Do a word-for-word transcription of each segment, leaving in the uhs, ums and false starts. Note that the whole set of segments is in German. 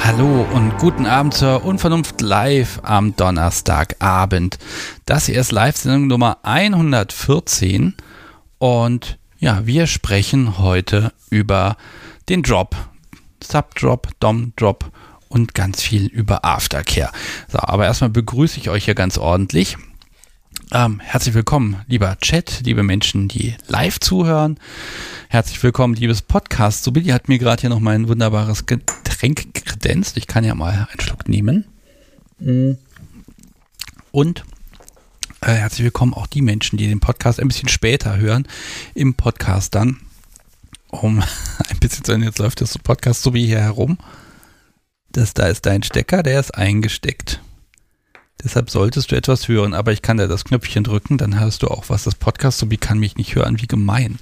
Hallo und guten Abend zur Unvernunft live am Donnerstagabend. Das hier ist Live-Sendung Nummer hundertvierzehn und ja, wir sprechen heute über den Drop, Subdrop, Dom-Drop und ganz viel über Aftercare. So, aber erstmal begrüße ich euch hier ganz ordentlich. Ähm, herzlich willkommen, lieber Chat, liebe Menschen, die live zuhören. Herzlich willkommen, liebes Podcast. So, Billy hat mir gerade hier noch mein wunderbares Getränk kredenzt. Ich kann ja mal einen Schluck nehmen. Und äh, herzlich willkommen auch die Menschen, die den Podcast ein bisschen später hören, im Podcast dann. Um ein bisschen zu, jetzt läuft das Podcast so wie hier herum. Das da ist dein Stecker, der ist eingesteckt. Deshalb solltest du etwas hören, aber ich kann da das Knöpfchen drücken, dann hörst du auch was. Das Podcast so wie kann mich nicht hören, wie gemein.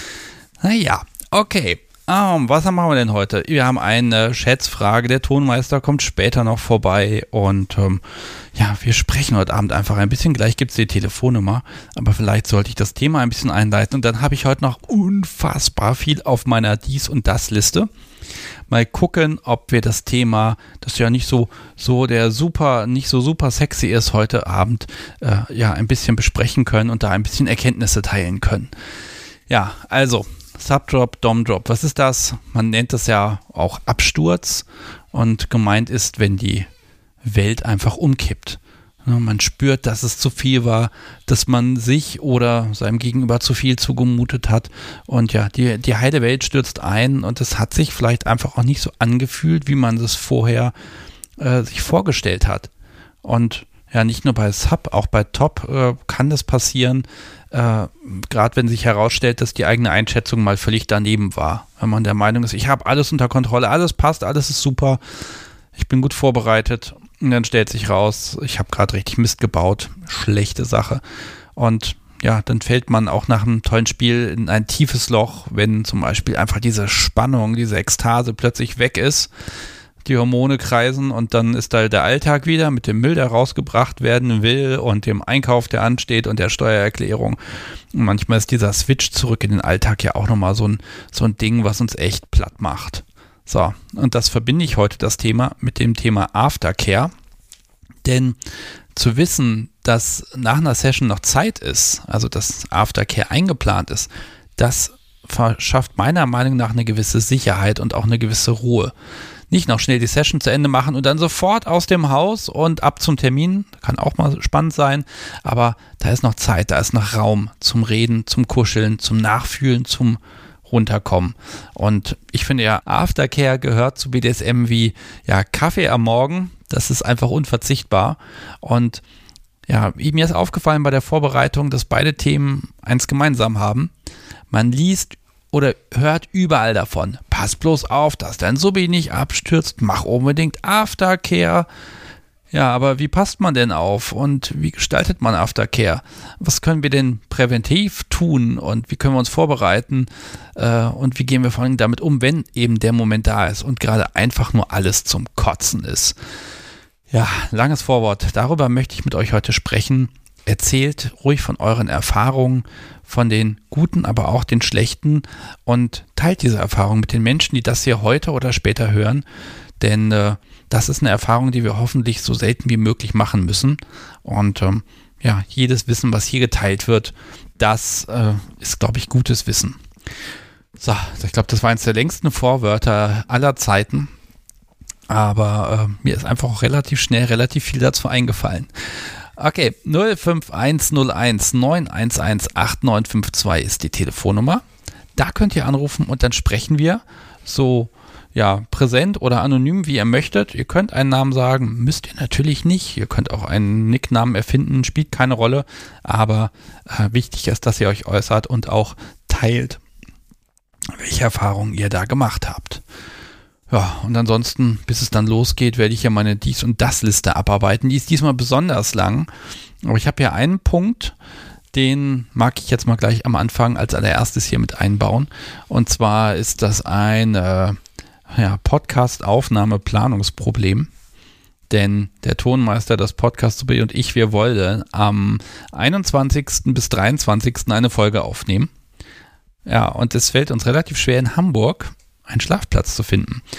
Naja, okay. Um, was machen wir denn heute? Wir haben eine Schätzfrage. Der Tonmeister kommt später noch vorbei und ähm, ja, wir sprechen heute Abend einfach ein bisschen. Gleich gibt es die Telefonnummer, aber vielleicht sollte ich das Thema ein bisschen einleiten und dann habe ich heute noch unfassbar viel auf meiner Dies- und Das-Liste. Mal gucken, ob wir das Thema, das ja nicht so, so der super, nicht so super sexy ist, heute Abend äh, ja ein bisschen besprechen können und da ein bisschen Erkenntnisse teilen können. Ja, also Subdrop, Domdrop, was ist das? Man nennt das ja auch Absturz und gemeint ist, wenn die Welt einfach umkippt. Man spürt, dass es zu viel war, dass man sich oder seinem Gegenüber zu viel zugemutet hat und ja, die, die heile Welt stürzt ein und es hat sich vielleicht einfach auch nicht so angefühlt, wie man es vorher äh, sich vorgestellt hat. Und ja, nicht nur bei Sub, auch bei Top äh, kann das passieren, äh, gerade wenn sich herausstellt, dass die eigene Einschätzung mal völlig daneben war. Wenn man der Meinung ist, ich habe alles unter Kontrolle, alles passt, alles ist super, ich bin gut vorbereitet. Und dann stellt sich raus, ich habe gerade richtig Mist gebaut, schlechte Sache. Und ja, dann fällt man auch nach einem tollen Spiel in ein tiefes Loch, wenn zum Beispiel einfach diese Spannung, diese Ekstase plötzlich weg ist, die Hormone kreisen und dann ist da der Alltag wieder mit dem Müll, der rausgebracht werden will und dem Einkauf, der ansteht und der Steuererklärung. Und manchmal ist dieser Switch zurück in den Alltag ja auch nochmal so ein, so ein Ding, was uns echt platt macht. So, und das verbinde ich heute, das Thema, mit dem Thema Aftercare. Denn zu wissen, dass nach einer Session noch Zeit ist, also dass Aftercare eingeplant ist, das verschafft meiner Meinung nach eine gewisse Sicherheit und auch eine gewisse Ruhe. Nicht noch schnell die Session zu Ende machen und dann sofort aus dem Haus und ab zum Termin, kann auch mal spannend sein, aber da ist noch Zeit, da ist noch Raum zum Reden, zum Kuscheln, zum Nachfühlen, zum runterkommen. Und ich finde ja, Aftercare gehört zu B D S M wie ja Kaffee am Morgen. Das ist einfach unverzichtbar. Und ja, mir ist aufgefallen bei der Vorbereitung, dass beide Themen eins gemeinsam haben. Man liest oder hört überall davon. Pass bloß auf, dass dein Subi nicht abstürzt. Mach unbedingt Aftercare. Ja, aber wie passt man denn auf und wie gestaltet man Aftercare? Was können wir denn präventiv tun und wie können wir uns vorbereiten äh, und wie gehen wir vor allem damit um, wenn eben der Moment da ist und gerade einfach nur alles zum Kotzen ist? Ja, langes Vorwort. Darüber möchte ich mit euch heute sprechen. Erzählt ruhig von euren Erfahrungen, von den guten, aber auch den schlechten und teilt diese Erfahrung mit den Menschen, die das hier heute oder später hören, denn äh, das ist eine Erfahrung, die wir hoffentlich so selten wie möglich machen müssen. Und ähm, ja, jedes Wissen, was hier geteilt wird, das äh, ist, glaube ich, gutes Wissen. So, ich glaube, das war eines der längsten Vorwörter aller Zeiten. Aber äh, mir ist einfach auch relativ schnell relativ viel dazu eingefallen. Okay, null fünf eins null eins neun eins eins acht neun fünf zwei ist die Telefonnummer. Da könnt ihr anrufen und dann sprechen wir so ja, präsent oder anonym, wie ihr möchtet. Ihr könnt einen Namen sagen, müsst ihr natürlich nicht. Ihr könnt auch einen Nicknamen erfinden, spielt keine Rolle. Aber äh, wichtig ist, dass ihr euch äußert und auch teilt, welche Erfahrungen ihr da gemacht habt. Ja, und ansonsten, bis es dann losgeht, werde ich ja meine Dies- und Das-Liste abarbeiten. Die ist diesmal besonders lang. Aber ich habe hier einen Punkt, den mag ich jetzt mal gleich am Anfang als allererstes hier mit einbauen. Und zwar ist das ein äh, ja, Podcast-Aufnahme-Planungsproblem. Denn der Tonmeister, das Podcast und ich, wir wollten am einundzwanzigsten bis dreiundzwanzigsten eine Folge aufnehmen. Ja, und es fällt uns relativ schwer in Hamburg einen Schlafplatz zu finden.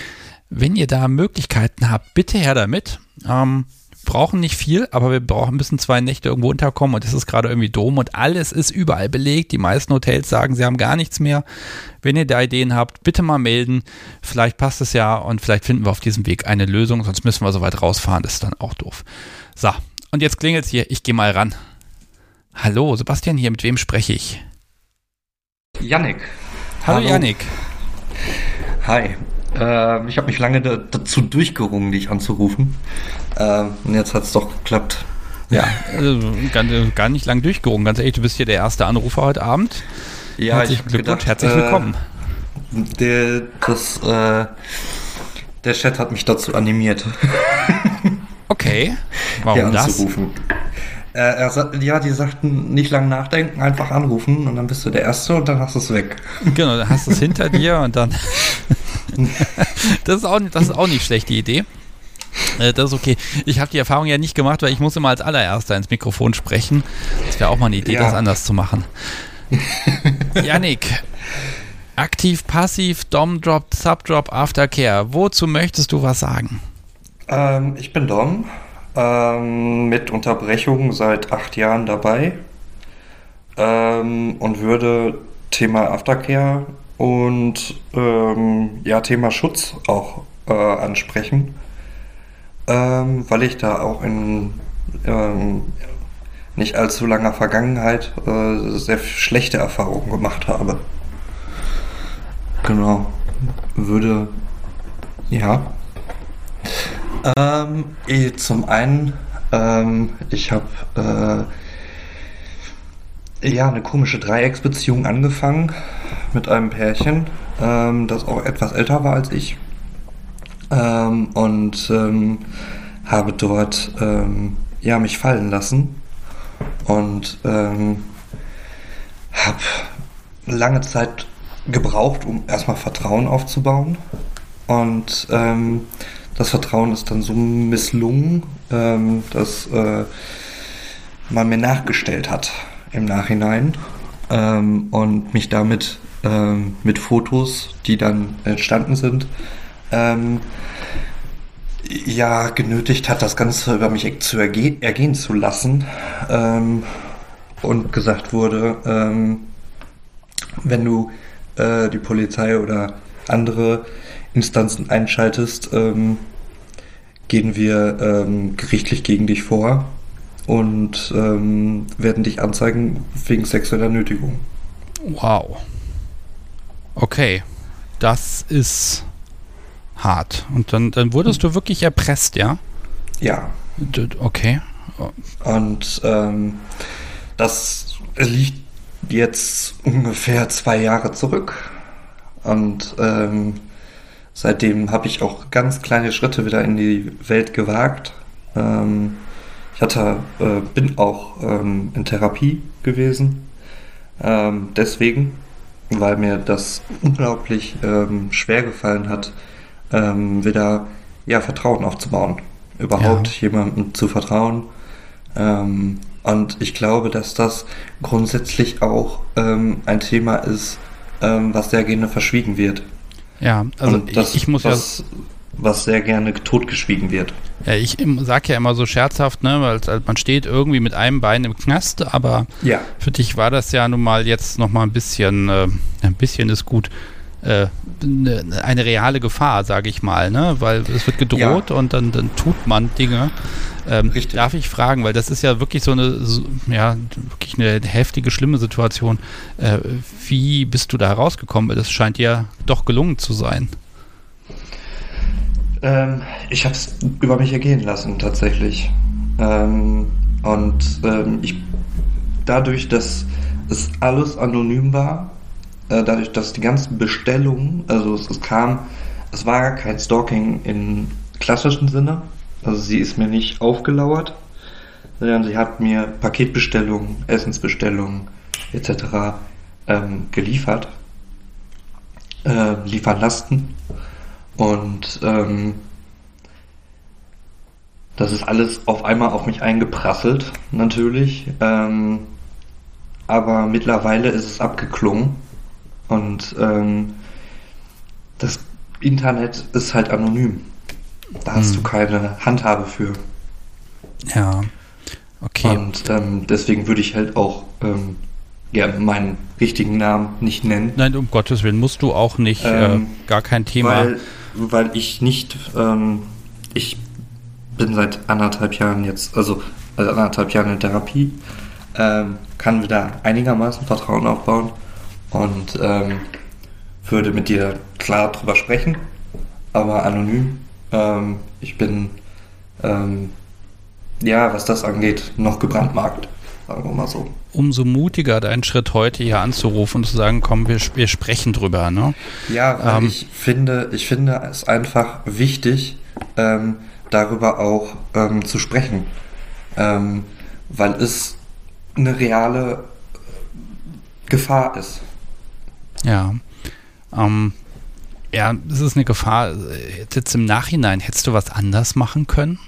wenn ihr da Möglichkeiten habt, bitte her damit. Ähm, brauchen nicht viel, aber wir brauchen müssen zwei Nächte irgendwo unterkommen und es ist gerade irgendwie Dom und alles ist überall belegt. Die meisten Hotels sagen, sie haben gar nichts mehr. Wenn ihr da Ideen habt, bitte mal melden. Vielleicht passt es ja und vielleicht finden wir auf diesem Weg eine Lösung, sonst müssen wir so weit rausfahren, das ist dann auch doof. So, und jetzt klingelt's hier, ich gehe mal ran. Hallo, Sebastian hier, mit wem spreche ich? Yannick. Hallo, Hallo. Yannick. Hi. Äh, ich habe mich lange da, dazu durchgerungen, dich anzurufen. Äh, und jetzt hat es doch geklappt. Ja, also gar, gar nicht lang durchgerungen. Ganz ehrlich, du bist hier der erste Anrufer heute Abend. Ja, Herzlichen ich Glückwunsch, gedacht, herzlich willkommen. Äh, der, das, äh, der Chat hat mich dazu animiert. Okay, warum hier das? Anzurufen. Äh, er, ja, die sagten, nicht lang nachdenken, einfach anrufen und dann bist du der Erste und dann hast du es weg. Genau, dann hast du es hinter dir und dann... das, ist auch, das ist auch nicht schlecht, die Idee. Äh, das ist okay. Ich habe die Erfahrung ja nicht gemacht, weil ich muss immer als allererster ins Mikrofon sprechen. Das wäre auch mal eine Idee, ja. das anders zu machen. Yannick, aktiv, passiv, Dom, Drop, Subdrop, Aftercare. Wozu möchtest du was sagen? Ähm, ich bin Dom. Ähm, mit Unterbrechung seit acht Jahren dabei ähm, und würde Thema Aftercare und ähm, ja, Thema Schutz auch äh, ansprechen, ähm, weil ich da auch in ähm, nicht allzu langer Vergangenheit äh, sehr schlechte Erfahrungen gemacht habe. Genau. Würde, ja. Ähm, zum einen, ähm, ich habe äh, ja eine komische Dreiecksbeziehung angefangen mit einem Pärchen, ähm, das auch etwas älter war als ich, ähm, und ähm, habe dort ähm, ja mich fallen lassen und ähm, habe lange Zeit gebraucht, um erstmal Vertrauen aufzubauen und ähm, das Vertrauen ist dann so misslungen, ähm, dass äh, man mir nachgestellt hat im Nachhinein ähm, und mich damit ähm, mit Fotos, die dann entstanden sind, ähm, ja genötigt hat, das Ganze über mich zu erge- ergehen zu lassen ähm, und gesagt wurde, ähm, wenn du äh, die Polizei oder andere Instanzen einschaltest, ähm, gehen wir ähm, gerichtlich gegen dich vor und ähm, werden dich anzeigen wegen sexueller Nötigung. Wow. Okay, das ist hart. Und dann, dann wurdest du wirklich erpresst, ja? Ja. Okay. Und ähm, das liegt jetzt ungefähr zwei Jahre zurück und ähm, seitdem habe ich auch ganz kleine Schritte wieder in die Welt gewagt. Ähm, ich hatte, äh, bin auch ähm, in Therapie gewesen. Ähm, deswegen, weil mir das unglaublich ähm, schwer gefallen hat, ähm, wieder ja, Vertrauen aufzubauen. Überhaupt ja. jemandem zu vertrauen. Ähm, und ich glaube, dass das grundsätzlich auch ähm, ein Thema ist, ähm, was sehr gerne verschwiegen wird. Ja, also das, ich, ich muss was, ja... was sehr gerne totgeschwiegen wird. Ja, ich sage ja immer so scherzhaft, ne, weil also man steht irgendwie mit einem Bein im Knast, aber ja. für dich war das ja nun mal jetzt noch mal ein bisschen, äh, ein bisschen ist gut, äh, ne, eine reale Gefahr, sage ich mal, ne, weil es wird gedroht ja. und dann, dann tut man Dinge. Ähm, Richtig. Darf ich fragen, weil das ist ja wirklich so eine, so, ja, wirklich eine heftige, schlimme Situation. Äh, wie bist du da rausgekommen? Das scheint dir doch gelungen zu sein. Ähm, ich habe es über mich ergehen lassen, tatsächlich. Ähm, und ähm, ich, dadurch, dass es alles anonym war, äh, dadurch, dass die ganzen Bestellungen, also es, es kam, es war kein Stalking im klassischen Sinne, also sie ist mir nicht aufgelauert, sondern sie hat mir Paketbestellungen, Essensbestellungen et cetera ähm, geliefert, äh, liefern lassen. Und ähm, das ist alles auf einmal auf mich eingeprasselt, natürlich. Ähm, aber mittlerweile ist es abgeklungen. Und ähm, das Internet ist halt anonym. Da hast Hm. du keine Handhabe für. Ja, okay. Und ähm, deswegen würde ich halt auch ähm, gerne meinen richtigen Namen nicht nennen. Nein, um Gottes Willen, musst du auch nicht, Ähm, äh, gar kein Thema. Weil, weil ich nicht, ähm, ich bin seit anderthalb Jahren jetzt, also seit anderthalb Jahren in Therapie, ähm, kann wieder einigermaßen Vertrauen aufbauen und ähm, würde mit dir klar drüber sprechen, aber anonym. Ähm, ich bin, ähm, ja, was das angeht, noch gebrandmarkt, sagen wir mal so. Umso mutiger deinen Schritt heute hier anzurufen und zu sagen, komm, wir, wir sprechen drüber, ne? Ja, weil Ähm. ich finde, ich finde es einfach wichtig, ähm, darüber auch ähm, zu sprechen, ähm, weil es eine reale Gefahr ist. Ja. Ähm, ja, es ist eine Gefahr. Jetzt im Nachhinein, hättest du was anders machen können?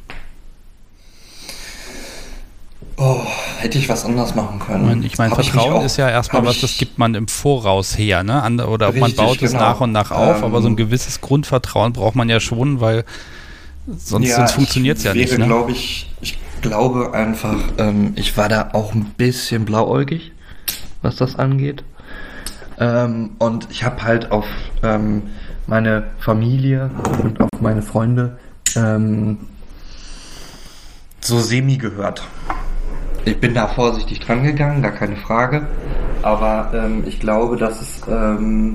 Oh, hätte ich was anders machen können. Ich meine, ich mein, Hab ich Vertrauen mich auch- ist ja erstmal hab was, ich- das gibt man im Voraus her, ne? Ander- Oder ob man Richtig, baut es genau. nach und nach auf, Ähm, aber so ein gewisses Grundvertrauen braucht man ja schon, weil sonst, Ja, sonst funktioniert es ich ja nicht. wäre, Ne? glaube ich, ich glaube einfach, ähm, ich war da auch ein bisschen blauäugig, was das angeht. Ähm, und ich habe halt auf ähm, meine Familie und auf meine Freunde ähm, so semi gehört. Ich bin da vorsichtig dran gegangen, gar keine Frage. Aber ähm, ich glaube, dass es ähm,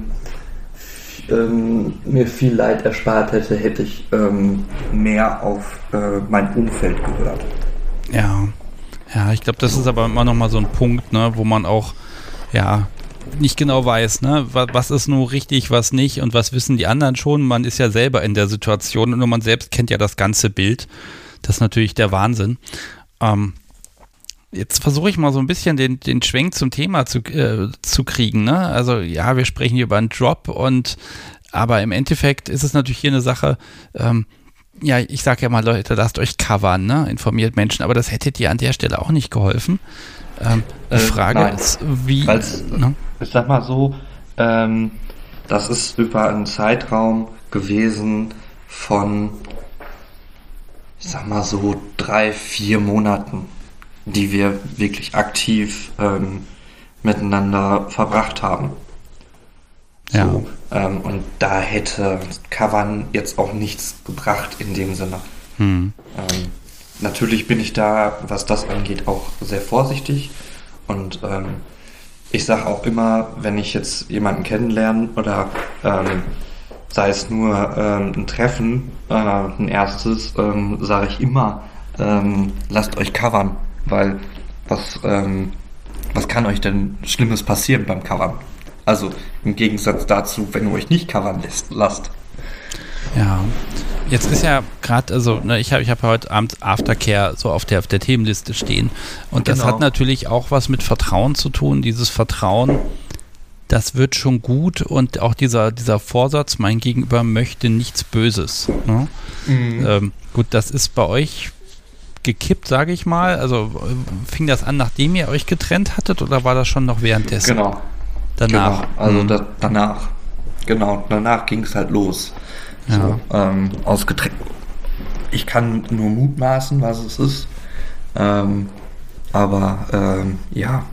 ähm, mir viel Leid erspart hätte, hätte ich ähm, mehr auf äh, mein Umfeld gehört. Ja, ja, ich glaube, das ist aber immer noch mal so ein Punkt, ne, wo man auch, ja, nicht genau weiß, ne, was, was ist nur richtig, was nicht und was wissen die anderen schon. Man ist ja selber in der Situation und nur man selbst kennt ja das ganze Bild. Das ist natürlich der Wahnsinn. Ähm, jetzt versuche ich mal so ein bisschen den, den Schwenk zum Thema zu, äh, zu kriegen, ne? Also ja, wir sprechen hier über einen Drop und aber im Endeffekt ist es natürlich hier eine Sache, ähm, ja, ich sage ja mal, Leute, lasst euch covern, ne? Informiert Menschen, aber das hätte dir an der Stelle auch nicht geholfen. Ähm, die Äh, Frage nein. ist, wie... Weil's- Ne? Ich sag mal so, ähm, das ist über einen Zeitraum gewesen von, ich sag mal so, drei, vier Monaten, die wir wirklich aktiv ähm, miteinander verbracht haben. Ja. So, ähm, und da hätte Covern jetzt auch nichts gebracht in dem Sinne. Hm. Ähm, natürlich bin ich da, was das angeht, auch sehr vorsichtig und ähm, ich sage auch immer, wenn ich jetzt jemanden kennenlerne oder ähm, sei es nur ähm, ein Treffen, äh, ein erstes, ähm, sage ich immer, ähm, lasst euch covern, weil was, ähm, was kann euch denn Schlimmes passieren beim Covern? Also im Gegensatz dazu, wenn ihr euch nicht covern lässt, lasst. Ja, jetzt ist ja gerade, also ne, ich habe ich hab heute Abend Aftercare so auf der, auf der Themenliste stehen und das Genau. hat natürlich auch was mit Vertrauen zu tun, dieses Vertrauen, das wird schon gut und auch dieser, dieser Vorsatz, mein Gegenüber möchte nichts Böses. Ne? Mhm. Ähm, gut, das ist bei euch gekippt, sage ich mal, also äh, fing das an, nachdem ihr euch getrennt hattet oder war das schon noch währenddessen? Genau. Danach? Genau, also Mhm. da, danach. Genau, danach ging es halt los. Ja. So, ähm, ausgetrennt. Ich kann nur mutmaßen, was es ist. Ähm, aber ähm, ja,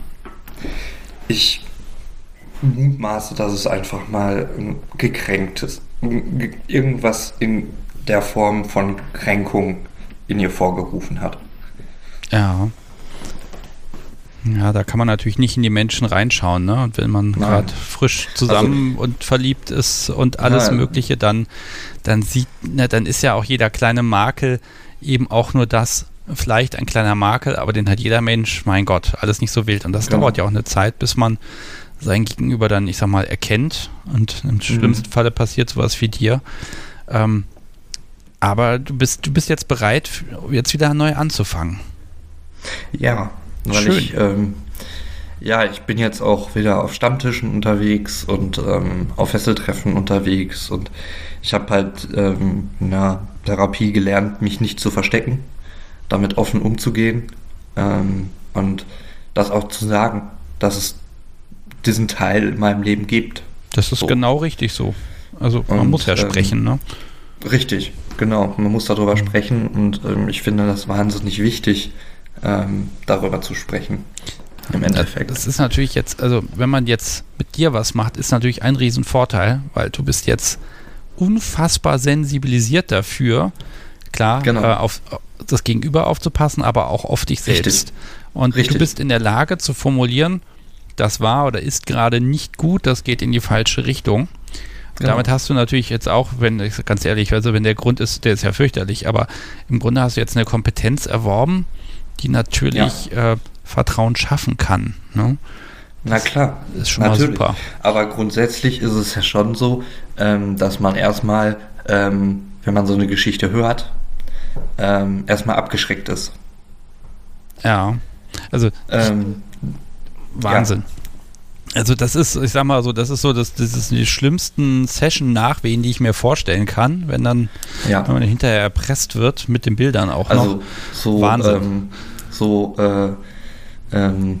ich mutmaße, dass es einfach mal ein gekränktes, ge- irgendwas in der Form von Kränkung in ihr vorgerufen hat. Ja. Ja, da kann man natürlich nicht in die Menschen reinschauen, ne? Und wenn man Nein. gerade frisch zusammen und verliebt ist und alles Nein. Mögliche, dann, dann sieht, ne, dann ist ja auch jeder kleine Makel eben auch nur das, vielleicht ein kleiner Makel, aber den hat jeder Mensch, mein Gott, alles nicht so wild. Und das Genau. dauert ja auch eine Zeit, bis man sein Gegenüber dann, ich sag mal, erkennt. Und im schlimmsten Falle passiert sowas wie dir. Ähm, aber du bist, du bist jetzt bereit, jetzt wieder neu anzufangen. Ja, weil Schön. ich, ähm, ja, ich bin jetzt auch wieder auf Stammtischen unterwegs und ähm, auf Fesseltreffen unterwegs und ich habe halt ähm, in der Therapie gelernt, mich nicht zu verstecken, damit offen umzugehen ähm, und das auch zu sagen, dass es diesen Teil in meinem Leben gibt. Das ist So. genau richtig so. Also man und, muss ja ähm, sprechen, ne? Richtig, genau. Man muss darüber sprechen und ähm, ich finde das wahnsinnig wichtig, ähm, darüber zu sprechen. Im Endeffekt. Das ist natürlich jetzt, also wenn man jetzt mit dir was macht, ist natürlich ein Riesenvorteil, weil du bist jetzt unfassbar sensibilisiert dafür, klar, Genau. äh, auf das Gegenüber aufzupassen, aber auch auf dich selbst. Richtig. Und Richtig. du bist in der Lage zu formulieren, das war oder ist gerade nicht gut, das geht in die falsche Richtung. Genau. Damit hast du natürlich jetzt auch, wenn, ganz ehrlich, also wenn der Grund ist, der ist ja fürchterlich, aber im Grunde hast du jetzt eine Kompetenz erworben, die natürlich ja. äh, Vertrauen schaffen kann. Ne? Na klar, ist schon natürlich. mal super. Aber grundsätzlich ist es ja schon so, ähm, dass man erstmal, ähm, wenn man so eine Geschichte hört, ähm, erstmal abgeschreckt ist. Ja, also ähm, Wahnsinn. Ja. Also das ist, ich sag mal so, das ist so, das, das ist die schlimmsten Session-Nachwehen, die ich mir vorstellen kann, wenn dann, ja. wenn man hinterher erpresst wird mit den Bildern auch also noch. So, Wahnsinn. Ähm, so, äh, ähm,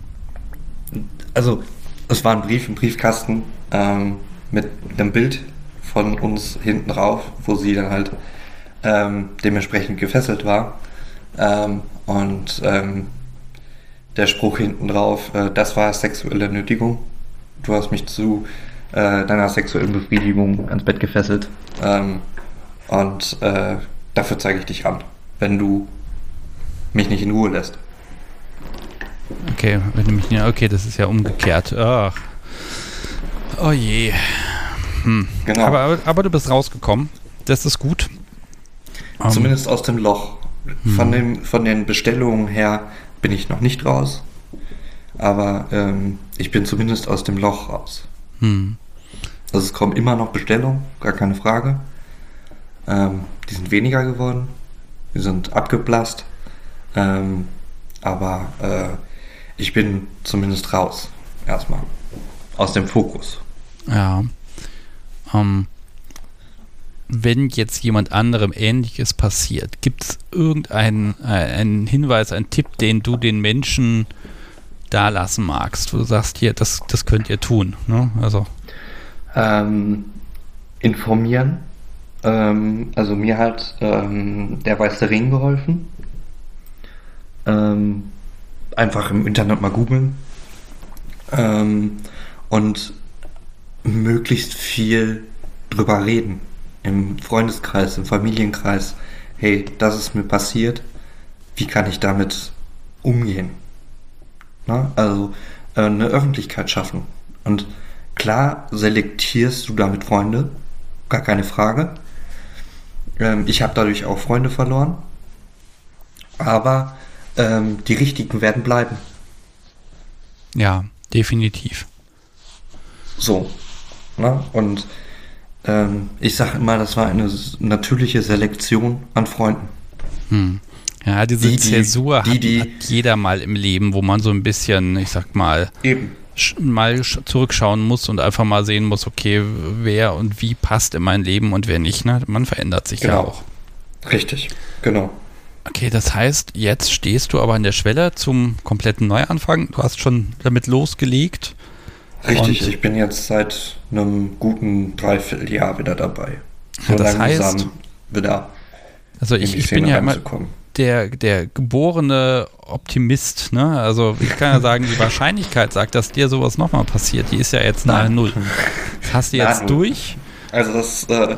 also es war ein Brief im Briefkasten ähm, mit einem Bild von uns hinten drauf, wo sie dann halt ähm, dementsprechend gefesselt war. Ähm, und ähm, der Spruch hinten drauf, äh, das war sexuelle Nötigung. Du hast mich zu äh, deiner sexuellen Befriedigung ans Bett gefesselt. Ähm, und äh, dafür zeige ich dich an, wenn du mich nicht in Ruhe lässt. Okay, wenn du mich nicht, okay, das ist ja umgekehrt. Ach. Oh je. Hm. Genau. Aber, aber du bist rausgekommen. Das ist gut. Zumindest um, aus dem Loch. Hm. Von, dem, von den Bestellungen her bin ich noch nicht raus. Aber ähm, ich bin zumindest aus dem Loch raus. Hm. Also es kommen immer noch Bestellungen, gar keine Frage. Ähm, die sind weniger geworden. Die sind abgeblasst. Ähm, aber äh, ich bin zumindest raus. Erstmal. Aus dem Fokus. Ja. Ähm, wenn jetzt jemand anderem Ähnliches passiert, gibt es irgendeinen äh, einen Hinweis, einen Tipp, den du den Menschen da lassen magst, wo du sagst, hier, das, das könnt ihr tun. Ne? Also. Ähm, informieren. Ähm, also mir hat ähm, der Weiße Ring geholfen. Ähm, einfach im Internet mal googeln. Ähm, und möglichst viel drüber reden. Im Freundeskreis, im Familienkreis. Hey, das ist mir passiert. Wie kann ich damit umgehen? Na, also äh, eine Öffentlichkeit schaffen. Und klar selektierst du damit Freunde. Gar keine Frage. Ähm, ich habe dadurch auch Freunde verloren. Aber ähm, die Richtigen werden bleiben. Ja, definitiv. So. Na, und ähm, ich sage immer, das war eine natürliche Selektion an Freunden. Hm. Ja, diese die, Zäsur die, hat, die, hat jeder mal im Leben, wo man so ein bisschen, ich sag mal, eben. sch- mal sch- zurückschauen muss und einfach mal sehen muss, okay, wer und wie passt in mein Leben und wer nicht. Ne? Man verändert sich Genau. ja auch. Richtig, genau. Okay, das heißt, jetzt stehst du aber an der Schwelle zum kompletten Neuanfang. Du hast schon damit losgelegt. Richtig, Und- ich bin jetzt seit einem guten Dreivierteljahr wieder dabei. So Ja, das langsam heißt- wieder Also in ich, die ich bin Szene ja immer reinzukommen. der, der geborene Optimist. Ne? Also ich kann ja sagen, die Wahrscheinlichkeit sagt, dass dir sowas nochmal passiert, die ist ja jetzt nahe Nein. Null. Das hast du Nahe jetzt Null. durch. Also das äh,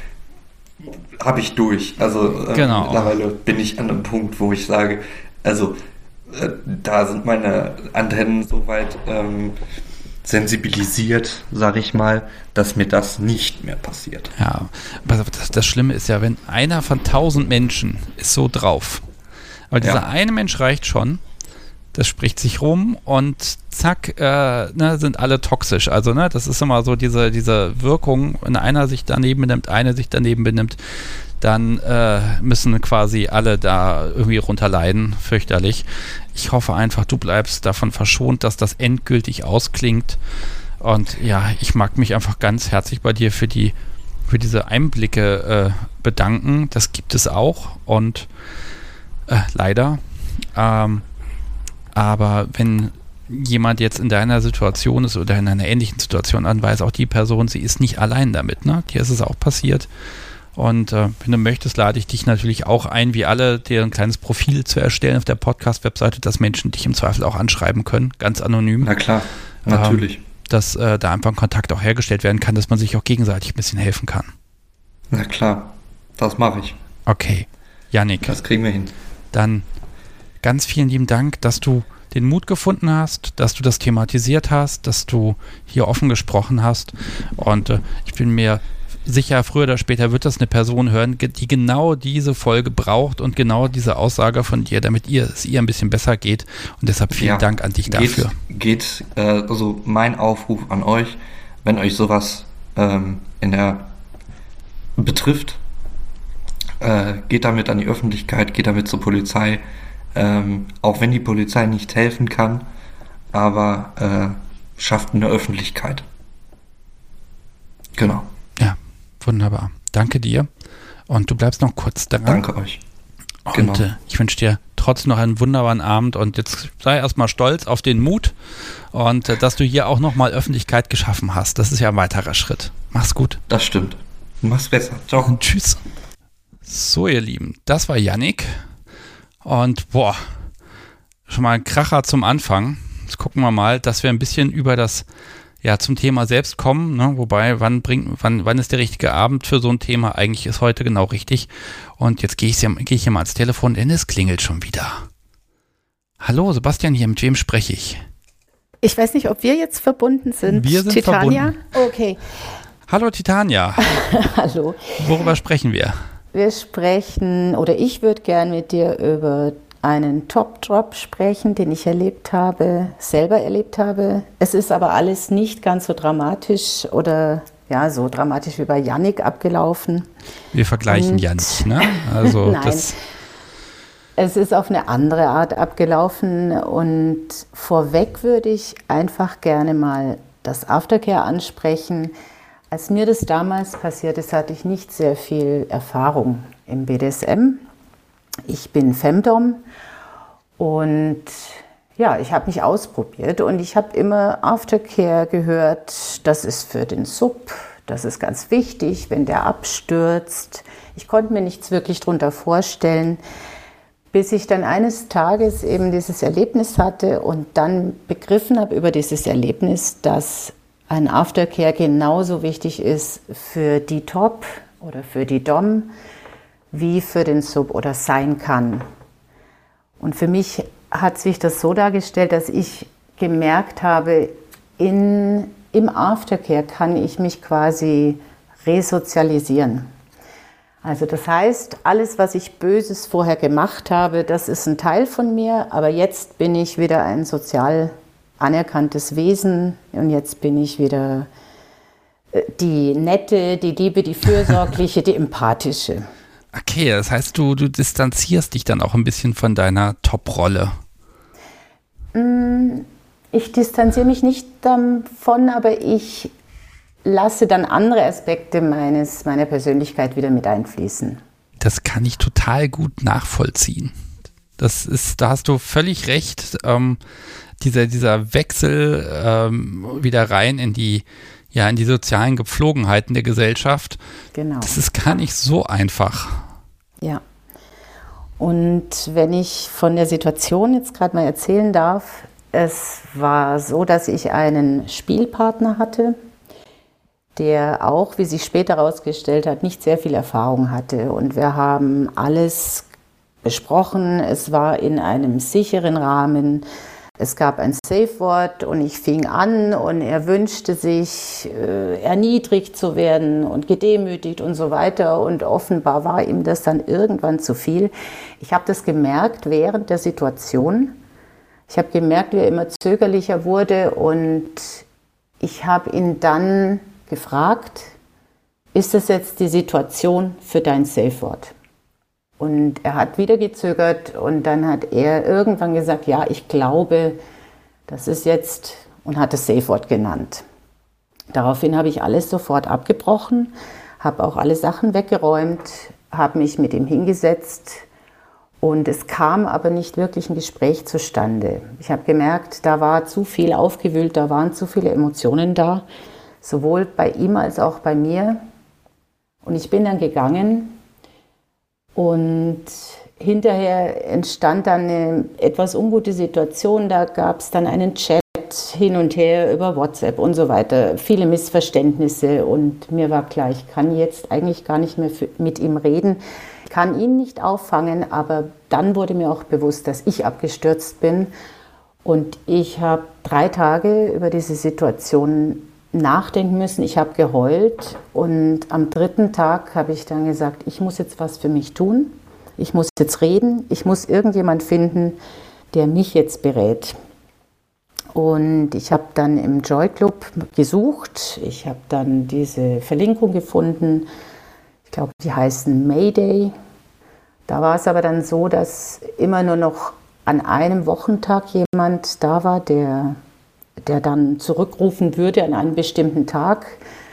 habe ich durch. Also äh, Genau. mittlerweile bin ich an einem Punkt, wo ich sage, also äh, da sind meine Antennen so weit ähm, sensibilisiert, sage ich mal, dass mir das nicht mehr passiert. Ja, aber das, das Schlimme ist ja, wenn einer von tausend Menschen ist so drauf, aber dieser Ja. eine Mensch reicht schon, das spricht sich rum und zack, äh, ne, sind alle toxisch. Also ne, das ist immer so diese, diese Wirkung, wenn einer sich daneben benimmt, eine sich daneben benimmt, dann äh, müssen quasi alle da irgendwie runterleiden, fürchterlich. Ich hoffe einfach, du bleibst davon verschont, dass das endgültig ausklingt. Und ja, ich mag mich einfach ganz herzlich bei dir für die für diese Einblicke äh, bedanken. Das gibt es auch und äh, leider. Ähm, aber wenn jemand jetzt in deiner Situation ist oder in einer ähnlichen Situation an, weiß auch die Person, sie ist nicht allein damit. Ne? Dir ist es auch passiert. Und äh, wenn du möchtest, lade ich dich natürlich auch ein, wie alle, dir ein kleines Profil zu erstellen auf der Podcast-Webseite, dass Menschen dich im Zweifel auch anschreiben können, ganz anonym. Na klar, natürlich. Ähm, dass äh, da einfach ein Kontakt auch hergestellt werden kann, dass man sich auch gegenseitig ein bisschen helfen kann. Na klar, das mache ich. Okay, Yannick. Das kriegen wir hin. Dann ganz vielen lieben Dank, dass du den Mut gefunden hast, dass du das thematisiert hast, dass du hier offen gesprochen hast. Und äh, ich bin mir sicher, früher oder später wird das eine Person hören, die genau diese Folge braucht und genau diese Aussage von dir, damit ihr, es ihr ein bisschen besser geht. Und deshalb vielen ja, Dank an dich dafür. Geht, geht äh, also mein Aufruf an euch, wenn euch sowas ähm, in der betrifft, äh, geht damit an die Öffentlichkeit, geht damit zur Polizei, ähm, auch wenn die Polizei nicht helfen kann, aber äh, schafft eine Öffentlichkeit. Genau. Ja, wunderbar. Danke dir. Und du bleibst noch kurz dran. Danke euch. Und Genau. äh, ich wünsche dir trotzdem noch einen wunderbaren Abend und jetzt sei erstmal stolz auf den Mut und äh, dass du hier auch nochmal Öffentlichkeit geschaffen hast. Das ist ja ein weiterer Schritt. Mach's gut. Das stimmt. Mach's besser. Ciao. Und tschüss. So, ihr Lieben, das war Yannick. Und boah, schon mal ein Kracher zum Anfang. Jetzt gucken wir mal, dass wir ein bisschen über das, ja, zum Thema selbst kommen. Ne? Wobei, wann bringt, wann, wann ist der richtige Abend für so ein Thema? Eigentlich ist heute genau richtig. Und jetzt gehe ich, geh ich hier mal ans Telefon, denn es klingelt schon wieder. Hallo, Sebastian hier, mit wem spreche ich? Ich weiß nicht, ob wir jetzt verbunden sind. Wir sind Titania? verbunden. Okay. Hallo Titania. Hallo. Worüber sprechen wir? Wir sprechen, oder ich würde gern mit dir über einen Top-Drop sprechen, den ich erlebt habe, selber erlebt habe. Es ist aber alles nicht ganz so dramatisch oder ja, so dramatisch wie bei Yannick abgelaufen. Wir vergleichen Und ja nicht, ne? Also Nein. das Es ist auf eine andere Art abgelaufen und vorweg würde ich einfach gerne mal das Aftercare ansprechen. Als mir das damals passiert ist, hatte ich nicht sehr viel Erfahrung im B D S M. Ich bin Femdom und ja, ich habe mich ausprobiert und ich habe immer Aftercare gehört, das ist für den Sub, das ist ganz wichtig, wenn der abstürzt. Ich konnte mir nichts wirklich darunter vorstellen, bis ich dann eines Tages eben dieses Erlebnis hatte und dann begriffen habe über dieses Erlebnis, dass ein Aftercare genauso wichtig ist für die Top oder für die Dom wie für den Sub oder sein kann. Und für mich hat sich das so dargestellt, dass ich gemerkt habe, in, im Aftercare kann ich mich quasi resozialisieren. Also das heißt, alles, was ich Böses vorher gemacht habe, das ist ein Teil von mir, aber jetzt bin ich wieder ein sozial anerkanntes Wesen und jetzt bin ich wieder die Nette, die Liebe, die Fürsorgliche, die Empathische. Okay, das heißt, du, du distanzierst dich dann auch ein bisschen von deiner Top-Rolle. Ich distanziere mich nicht davon, aber ich lasse dann andere Aspekte meines, meiner Persönlichkeit wieder mit einfließen. Das kann ich total gut nachvollziehen. Das ist, da hast du völlig recht. Ähm, dieser, dieser Wechsel ähm, wieder rein in die, ja, in die sozialen Gepflogenheiten der Gesellschaft. Genau. Das ist gar nicht so einfach. Ja. Und wenn ich von der Situation jetzt gerade mal erzählen darf, es war so, dass ich einen Spielpartner hatte, der auch, wie sich später herausgestellt hat, nicht sehr viel Erfahrung hatte. Und wir haben alles besprochen. Es war in einem sicheren Rahmen. Es gab ein Safe-Wort und ich fing an und er wünschte sich, äh, erniedrigt zu werden und gedemütigt und so weiter. Und offenbar war ihm das dann irgendwann zu viel. Ich habe das gemerkt während der Situation. Ich habe gemerkt, wie er immer zögerlicher wurde und ich habe ihn dann gefragt, ist das jetzt die Situation für dein Safe-Wort? Und er hat wieder gezögert und dann hat er irgendwann gesagt, ja, ich glaube, das ist jetzt, und hat das Safe-Wort genannt. Daraufhin habe ich alles sofort abgebrochen, habe auch alle Sachen weggeräumt, habe mich mit ihm hingesetzt Und es kam aber nicht wirklich ein Gespräch zustande. Ich habe gemerkt, da war zu viel aufgewühlt, da waren zu viele Emotionen da, sowohl bei ihm als auch bei mir. Und ich bin dann gegangen und hinterher entstand dann eine etwas ungute Situation. Da gab es dann einen Chat hin und her über WhatsApp und so weiter. Viele Missverständnisse und mir war klar, ich kann jetzt eigentlich gar nicht mehr für, mit ihm reden. Ich kann ihn nicht auffangen, aber dann wurde mir auch bewusst, dass ich abgestürzt bin. Und ich habe drei Tage über diese Situation nachdenken müssen. Ich habe geheult und am dritten Tag habe ich dann gesagt, ich muss jetzt was für mich tun. Ich muss jetzt reden. Ich muss irgendjemand finden, der mich jetzt berät. Und ich habe dann im Joy Club gesucht. Ich habe dann diese Verlinkung gefunden. Ich glaube, die heißen Mayday. Da war es aber dann so, dass immer nur noch an einem Wochentag jemand da war, der, der dann zurückrufen würde an einem bestimmten Tag.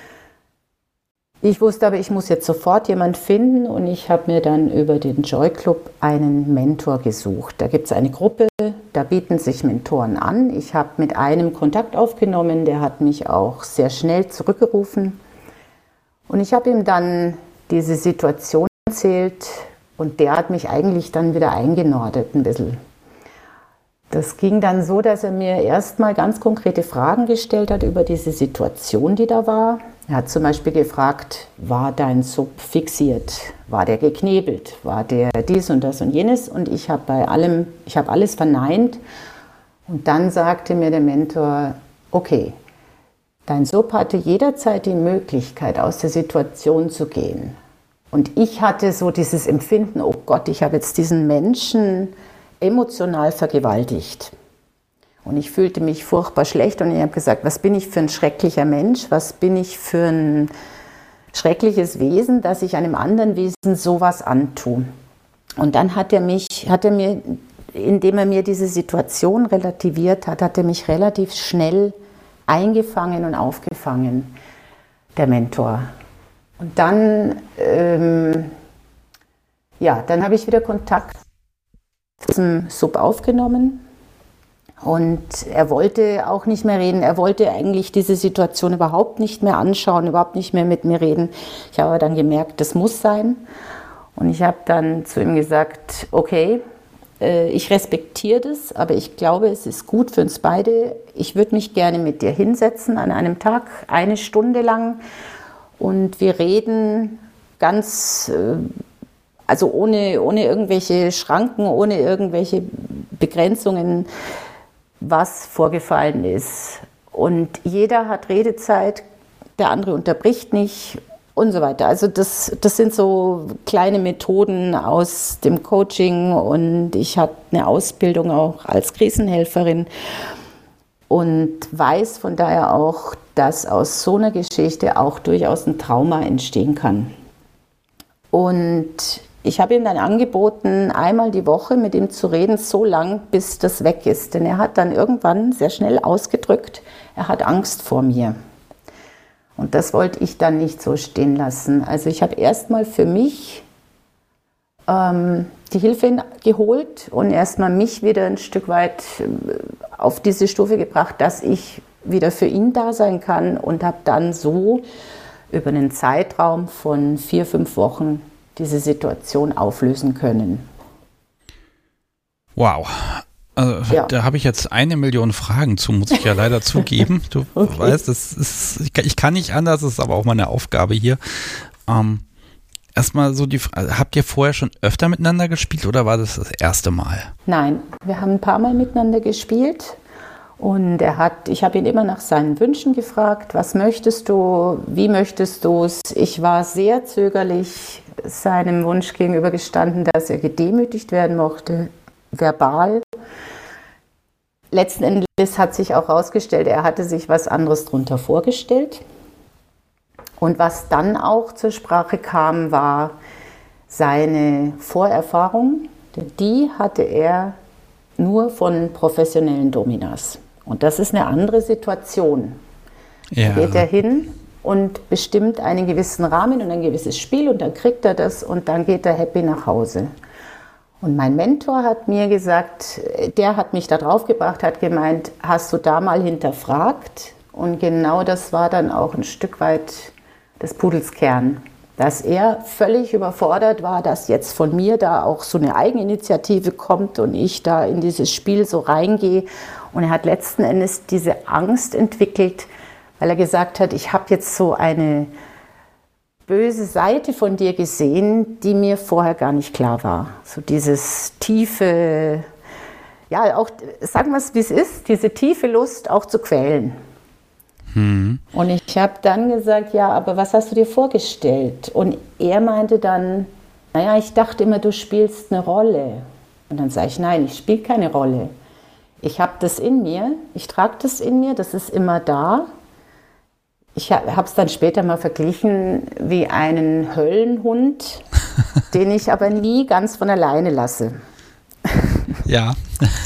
Ich wusste aber, ich muss jetzt sofort jemanden finden und ich habe mir dann über den Joy Club einen Mentor gesucht. Da gibt es eine Gruppe, da bieten sich Mentoren an. Ich habe mit einem Kontakt aufgenommen, der hat mich auch sehr schnell zurückgerufen. Und ich habe ihm dann diese Situation erzählt und der hat mich eigentlich dann wieder eingenordet ein bisschen. Das ging dann so, dass er mir erstmal ganz konkrete Fragen gestellt hat über diese Situation, die da war. Er hat zum Beispiel gefragt, war dein Sub fixiert? War der geknebelt? War der dies und das und jenes? Und ich habe bei allem, ich habe alles verneint. Und dann sagte mir der Mentor, okay, dein Sub hatte jederzeit die Möglichkeit, aus der Situation zu gehen. Und ich hatte so dieses Empfinden, oh Gott, ich habe jetzt diesen Menschen emotional vergewaltigt. Und ich fühlte mich furchtbar schlecht und ich habe gesagt, was bin ich für ein schrecklicher Mensch, was bin ich für ein schreckliches Wesen, dass ich einem anderen Wesen sowas antue. Und dann hat er mich, hat er mir, indem er mir diese Situation relativiert hat, hat er mich relativ schnell eingefangen und aufgefangen, der Mentor. Und dann, ähm, ja, dann habe ich wieder Kontakt zum Sub aufgenommen und er wollte auch nicht mehr reden. Er wollte eigentlich diese Situation überhaupt nicht mehr anschauen, überhaupt nicht mehr mit mir reden. Ich habe dann gemerkt, das muss sein. Und ich habe dann zu ihm gesagt, okay, äh, ich respektiere das, aber ich glaube, es ist gut für uns beide. Ich würde mich gerne mit dir hinsetzen an einem Tag, eine Stunde lang. Und wir reden ganz, äh, also ohne, ohne irgendwelche Schranken, ohne irgendwelche Begrenzungen, was vorgefallen ist. Und jeder hat Redezeit, der andere unterbricht nicht und so weiter. Also das, das sind so kleine Methoden aus dem Coaching und ich hatte eine Ausbildung auch als Krisenhelferin und weiß von daher auch, dass aus so einer Geschichte auch durchaus ein Trauma entstehen kann. Und ich habe ihm dann angeboten, einmal die Woche mit ihm zu reden, so lang, bis das weg ist. Denn er hat dann irgendwann sehr schnell ausgedrückt, er hat Angst vor mir. Und das wollte ich dann nicht so stehen lassen. Also ich habe erstmal für mich ähm, die Hilfe geholt und erstmal mich wieder ein Stück weit auf diese Stufe gebracht, dass ich wieder für ihn da sein kann und habe dann so über einen Zeitraum von vier, fünf Wochen diese Situation auflösen können. Wow. Also, ja. Da habe ich jetzt eine Million Fragen zu, muss ich ja leider zugeben. Du okay. weißt, das ist, ich, kann, ich kann nicht anders, das ist aber auch meine Aufgabe hier. Ähm, erstmal so die Frage, habt ihr vorher schon öfter miteinander gespielt oder war das das erste Mal? Nein, wir haben ein paar Mal miteinander gespielt. Und er hat, ich habe ihn immer nach seinen Wünschen gefragt, was möchtest du, wie möchtest du es? Ich war sehr zögerlich seinem Wunsch gegenüber gestanden, dass er gedemütigt werden mochte, verbal. Letzten Endes hat sich auch herausgestellt, er hatte sich was anderes darunter vorgestellt. Und was dann auch zur Sprache kam, war seine Vorerfahrung. Die hatte er nur von professionellen Dominas. Und das ist eine andere Situation. Ja. Da geht er hin und bestimmt einen gewissen Rahmen und ein gewisses Spiel und dann kriegt er das und dann geht er happy nach Hause. Und mein Mentor hat mir gesagt, der hat mich da drauf gebracht, hat gemeint, hast du da mal hinterfragt? Und genau das war dann auch ein Stück weit des Pudels Kern, dass er völlig überfordert war, dass jetzt von mir da auch so eine Eigeninitiative kommt und ich da in dieses Spiel so reingehe. Und er hat letzten Endes diese Angst entwickelt, weil er gesagt hat, ich habe jetzt so eine böse Seite von dir gesehen, die mir vorher gar nicht klar war. So dieses tiefe, ja auch, sagen wir es wie es ist, diese tiefe Lust auch zu quälen. Hm. Und ich habe dann gesagt, ja, aber was hast du dir vorgestellt? Und er meinte dann, naja, ich dachte immer, du spielst eine Rolle. Und dann sage ich, nein, ich spiele keine Rolle. Ich habe das in mir, ich trage das in mir, das ist immer da. Ich habe es dann später mal verglichen wie einen Höllenhund, den ich aber nie ganz von alleine lasse. Ja.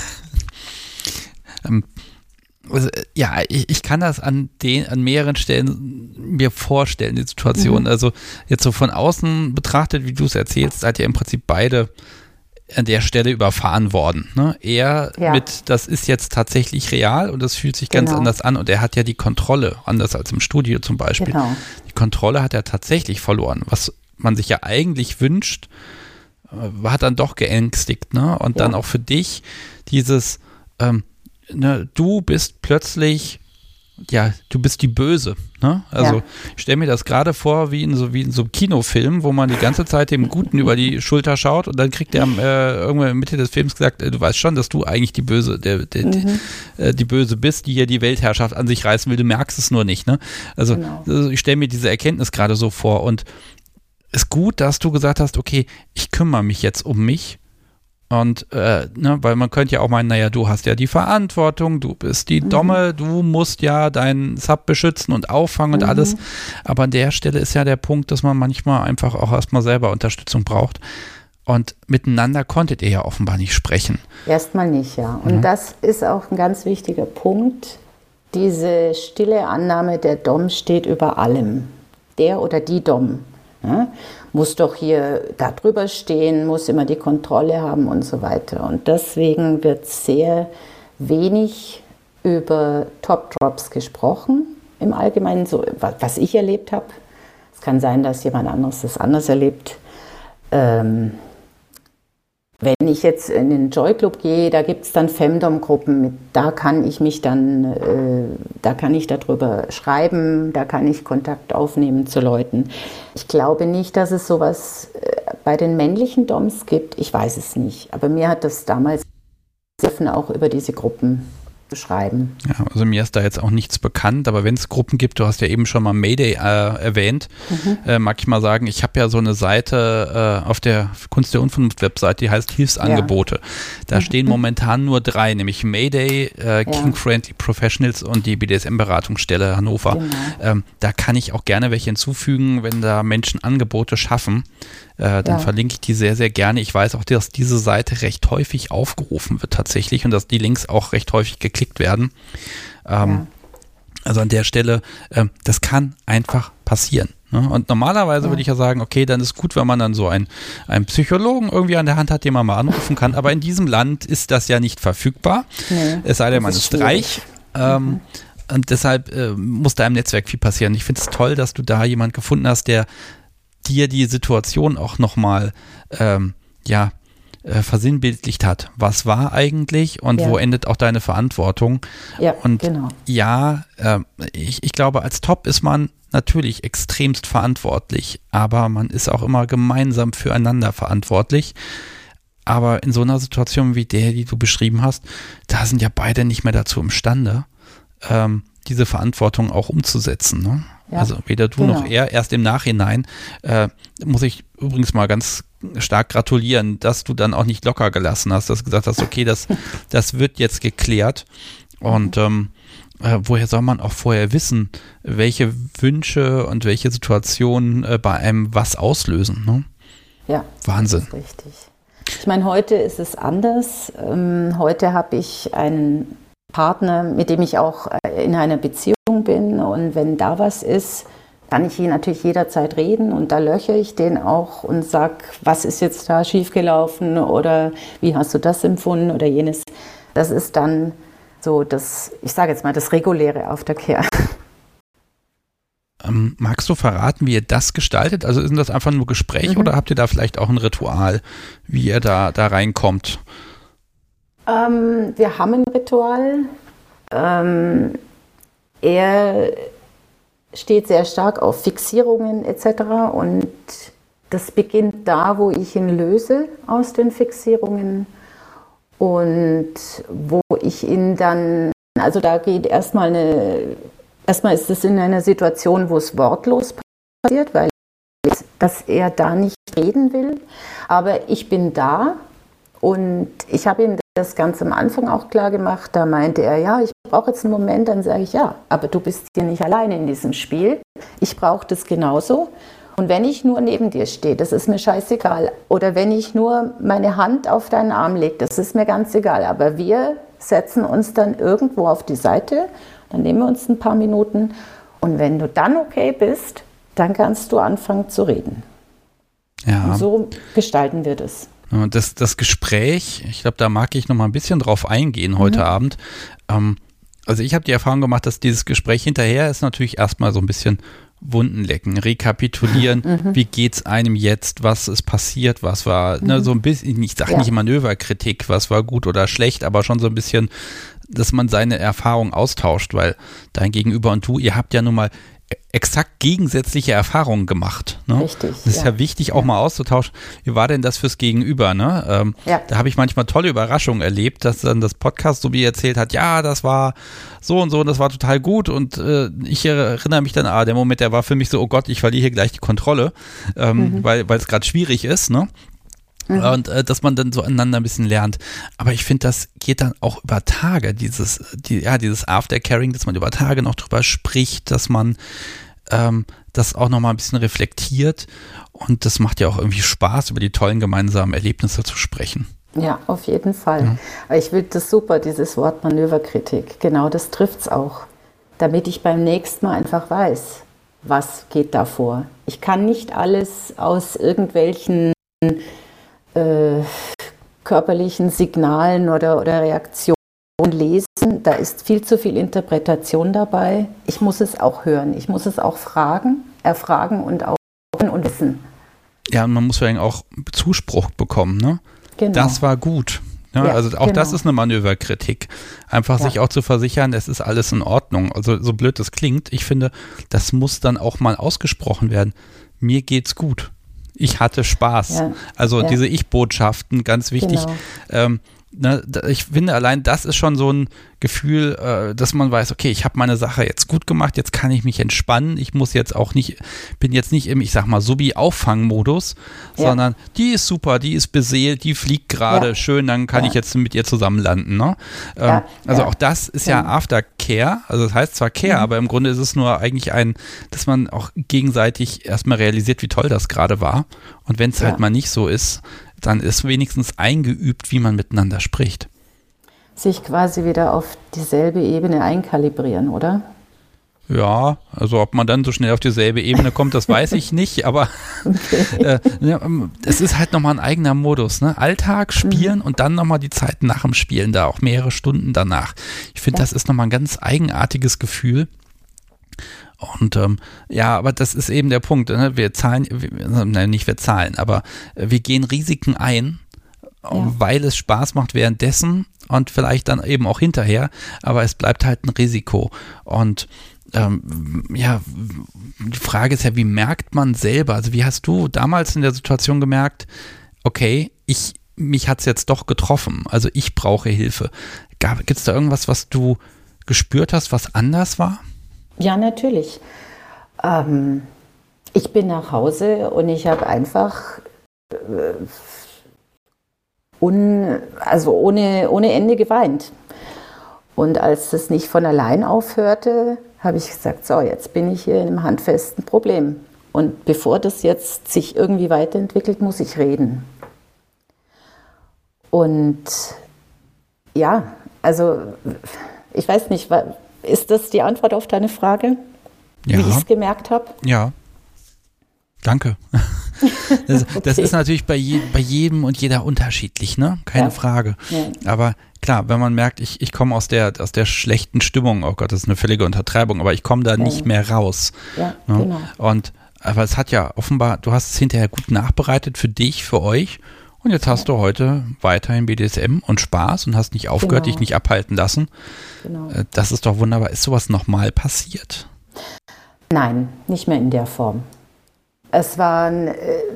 ähm, also, ja, ich, ich kann das an den, an mehreren Stellen mir vorstellen, die Situation. Mhm. Also jetzt so von außen betrachtet, wie du es erzählst, seid ihr im Prinzip beide an der Stelle überfahren worden. Ne? Er ja. mit, das ist jetzt tatsächlich real und das fühlt sich ganz genau. anders an und er hat ja die Kontrolle, anders als im Studio zum Beispiel. Genau. Die Kontrolle hat er tatsächlich verloren, was man sich ja eigentlich wünscht, äh, hat dann doch geängstigt. Ne? Und ja. dann auch für dich dieses, ähm, ne, du bist plötzlich, ja, du bist die Böse. Ne? Also ja. ich stelle mir das gerade vor wie in, so, wie in so einem Kinofilm, wo man die ganze Zeit dem Guten über die Schulter schaut und dann kriegt er äh, irgendwann in der Mitte des Films gesagt, äh, du weißt schon, dass du eigentlich die Böse, der, der, mhm. die, äh, die Böse bist, die hier die Weltherrschaft an sich reißen will, du merkst es nur nicht. Ne? Also, genau. also ich stelle mir diese Erkenntnis gerade so vor und es ist gut, dass du gesagt hast, okay, ich kümmere mich jetzt um mich. Und, äh, ne, weil man könnte ja auch meinen, naja, du hast ja die Verantwortung, du bist die mhm. Domme, du musst ja deinen Sub beschützen und auffangen und mhm. alles. Aber an der Stelle ist ja der Punkt, dass man manchmal einfach auch erstmal selber Unterstützung braucht. Und miteinander konntet ihr ja offenbar nicht sprechen. Erstmal nicht, ja. Und mhm. das ist auch ein ganz wichtiger Punkt. Diese stille Annahme, der Dom steht über allem. Der oder die Dom. Ja, muss doch hier da drüber stehen, muss immer die Kontrolle haben und so weiter. Und deswegen wird sehr wenig über Top-Drops gesprochen, im Allgemeinen, so, was ich erlebt habe. Es kann sein, dass jemand anderes das anders erlebt. Ähm, wenn ich jetzt in den Joy Club gehe, da gibt es dann Femdom-Gruppen, da kann ich mich dann, äh, da kann ich darüber schreiben, da kann ich Kontakt aufnehmen zu Leuten. Ich glaube nicht, dass es sowas äh, bei den männlichen Doms gibt, ich weiß es nicht, aber mir hat das damals geholfen, auch über diese Gruppen zu schreiben. Ja, also mir ist da jetzt auch nichts bekannt, aber wenn es Gruppen gibt, du hast ja eben schon mal Mayday äh, erwähnt, mhm. äh, mag ich mal sagen, ich habe ja so eine Seite äh, auf der Kunst der Unvernunft Webseite, die heißt Hilfsangebote. Ja. Da mhm. stehen momentan nur drei, nämlich Mayday, äh, King ja. Friendly Professionals und die B D S M-Beratungsstelle Hannover. Genau. Ähm, da kann ich auch gerne welche hinzufügen, wenn da Menschen Angebote schaffen. Äh, dann ja. verlinke ich die sehr, sehr gerne. Ich weiß auch, dass diese Seite recht häufig aufgerufen wird tatsächlich und dass die Links auch recht häufig geklickt werden. Ähm, ja. Also an der Stelle, äh, das kann einfach passieren. Ne? Und normalerweise ja. würde ich ja sagen, okay, dann ist gut, wenn man dann so einen, einen Psychologen irgendwie an der Hand hat, den man mal anrufen kann. Aber in diesem Land ist das ja nicht verfügbar. Nee, es sei denn, man ist, ist reich. Ähm, mhm. Und deshalb äh, muss da im Netzwerk viel passieren. Ich finde es toll, dass du da jemanden gefunden hast, der dir die Situation auch nochmal ähm, ja, äh, versinnbildlicht hat. Was war eigentlich und ja. wo endet auch deine Verantwortung? Ja, und genau. ja, äh, ich, ich glaube, als Top ist man natürlich extremst verantwortlich, aber man ist auch immer gemeinsam füreinander verantwortlich. Aber in so einer Situation wie der, die du beschrieben hast, da sind ja beide nicht mehr dazu imstande, ähm, diese Verantwortung auch umzusetzen, ne? Ja, also weder du genau. noch er, erst im Nachhinein. Äh, muss ich übrigens mal ganz stark gratulieren, dass du dann auch nicht locker gelassen hast, dass du gesagt hast, okay, das, das wird jetzt geklärt. Und ähm, äh, woher soll man auch vorher wissen, welche Wünsche und welche Situationen äh, bei einem was auslösen? Ne? Ja, Wahnsinn. Das ist richtig. Ich meine, heute ist es anders. Ähm, heute habe ich einen Partner, mit dem ich auch in einer Beziehung bin, und wenn da was ist, kann ich hier natürlich jederzeit reden und da löchere ich den auch und sage, was ist jetzt da schiefgelaufen oder wie hast du das empfunden oder jenes. Das ist dann so das, ich sage jetzt mal, das reguläre Aftercare. Ähm, magst du verraten, wie ihr das gestaltet? Also ist das einfach nur Gespräch mhm. oder habt ihr da vielleicht auch ein Ritual, wie ihr da, da reinkommt? Ähm, wir haben ein Ritual. Ähm, er steht sehr stark auf Fixierungen et cetera. Und das beginnt da, wo ich ihn löse aus den Fixierungen und wo ich ihn dann, also da geht erstmal eine, erstmal ist es in einer Situation, wo es wortlos passiert, weil dass er da nicht reden will, aber ich bin da und ich habe ihm das ganz am Anfang auch klar gemacht, da meinte er, ja, ich brauche jetzt einen Moment, dann sage ich, ja, aber du bist hier nicht alleine in diesem Spiel, ich brauche das genauso und wenn ich nur neben dir stehe, das ist mir scheißegal, oder wenn ich nur meine Hand auf deinen Arm lege, das ist mir ganz egal, aber wir setzen uns dann irgendwo auf die Seite, dann nehmen wir uns ein paar Minuten und wenn du dann okay bist, dann kannst du anfangen zu reden. Ja. Und so gestalten wir das. Und das, das Gespräch, ich glaube, da mag ich noch mal ein bisschen drauf eingehen heute mhm. Abend. Ähm, also ich habe die Erfahrung gemacht, dass dieses Gespräch hinterher ist natürlich erstmal so ein bisschen Wunden lecken, rekapitulieren, mhm. wie geht's einem jetzt, was ist passiert, was war, mhm. ne, so ein bisschen, ich sage ja. nicht Manöverkritik, was war gut oder schlecht, aber schon so ein bisschen, dass man seine Erfahrungen austauscht, weil dein Gegenüber und du, ihr habt ja nun mal exakt gegensätzliche Erfahrungen gemacht. Ne? Richtig. Das ist ja, ja wichtig, auch ja. mal auszutauschen. Wie war denn das fürs Gegenüber? Ne? Ähm, ja. Da habe ich manchmal tolle Überraschungen erlebt, dass dann das Podcast so wie erzählt hat, ja, das war so und so und das war total gut und äh, ich erinnere mich dann, ah, der Moment, der war für mich so, oh Gott, ich verliere hier gleich die Kontrolle, ähm, mhm. weil weil es gerade schwierig ist, ne? Mhm. Und äh, dass man dann so aneinander ein bisschen lernt. Aber ich finde, das geht dann auch über Tage, dieses, die, ja, dieses Aftercaring, dass man über Tage noch drüber spricht, dass man ähm, das auch nochmal ein bisschen reflektiert. Und das macht ja auch irgendwie Spaß, über die tollen gemeinsamen Erlebnisse zu sprechen. Ja, auf jeden Fall. Ja. Aber ich finde das super, dieses Wort Manöverkritik. Genau, das trifft es auch. Damit ich beim nächsten Mal einfach weiß, was geht da vor. Ich kann nicht alles aus irgendwelchen Äh, körperlichen Signalen oder, oder Reaktionen lesen. Da ist viel zu viel Interpretation dabei. Ich muss es auch hören. Ich muss es auch fragen, erfragen und auch und wissen. Ja, und man muss vor allem auch Zuspruch bekommen. Ne? Genau. Das war gut. Ja, ja, also auch genau. Das ist eine Manöverkritik. Einfach ja. sich auch zu versichern, es ist alles in Ordnung. Also so blöd das klingt, ich finde, das muss dann auch mal ausgesprochen werden. Mir geht's gut. Ich hatte Spaß. Ja, also ja. diese Ich-Botschaften, ganz wichtig. Genau. Ähm, ne, ich finde allein, das ist schon so ein Gefühl, äh, dass man weiß, okay, ich habe meine Sache jetzt gut gemacht, jetzt kann ich mich entspannen. Ich muss jetzt auch nicht, bin jetzt nicht im, ich sag mal, Subi-Auffangmodus, ja. sondern die ist super, die ist beseelt, die fliegt gerade, ja. schön, dann kann ja. ich jetzt mit ihr zusammen landen. Ne? Ähm, ja. Also auch das ist ja Aftercare, also das heißt zwar Care, mhm. aber im Grunde ist es nur eigentlich ein, dass man auch gegenseitig erstmal realisiert, wie toll das gerade war. Und wenn es ja. halt mal nicht so ist, dann ist wenigstens eingeübt, wie man miteinander spricht. Sich quasi wieder auf dieselbe Ebene einkalibrieren, oder? Ja, also ob man dann so schnell auf dieselbe Ebene kommt, das weiß ich nicht, aber okay. äh, ja, es ist halt nochmal ein eigener Modus, ne? Alltag, Spielen mhm. und dann nochmal die Zeit nach dem Spielen, da auch mehrere Stunden danach. Ich finde, ja. das ist nochmal ein ganz eigenartiges Gefühl. Und ähm, ja, aber das ist eben der Punkt, ne? Wir zahlen, wir, nein, nicht wir zahlen, aber wir gehen Risiken ein, ja. weil es Spaß macht währenddessen und vielleicht dann eben auch hinterher, aber es bleibt halt ein Risiko. Und ähm, ja, die Frage ist ja, wie merkt man selber, also wie hast du damals in der Situation gemerkt, okay, ich, mich hat es jetzt doch getroffen, also ich brauche Hilfe. Gibt es da irgendwas, was du gespürt hast, was anders war? Ja, natürlich. Ähm, ich bin nach Hause und ich habe einfach äh, un, also ohne, ohne Ende geweint. Und als das nicht von allein aufhörte, habe ich gesagt, so, jetzt bin ich hier in einem handfesten Problem. Und bevor das jetzt sich irgendwie weiterentwickelt, muss ich reden. Und ja, also ich weiß nicht, ist das die Antwort auf deine Frage? ja. wie ich es gemerkt habe. Ja. Danke. Das, okay. das ist natürlich bei, je, bei jedem und jeder unterschiedlich, ne? Keine ja. Frage. Ja. Aber klar, wenn man merkt, ich, ich komme aus der, aus der schlechten Stimmung, oh Gott, das ist eine völlige Untertreibung, aber ich komme da ja. nicht mehr raus. Ja, ne? genau. Und, aber es hat ja offenbar, du hast es hinterher gut nachbereitet für dich, für euch. Und jetzt hast ja. du heute weiterhin B D S M und Spaß und hast nicht aufgehört, genau. dich nicht abhalten lassen. Genau. Das ist doch wunderbar. Ist sowas nochmal passiert? Nein, nicht mehr in der Form. Es war, äh,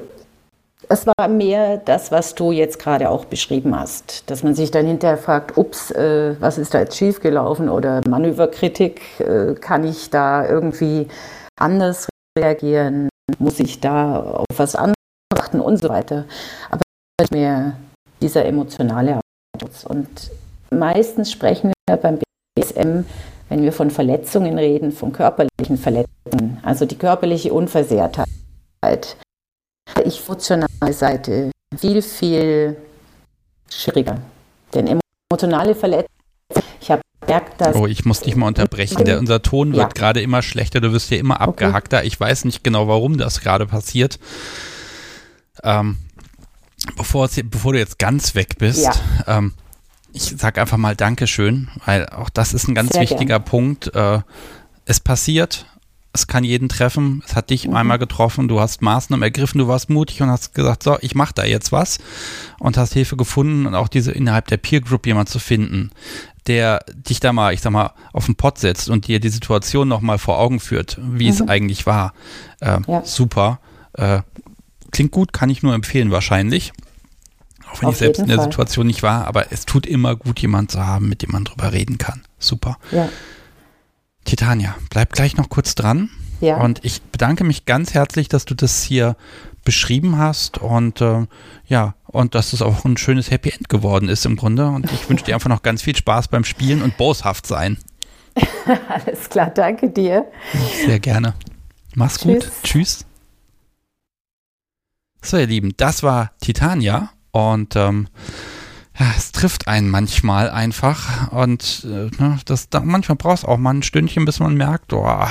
es war mehr das, was du jetzt gerade auch beschrieben hast, dass man sich dann hinterher fragt, ups, äh, was ist da jetzt schiefgelaufen oder Manöverkritik, äh, kann ich da irgendwie anders reagieren, muss ich da auf was anderes achten und so weiter. Aber nicht mehr dieser emotionale Abschluss. Und meistens sprechen wir beim B D S M, wenn wir von Verletzungen reden, von körperlichen Verletzungen, also die körperliche Unversehrtheit. Ich emotionale Seite viel, viel schwieriger. Denn emotionale Verletzungen, ich habe gemerkt, dass... Oh, ich muss dich mal unterbrechen. Der, unser Ton wird ja. gerade immer schlechter, du wirst hier immer abgehackter. Okay. Ich weiß nicht genau, warum das gerade passiert. Ähm, bevor, es, bevor du jetzt ganz weg bist, ja. ähm, ich sag einfach mal Dankeschön, weil auch das ist ein ganz Sehr wichtiger gern. Punkt. Äh, es passiert... Es kann jeden treffen, es hat dich mhm. einmal getroffen, du hast Maßnahmen ergriffen, du warst mutig und hast gesagt, so, ich mache da jetzt was und hast Hilfe gefunden und auch diese innerhalb der Peer Group jemand zu finden, der dich da mal, ich sag mal, auf den Pott setzt und dir die Situation nochmal vor Augen führt, wie mhm. es eigentlich war. Äh, ja. Super. Äh, klingt gut, kann ich nur empfehlen wahrscheinlich. Auch wenn auf ich selbst in der Fall. Situation nicht war, aber es tut immer gut, jemanden zu haben, mit dem man drüber reden kann. Super. Ja. Titania, bleib gleich noch kurz dran. Ja. Und ich bedanke mich ganz herzlich, dass du das hier beschrieben hast und äh, ja, und dass es auch ein schönes Happy End geworden ist im Grunde. Und ich wünsche dir einfach noch ganz viel Spaß beim Spielen und boshaft sein. Alles klar, danke dir. Sehr gerne. Mach's Tschüss. Gut. Tschüss. So, ihr Lieben, das war Titania und ähm, ja, es trifft einen manchmal einfach und äh, ne, das, da, manchmal brauchst du auch mal ein Stündchen, bis man merkt, oh,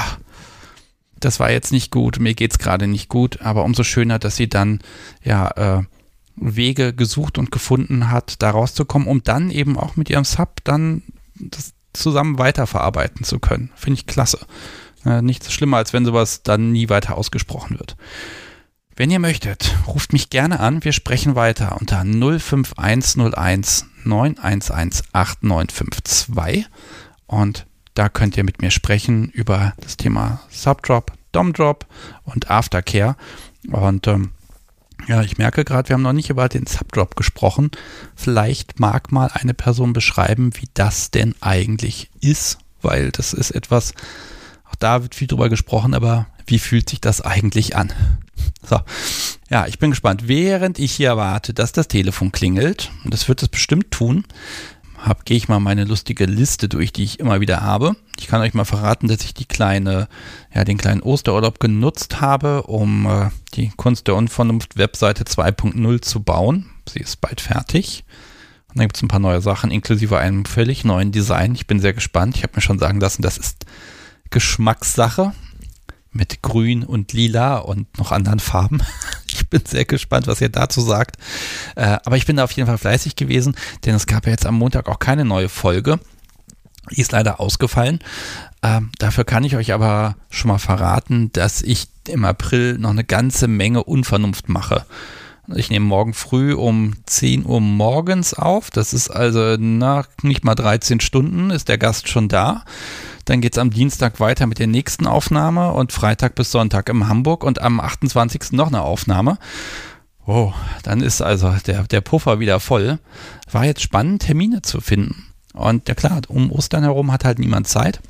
das war jetzt nicht gut, mir geht's gerade nicht gut, aber umso schöner, dass sie dann ja äh, Wege gesucht und gefunden hat, da rauszukommen, um dann eben auch mit ihrem Sub dann das zusammen weiterverarbeiten zu können. Finde ich klasse. Äh, nichts schlimmer, als wenn sowas dann nie weiter ausgesprochen wird. Wenn ihr möchtet, ruft mich gerne an. Wir sprechen weiter unter null fünf eins null eins neun eins eins acht neun fünf zwei und da könnt ihr mit mir sprechen über das Thema Subdrop, Domdrop und Aftercare. Und ähm, ja, ich merke gerade, wir haben noch nicht über den Subdrop gesprochen. Vielleicht mag mal eine Person beschreiben, wie das denn eigentlich ist, weil das ist etwas, auch da wird viel drüber gesprochen, aber wie fühlt sich das eigentlich an? So, ja, ich bin gespannt. Während ich hier warte, dass das Telefon klingelt, und das wird es bestimmt tun, hab, gehe ich mal meine lustige Liste durch, die ich immer wieder habe. Ich kann euch mal verraten, dass ich die kleine, ja, den kleinen Osterurlaub genutzt habe, um äh, die Kunst der Unvernunft Webseite zwei Punkt null zu bauen. Sie ist bald fertig. Und dann gibt es ein paar neue Sachen, inklusive einem völlig neuen Design. Ich bin sehr gespannt. Ich habe mir schon sagen lassen, das ist Geschmackssache. Mit Grün und Lila und noch anderen Farben. Ich bin sehr gespannt, was ihr dazu sagt. Äh, aber ich bin da auf jeden Fall fleißig gewesen, denn es gab ja jetzt am Montag auch keine neue Folge. Die ist leider ausgefallen. Ähm, dafür kann ich euch aber schon mal verraten, dass ich im April noch eine ganze Menge Unvernunft mache. Ich nehme morgen früh um zehn Uhr morgens auf. Das ist also nach nicht mal dreizehn Stunden ist der Gast schon da. Dann geht es am Dienstag weiter mit der nächsten Aufnahme und Freitag bis Sonntag in Hamburg und am achtundzwanzigsten noch eine Aufnahme. Oh, dann ist also der, der Puffer wieder voll. War jetzt spannend, Termine zu finden. Und ja klar, um Ostern herum hat halt niemand Zeit.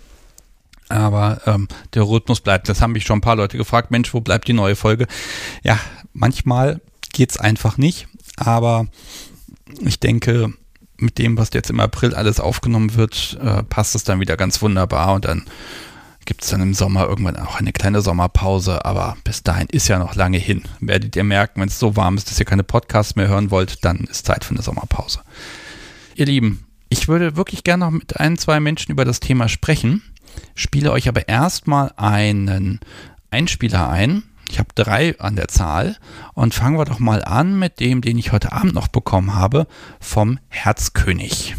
Aber ähm, der Rhythmus bleibt. Das haben mich schon ein paar Leute gefragt. Mensch, wo bleibt die neue Folge? Ja, manchmal geht es einfach nicht. Aber ich denke, mit dem, was jetzt im April alles aufgenommen wird, äh, passt es dann wieder ganz wunderbar und dann gibt es dann im Sommer irgendwann auch eine kleine Sommerpause, aber bis dahin ist ja noch lange hin. Werdet ihr merken, wenn es so warm ist, dass ihr keine Podcasts mehr hören wollt, dann ist Zeit für eine Sommerpause. Ihr Lieben, ich würde wirklich gerne noch mit ein, zwei Menschen über das Thema sprechen. spiele euch aber erstmal einen Einspieler ein. Ich habe drei an der Zahl und fangen wir doch mal an mit dem, den ich heute Abend noch bekommen habe, vom Herzkönig.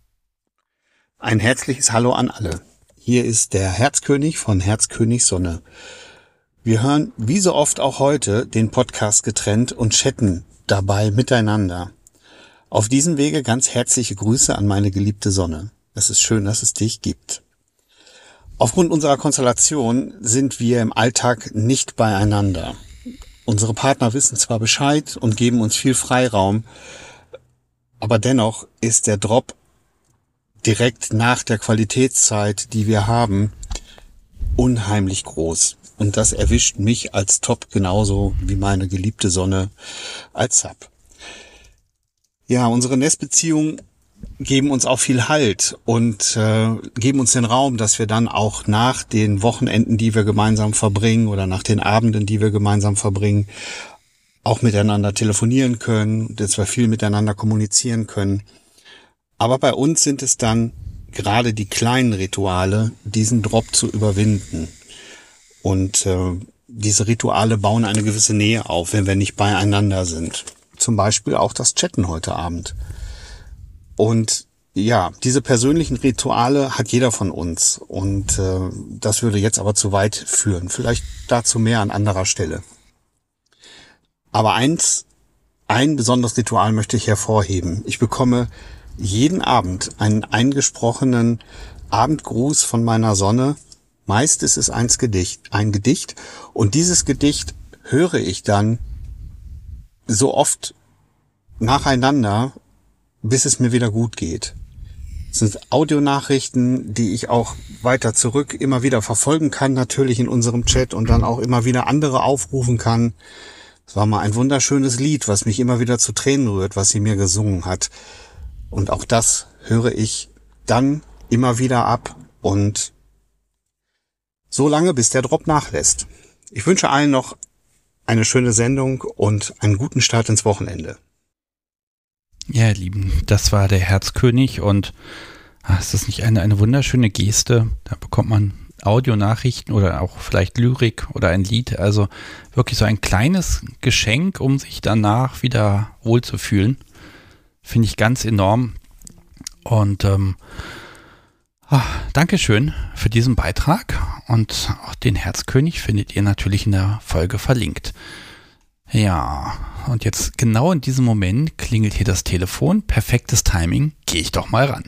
Ein herzliches Hallo an alle. Hier ist der Herzkönig von Herzkönig Sonne. Wir hören wie so oft auch heute den Podcast getrennt und chatten dabei miteinander. Auf diesem Wege ganz herzliche Grüße an meine geliebte Sonne. Es ist schön, dass es dich gibt. Aufgrund unserer Konstellation sind wir im Alltag nicht beieinander. Unsere Partner wissen zwar Bescheid und geben uns viel Freiraum, aber dennoch ist der Drop direkt nach der Qualitätszeit, die wir haben, unheimlich groß. Und das erwischt mich als Top genauso wie meine geliebte Sonne als Sub. Ja, unsere Nestbeziehungen geben uns auch viel Halt und äh, geben uns den Raum, dass wir dann auch nach den Wochenenden, die wir gemeinsam verbringen oder nach den Abenden, die wir gemeinsam verbringen, auch miteinander telefonieren können, dass wir viel miteinander kommunizieren können. Aber bei uns sind es dann gerade die kleinen Rituale, diesen Drop zu überwinden. Und äh, diese Rituale bauen eine gewisse Nähe auf, wenn wir nicht beieinander sind. Zum Beispiel auch das Chatten heute Abend. Und ja, diese persönlichen Rituale hat jeder von uns. Und äh, das würde jetzt aber zu weit führen. Vielleicht dazu mehr an anderer Stelle. Aber eins, ein besonderes Ritual möchte ich hervorheben. Ich bekomme jeden Abend einen eingesprochenen Abendgruß von meiner Sonne. Meist ist es ein Gedicht, ein Gedicht. Und dieses Gedicht höre ich dann so oft nacheinander, bis es mir wieder gut geht. Es sind Audionachrichten, die ich auch weiter zurück immer wieder verfolgen kann, natürlich in unserem Chat und dann auch immer wieder andere aufrufen kann. Es war mal ein wunderschönes Lied, was mich immer wieder zu Tränen rührt, was sie mir gesungen hat. Und auch das höre ich dann immer wieder ab und so lange, bis der Drop nachlässt. Ich wünsche allen noch eine schöne Sendung und einen guten Start ins Wochenende. Ja, ihr Lieben, das war der Herzkönig und ach, ist das nicht eine, eine wunderschöne Geste? Da bekommt man Audionachrichten oder auch vielleicht Lyrik oder ein Lied, also wirklich so ein kleines Geschenk, um sich danach wieder wohlzufühlen. Finde ich ganz enorm und ähm, ach, Dankeschön für diesen Beitrag und auch den Herzkönig findet ihr natürlich in der Folge verlinkt. Ja, und jetzt genau in diesem Moment klingelt hier das Telefon. Perfektes Timing. Gehe ich doch mal ran.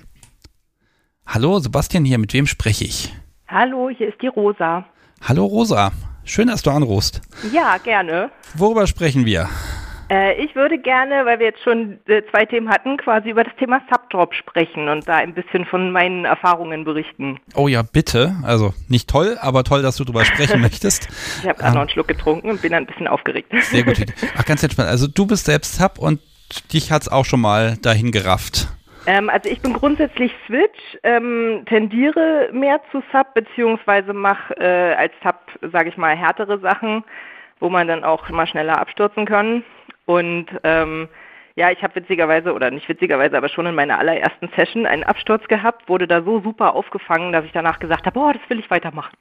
Hallo, Sebastian hier. Mit wem spreche ich? Hallo, hier ist die Rosa. Hallo Rosa. Schön, dass du anrufst. Ja, gerne. Worüber sprechen wir? Äh, ich würde gerne, weil wir jetzt schon äh, zwei Themen hatten, quasi über das Thema Subdrop sprechen und da ein bisschen von meinen Erfahrungen berichten. Oh ja, bitte. Also nicht toll, aber toll, dass du drüber sprechen möchtest. Ich habe gerade ähm, noch einen Schluck getrunken und bin dann ein bisschen aufgeregt. Sehr gut. Ach, ganz entspannt. Also du bist selbst Sub und dich hat es auch schon mal dahin gerafft. Ähm, also ich bin grundsätzlich Switch, ähm, tendiere mehr zu Sub, beziehungsweise mache äh, als Sub, sage ich mal, härtere Sachen, wo man dann auch mal schneller abstürzen kann. Und ähm, ja, ich habe witzigerweise, oder nicht witzigerweise, aber schon in meiner allerersten Session einen Absturz gehabt, wurde da so super aufgefangen, dass ich danach gesagt habe, boah, das will ich weitermachen.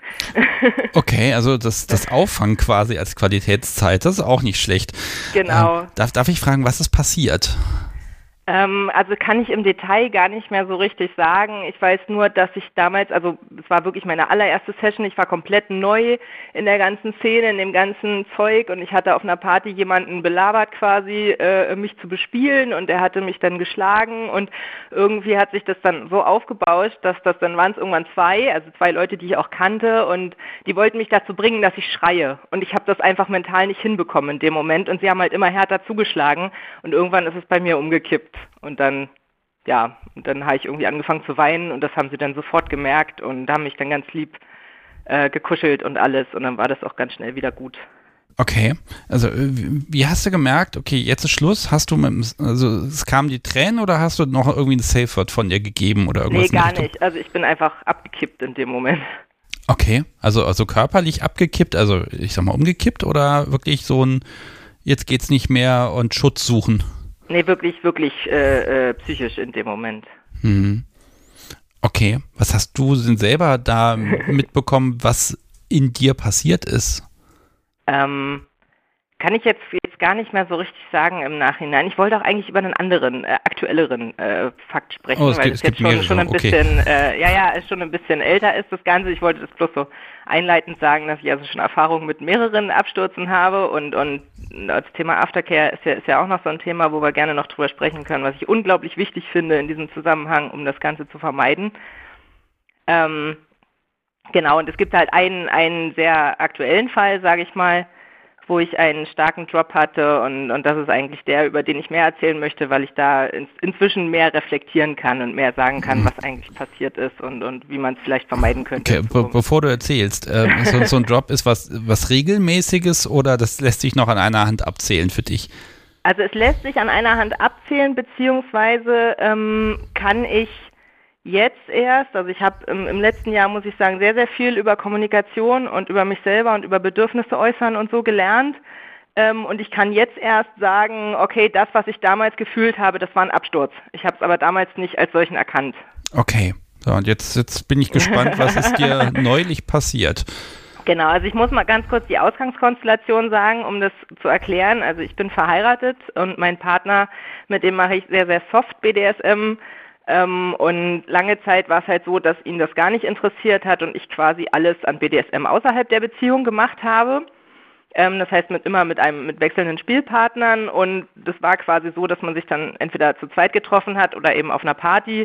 Okay, also das, das Auffangen quasi als Qualitätszeit, das ist auch nicht schlecht. Genau. Ähm, darf, darf ich fragen, was ist passiert? Ähm, also kann ich im Detail gar nicht mehr so richtig sagen. Ich weiß nur, dass ich damals, also es war wirklich meine allererste Session, ich war komplett neu in der ganzen Szene, in dem ganzen Zeug und ich hatte auf einer Party jemanden belabert quasi, äh, mich zu bespielen und er hatte mich dann geschlagen und irgendwie hat sich das dann so aufgebauscht, dass das, dann waren es irgendwann zwei, also zwei Leute, die ich auch kannte und die wollten mich dazu bringen, dass ich schreie und ich habe das einfach mental nicht hinbekommen in dem Moment und sie haben halt immer härter zugeschlagen und irgendwann ist es bei mir umgekippt. Und dann, ja, und dann habe ich irgendwie angefangen zu weinen und das haben sie dann sofort gemerkt und haben mich dann ganz lieb äh, gekuschelt und alles und dann war das auch ganz schnell wieder gut. Okay, also wie hast du gemerkt, okay, jetzt ist Schluss, hast du mit, also es kamen die Tränen oder hast du noch irgendwie ein Safe Word von dir gegeben oder irgendwas? Nee, gar nicht, also ich bin einfach abgekippt in dem Moment. Okay, also, also körperlich abgekippt, also ich sag mal umgekippt oder wirklich so ein, jetzt geht's nicht mehr und Schutz suchen? Nee, wirklich, wirklich äh, äh, psychisch in dem Moment. Hm. Okay, was hast du denn selber da mitbekommen, was in dir passiert ist? Ähm, kann ich jetzt, jetzt gar nicht mehr so richtig sagen im Nachhinein. Ich wollte auch eigentlich über einen anderen, äh, aktuelleren äh, Fakt sprechen, Oh, es weil gibt- es es gibt jetzt schon, mehrere, schon ein okay. bisschen, äh, ja, ja, ist schon ein bisschen älter ist das Ganze. Ich wollte das bloß so einleitend sagen, dass ich also schon Erfahrung mit mehreren Abstürzen habe und, und das Thema Aftercare ist ja, ist ja auch noch so ein Thema, wo wir gerne noch drüber sprechen können, was ich unglaublich wichtig finde in diesem Zusammenhang, um das Ganze zu vermeiden. Ähm, genau, und es gibt halt einen, einen sehr aktuellen Fall, sage ich mal, wo ich einen starken Drop hatte und, und das ist eigentlich der, über den ich mehr erzählen möchte, weil ich da in, inzwischen mehr reflektieren kann und mehr sagen kann, was eigentlich passiert ist und, und wie man es vielleicht vermeiden könnte. Okay, be bevor du erzählst, äh, so, so ein Drop ist was, was Regelmäßiges oder das lässt sich noch an einer Hand abzählen für dich? Also es lässt sich an einer Hand abzählen, beziehungsweise ähm, kann ich jetzt erst, also ich habe im, im letzten Jahr, muss ich sagen, sehr, sehr viel über Kommunikation und über mich selber und über Bedürfnisse äußern und so gelernt. Ähm, und ich kann jetzt erst sagen, okay, das, was ich damals gefühlt habe, das war ein Absturz. Ich habe es aber damals nicht als solchen erkannt. Okay, so und jetzt, jetzt bin ich gespannt, was ist dir neulich passiert? Genau, also ich muss mal ganz kurz die Ausgangskonstellation sagen, um das zu erklären. Also ich bin verheiratet und mein Partner, mit dem mache ich sehr, sehr soft B D S M. Ähm, und lange Zeit war es halt so, dass ihn das gar nicht interessiert hat und ich quasi alles an B D S M außerhalb der Beziehung gemacht habe. Ähm, das heißt mit immer mit einem mit wechselnden Spielpartnern und das war quasi so, dass man sich dann entweder zu zweit getroffen hat oder eben auf einer Party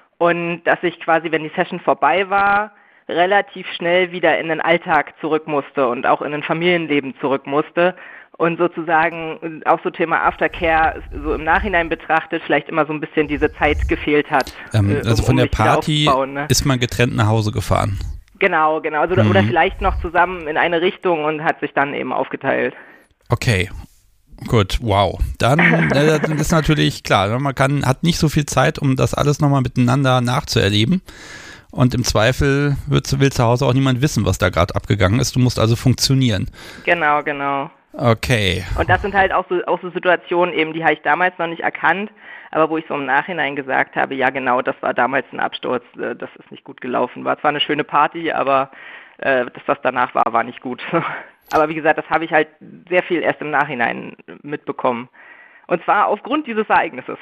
und dass ich quasi, wenn die Session vorbei war, relativ schnell wieder in den Alltag zurück musste und auch in ein Familienleben zurück musste. Und sozusagen auch so Thema Aftercare so im Nachhinein betrachtet vielleicht immer so ein bisschen diese Zeit gefehlt hat. Ähm, äh, also um, von um der mich wieder Party aufzubauen, ne? ist man getrennt nach Hause gefahren. Genau, genau. Also, Mhm. Oder vielleicht noch zusammen in eine Richtung und hat sich dann eben aufgeteilt. Okay, gut, wow. Dann äh, das ist natürlich klar, man kann, hat nicht so viel Zeit, um das alles nochmal miteinander nachzuerleben. Und im Zweifel wird, will zu Hause auch niemand wissen, was da gerade abgegangen ist. Du musst also funktionieren. Genau, genau. Okay. Und das sind halt auch so, auch so Situationen eben, die habe ich damals noch nicht erkannt, aber wo ich so im Nachhinein gesagt habe, ja genau, das war damals ein Absturz, äh, das ist nicht gut gelaufen. War zwar eine schöne Party, aber äh, das, was danach war, war nicht gut. Aber wie gesagt, das habe ich halt sehr viel erst im Nachhinein mitbekommen. Und zwar aufgrund dieses Ereignisses,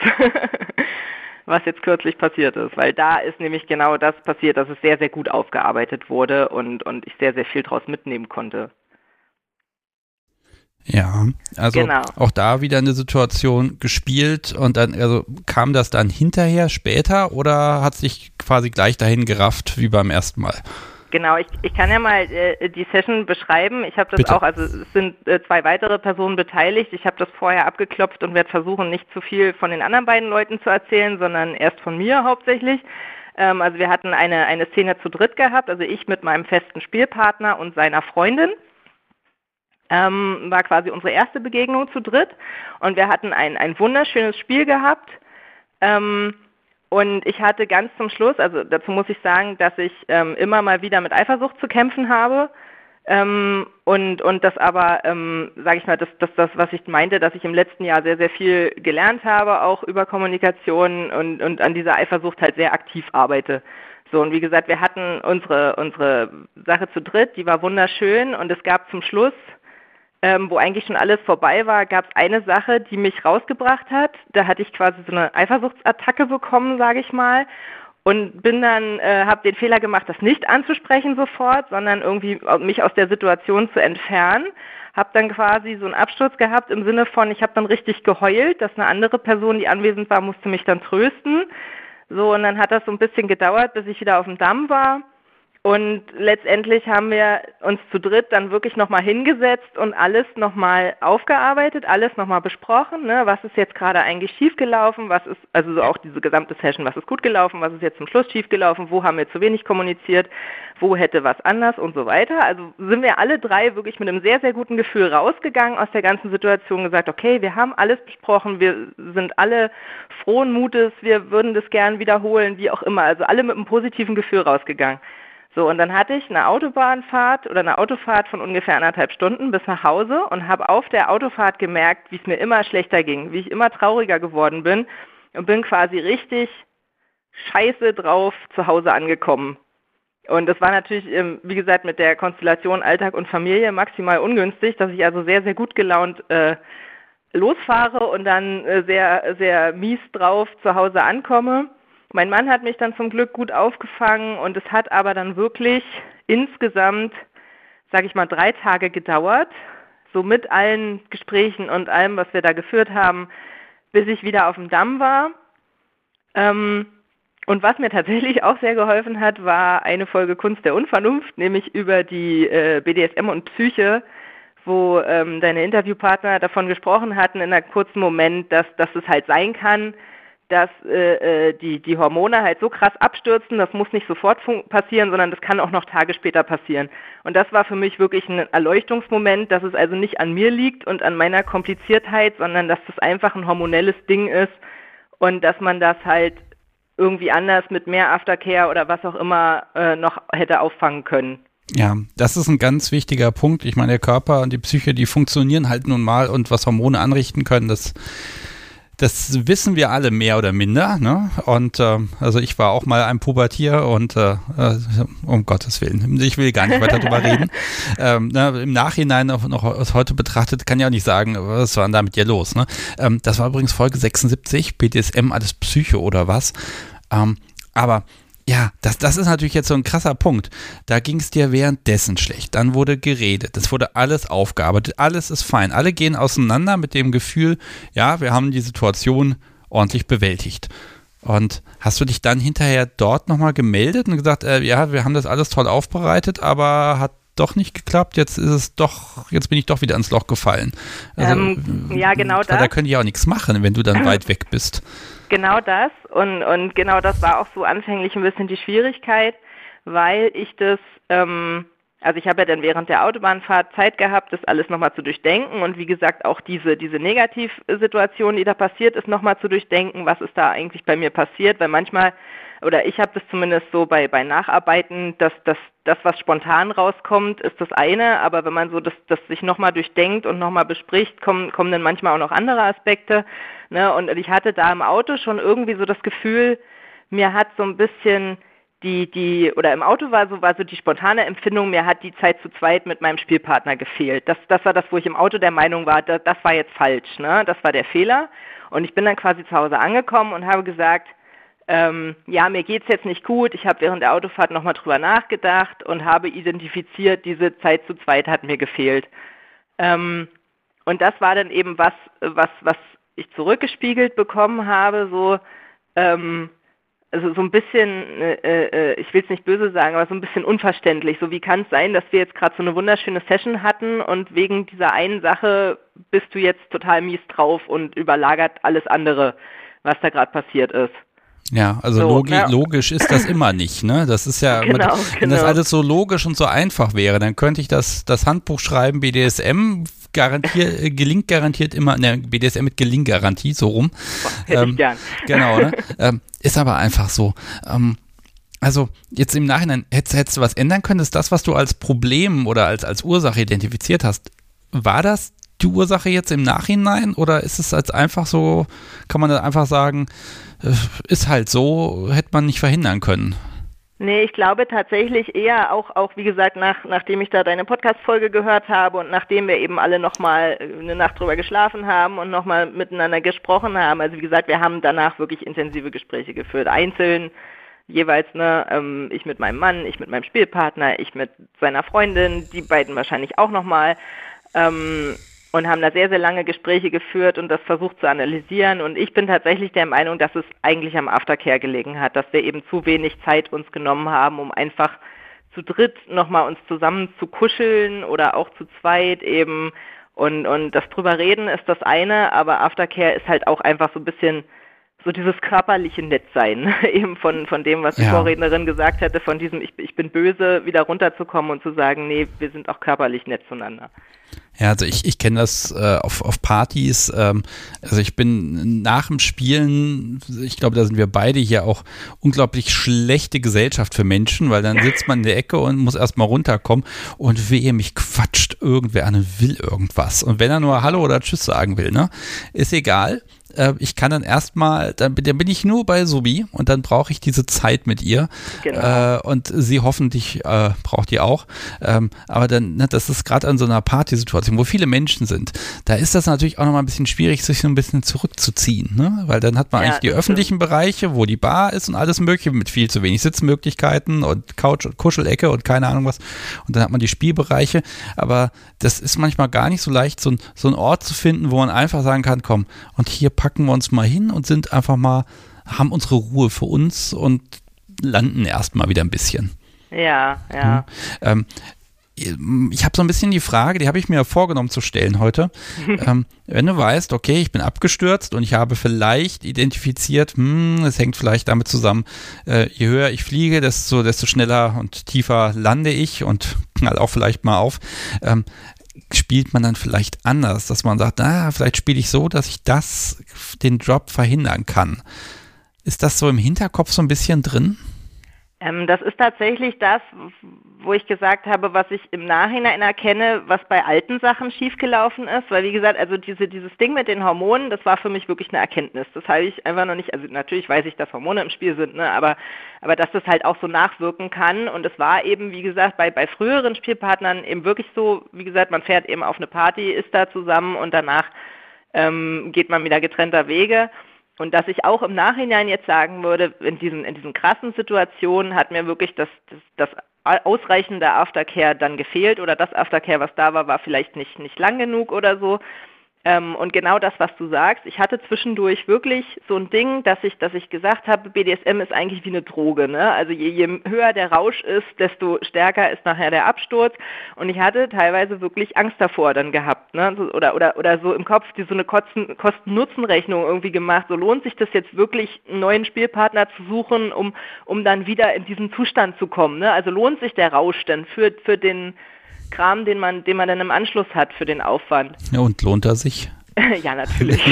was jetzt kürzlich passiert ist, weil da ist nämlich genau das passiert, dass es sehr, sehr gut aufgearbeitet wurde und, und ich sehr, sehr viel draus mitnehmen konnte. Ja, also Genau. auch da wieder eine Situation gespielt und dann, also kam das dann hinterher, später oder hat sich quasi gleich dahin gerafft wie beim ersten Mal? Genau, ich, ich kann ja mal äh, die Session beschreiben. Ich habe das Bitte. auch, also es sind äh, zwei weitere Personen beteiligt. Ich habe das vorher abgeklopft und werde versuchen, nicht zu viel von den anderen beiden Leuten zu erzählen, sondern erst von mir hauptsächlich. Ähm, also wir hatten eine, eine Szene zu dritt gehabt, also ich mit meinem festen Spielpartner und seiner Freundin. Ähm, war quasi unsere erste Begegnung zu dritt und wir hatten ein, ein wunderschönes Spiel gehabt ähm, und ich hatte ganz zum Schluss, also dazu muss ich sagen, dass ich ähm, immer mal wieder mit Eifersucht zu kämpfen habe ähm, und, und das aber, ähm, sage ich mal, das, das, das, was ich meinte, dass ich im letzten Jahr sehr, sehr viel gelernt habe, auch über Kommunikation und, und an dieser Eifersucht halt sehr aktiv arbeite. So, und wie gesagt, wir hatten unsere, unsere Sache zu dritt, die war wunderschön und es gab zum Schluss, Ähm, wo eigentlich schon alles vorbei war, gab es eine Sache, die mich rausgebracht hat. Da hatte ich quasi so eine Eifersuchtsattacke bekommen, sage ich mal, und bin dann, äh, habe den Fehler gemacht, das nicht anzusprechen sofort, sondern irgendwie mich aus der Situation zu entfernen. Habe dann quasi so einen Absturz gehabt im Sinne von, ich habe dann richtig geheult, dass eine andere Person, die anwesend war, musste mich dann trösten. So, und dann hat das so ein bisschen gedauert, bis ich wieder auf dem Damm war. Und letztendlich haben wir uns zu dritt dann wirklich nochmal hingesetzt und alles nochmal aufgearbeitet, alles nochmal besprochen, ne? Was ist jetzt gerade eigentlich schiefgelaufen, was ist, also so auch diese gesamte Session, was ist gut gelaufen, was ist jetzt zum Schluss schiefgelaufen, wo haben wir zu wenig kommuniziert, wo hätte was anders und so weiter. Also sind wir alle drei wirklich mit einem sehr, sehr guten Gefühl rausgegangen aus der ganzen Situation, gesagt, okay, wir haben alles besprochen, wir sind alle frohen Mutes, wir würden das gern wiederholen, wie auch immer, also alle mit einem positiven Gefühl rausgegangen. So, und dann hatte ich eine Autobahnfahrt oder eine Autofahrt von ungefähr anderthalb Stunden bis nach Hause und habe auf der Autofahrt gemerkt, wie es mir immer schlechter ging, wie ich immer trauriger geworden bin und bin quasi richtig scheiße drauf zu Hause angekommen. Und das war natürlich, wie gesagt, mit der Konstellation Alltag und Familie maximal ungünstig, dass ich also sehr, sehr gut gelaunt äh, losfahre und dann äh, sehr, sehr mies drauf zu Hause ankomme. Mein Mann hat mich dann zum Glück gut aufgefangen und es hat aber dann wirklich insgesamt, sage ich mal, drei Tage gedauert, so mit allen Gesprächen und allem, was wir da geführt haben, bis ich wieder auf dem Damm war. Ähm, und was mir tatsächlich auch sehr geholfen hat, war eine Folge Kunst der Unvernunft, nämlich über die äh, B D S M und Psyche, wo ähm, deine Interviewpartner davon gesprochen hatten in einem kurzen Moment, dass, dass es halt sein kann, dass äh, die, die Hormone halt so krass abstürzen, das muss nicht sofort fun- passieren, sondern das kann auch noch Tage später passieren. Und das war für mich wirklich ein Erleuchtungsmoment, dass es also nicht an mir liegt und an meiner Kompliziertheit, sondern dass das einfach ein hormonelles Ding ist und dass man das halt irgendwie anders mit mehr Aftercare oder was auch immer äh, noch hätte auffangen können. Ja, das ist ein ganz wichtiger Punkt. Ich meine, der Körper und die Psyche, die funktionieren halt nun mal und was Hormone anrichten können, das Das wissen wir alle mehr oder minder, ne? Und äh, also ich war auch mal ein Pubertier und äh, um Gottes Willen, ich will gar nicht weiter drüber reden. Ähm, ne, im Nachhinein noch, noch aus heute betrachtet, kann ich auch nicht sagen, was war denn da mit dir los, ne? Ähm, das war übrigens Folge sechsundsiebzig, B D S M, alles Psyche oder was. Ähm, aber ja, das, das ist natürlich jetzt so ein krasser Punkt. Da ging es dir währenddessen schlecht. Dann wurde geredet. Es wurde alles aufgearbeitet. Alles ist fein. Alle gehen auseinander mit dem Gefühl, ja, wir haben die Situation ordentlich bewältigt. Und hast du dich dann hinterher dort nochmal gemeldet und gesagt, äh, ja, wir haben das alles toll aufbereitet, aber hat doch nicht geklappt, jetzt ist es doch, jetzt bin ich doch wieder ins Loch gefallen. Also, ähm, ja, genau das. Da können die auch nichts machen, wenn du dann weit weg bist. Genau das und, und genau das war auch so anfänglich ein bisschen die Schwierigkeit, weil ich das, ähm, also ich habe ja dann während der Autobahnfahrt Zeit gehabt, das alles nochmal zu durchdenken und wie gesagt auch diese, diese Negativsituation, die da passiert ist, nochmal zu durchdenken, was ist da eigentlich bei mir passiert, weil manchmal, oder ich habe das zumindest so bei, bei Nacharbeiten, dass, dass das, was spontan rauskommt, ist das eine, aber wenn man so das, das sich nochmal durchdenkt und nochmal bespricht, kommen, kommen dann manchmal auch noch andere Aspekte, ne? Und ich hatte da im Auto schon irgendwie so das Gefühl, mir hat so ein bisschen die, die, oder im Auto war so, war so die spontane Empfindung, mir hat die Zeit zu zweit mit meinem Spielpartner gefehlt. Das, das war das, wo ich im Auto der Meinung war, das, das war jetzt falsch, ne? Das war der Fehler. Und ich bin dann quasi zu Hause angekommen und habe gesagt, Ähm, ja, mir geht's jetzt nicht gut, ich habe während der Autofahrt nochmal drüber nachgedacht und habe identifiziert, diese Zeit zu zweit hat mir gefehlt. Ähm, und das war dann eben was, was, was ich zurückgespiegelt bekommen habe, so, ähm, also so ein bisschen, äh, äh, ich will es nicht böse sagen, aber so ein bisschen unverständlich. So, wie kann es sein, dass wir jetzt gerade so eine wunderschöne Session hatten und wegen dieser einen Sache bist du jetzt total mies drauf und überlagert alles andere, was da gerade passiert ist. Ja, also so, logi- ja. logisch ist das immer nicht, ne? Das ist ja, genau, wenn das genau. alles so logisch und so einfach wäre, dann könnte ich das, das Handbuch schreiben, B D S M garantiert, gelingt garantiert immer, ne, B D S M mit Gelinggarantie, so rum. Hätte ähm, ich gern. Genau, ne? ähm, ist aber einfach so. Ähm, also jetzt im Nachhinein, hättest, hättest du was ändern können? Ist das, was du als Problem oder als, als Ursache identifiziert hast, war das die Ursache jetzt im Nachhinein oder ist es als einfach so, kann man da einfach sagen, ist halt so, hätte man nicht verhindern können? Nee, ich glaube tatsächlich eher auch, auch wie gesagt, nach, nachdem ich da deine Podcast-Folge gehört habe und nachdem wir eben alle nochmal eine Nacht drüber geschlafen haben und nochmal miteinander gesprochen haben. Also wie gesagt, wir haben danach wirklich intensive Gespräche geführt, einzeln jeweils, ne, ähm, ich mit meinem Mann, ich mit meinem Spielpartner, ich mit seiner Freundin, die beiden wahrscheinlich auch nochmal. Ähm, und haben da sehr, sehr lange Gespräche geführt und das versucht zu analysieren. Und ich bin tatsächlich der Meinung, dass es eigentlich am Aftercare gelegen hat, dass wir eben zu wenig Zeit uns genommen haben, um einfach zu dritt nochmal uns zusammen zu kuscheln oder auch zu zweit eben. Und, und das drüber reden ist das eine, aber Aftercare ist halt auch einfach so ein bisschen so dieses körperliche Nettsein, eben von, von dem, was die Ja. Vorrednerin gesagt hatte, von diesem ich, ich bin böse, wieder runterzukommen und zu sagen, nee, wir sind auch körperlich nett zueinander. Ja, also ich, ich kenne das äh, auf, auf Partys, ähm, also ich bin nach dem Spielen, ich glaube, da sind wir beide hier auch unglaublich schlechte Gesellschaft für Menschen, weil dann sitzt man in der Ecke und muss erstmal runterkommen und wehe, mich quatscht irgendwer an und will irgendwas. Und wenn er nur Hallo oder Tschüss sagen will, ne, ist egal. äh, ich kann dann erstmal, dann, dann bin ich nur bei Subi und dann brauche ich diese Zeit mit ihr. Genau. Äh, und sie hoffentlich äh, braucht die auch. Ähm, aber dann, ne, das ist gerade an so einer Partysituation, wo viele Menschen sind, da ist das natürlich auch nochmal ein bisschen schwierig, sich so ein bisschen zurückzuziehen, ne? Weil dann hat man ja, eigentlich die öffentlichen stimmt. Bereiche, wo die Bar ist und alles mögliche mit viel zu wenig Sitzmöglichkeiten und Couch und Kuschelecke und keine Ahnung was. Und dann hat man die Spielbereiche. Aber das ist manchmal gar nicht so leicht, so ein, so ein Ort zu finden, wo man einfach sagen kann, komm, und hier packen wir uns mal hin und sind einfach mal, haben unsere Ruhe für uns und landen erstmal wieder ein bisschen. Ja, ja. Hm. Ähm, ich habe so ein bisschen die Frage, die habe ich mir vorgenommen zu stellen heute. ähm, wenn du weißt, okay, ich bin abgestürzt und ich habe vielleicht identifiziert, hm, es hängt vielleicht damit zusammen, äh, je höher ich fliege, desto, desto schneller und tiefer lande ich und knall auch vielleicht mal auf. Ähm, spielt man dann vielleicht anders, dass man sagt, na, vielleicht spiele ich so, dass ich das, den Drop verhindern kann. Ist das so im Hinterkopf so ein bisschen drin? Ähm, das ist tatsächlich das, wo ich gesagt habe, was ich im Nachhinein erkenne, was bei alten Sachen schiefgelaufen ist, weil wie gesagt, also diese, dieses Ding mit den Hormonen, das war für mich wirklich eine Erkenntnis. Das habe ich einfach noch nicht, also natürlich weiß ich, dass Hormone im Spiel sind, ne, aber, aber dass das halt auch so nachwirken kann und es war eben, wie gesagt, bei, bei früheren Spielpartnern eben wirklich so, wie gesagt, man fährt eben auf eine Party, ist da zusammen und danach ähm, geht man wieder getrennter Wege. Und dass ich auch im Nachhinein jetzt sagen würde, in diesen, in diesen krassen Situationen hat mir wirklich das, das, das ausreichende Aftercare dann gefehlt oder das Aftercare, was da war, war vielleicht nicht, nicht lang genug oder so. Ähm, und genau das, was du sagst, ich hatte zwischendurch wirklich so ein Ding, dass ich, dass ich gesagt habe, B D S M ist eigentlich wie eine Droge, ne? Also je, je höher der Rausch ist, desto stärker ist nachher der Absturz. Und ich hatte teilweise wirklich Angst davor dann gehabt, ne? So, oder, oder, oder so im Kopf die so eine Kosten, Kosten-Nutzen-Rechnung irgendwie gemacht. So lohnt sich das jetzt wirklich, einen neuen Spielpartner zu suchen, um, um dann wieder in diesen Zustand zu kommen, ne? Also lohnt sich der Rausch denn für, für den Kram, den man, den man dann im Anschluss hat für den Aufwand. Ja, und lohnt er sich? Ja, natürlich.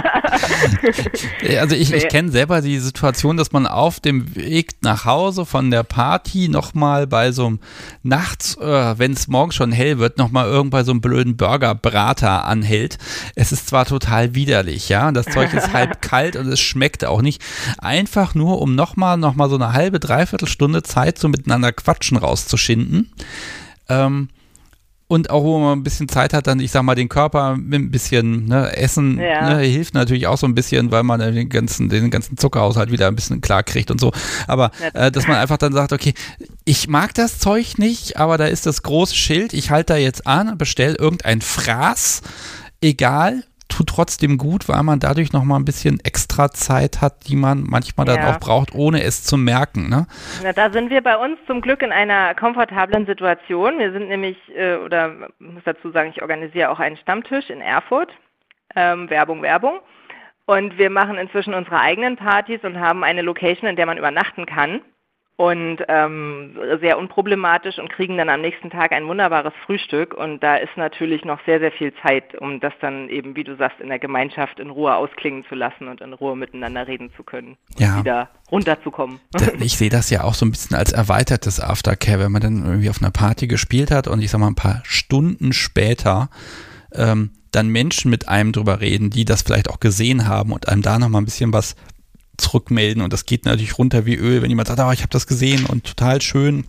Also ich, ich kenne selber die Situation, dass man auf dem Weg nach Hause von der Party nochmal bei so einem nachts, äh, wenn es morgens schon hell wird, nochmal irgend bei so einem blöden Burgerbrater anhält. Es ist zwar total widerlich, ja, das Zeug ist halb kalt und es schmeckt auch nicht. Einfach nur, um nochmal noch mal so eine halbe, dreiviertel Stunde Zeit so miteinander quatschen rauszuschinden. Ähm, Und auch, wo man ein bisschen Zeit hat, dann, ich sag mal, den Körper mit ein bisschen ne, Essen ja. ne, hilft natürlich auch so ein bisschen, weil man den ganzen, den ganzen Zuckerhaushalt wieder ein bisschen klar kriegt und so. Aber äh, dass man einfach dann sagt, okay, ich mag das Zeug nicht, aber da ist das große Schild, ich halte da jetzt an, bestelle irgendein Fraß, egal, tut trotzdem gut, weil man dadurch nochmal ein bisschen extra Zeit hat, die man manchmal ja. dann auch braucht, ohne es zu merken. Ne? Na, da sind wir bei uns zum Glück in einer komfortablen Situation. Wir sind nämlich, äh, oder ich muss dazu sagen, ich organisiere auch einen Stammtisch in Erfurt. Ähm, Werbung, Werbung. Und wir machen inzwischen unsere eigenen Partys und haben eine Location, in der man übernachten kann. Und ähm, sehr unproblematisch und kriegen dann am nächsten Tag ein wunderbares Frühstück. Und da ist natürlich noch sehr, sehr viel Zeit, um das dann eben, wie du sagst, in der Gemeinschaft in Ruhe ausklingen zu lassen und in Ruhe miteinander reden zu können. Ja. Und wieder runterzukommen. Ich sehe das ja auch so ein bisschen als erweitertes Aftercare, wenn man dann irgendwie auf einer Party gespielt hat und ich sag mal ein paar Stunden später ähm, dann Menschen mit einem drüber reden, die das vielleicht auch gesehen haben und einem da nochmal ein bisschen was zurückmelden und das geht natürlich runter wie Öl, wenn jemand sagt, oh, ich habe das gesehen und total schön.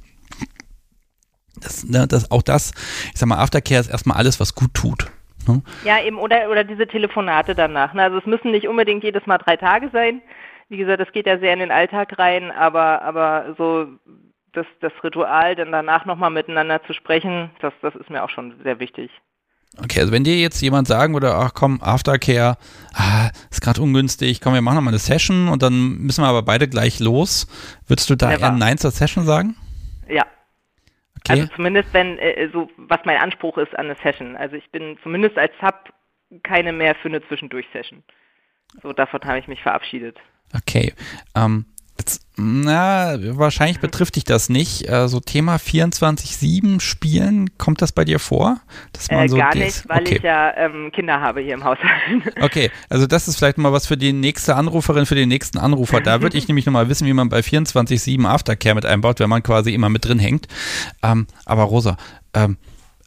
Das, ne, das, auch das, ich sag mal, Aftercare ist erstmal alles, was gut tut. Ne? Ja, eben, oder, oder diese Telefonate danach. Ne? Also es müssen nicht unbedingt jedes Mal drei Tage sein. Wie gesagt, das geht ja sehr in den Alltag rein, aber, aber so das, das Ritual, dann danach nochmal miteinander zu sprechen, das, das ist mir auch schon sehr wichtig. Okay, also wenn dir jetzt jemand sagen würde, ach komm, Aftercare, ah, ist gerade ungünstig, komm, wir machen nochmal eine Session und dann müssen wir aber beide gleich los, würdest du da Never. eher Nein zur Session sagen? Ja. Okay. Also zumindest wenn, äh, so was mein Anspruch ist an eine Session. Also ich bin zumindest als Sub keine mehr für eine Zwischendurch-Session. So, davon habe ich mich verabschiedet. Okay, ähm, jetzt, na, wahrscheinlich betrifft dich das nicht. Äh, so Thema vierundzwanzig sieben Spielen, kommt das bei dir vor? Dass man äh, so gar des, nicht, weil okay. ich ja ähm, Kinder habe hier im Haushalt. Okay, also das ist vielleicht mal was für die nächste Anruferin, für den nächsten Anrufer. Da würde ich nämlich nochmal wissen, wie man bei vierundzwanzig sieben Aftercare mit einbaut, wenn man quasi immer mit drin hängt. Ähm, aber Rosa, ähm,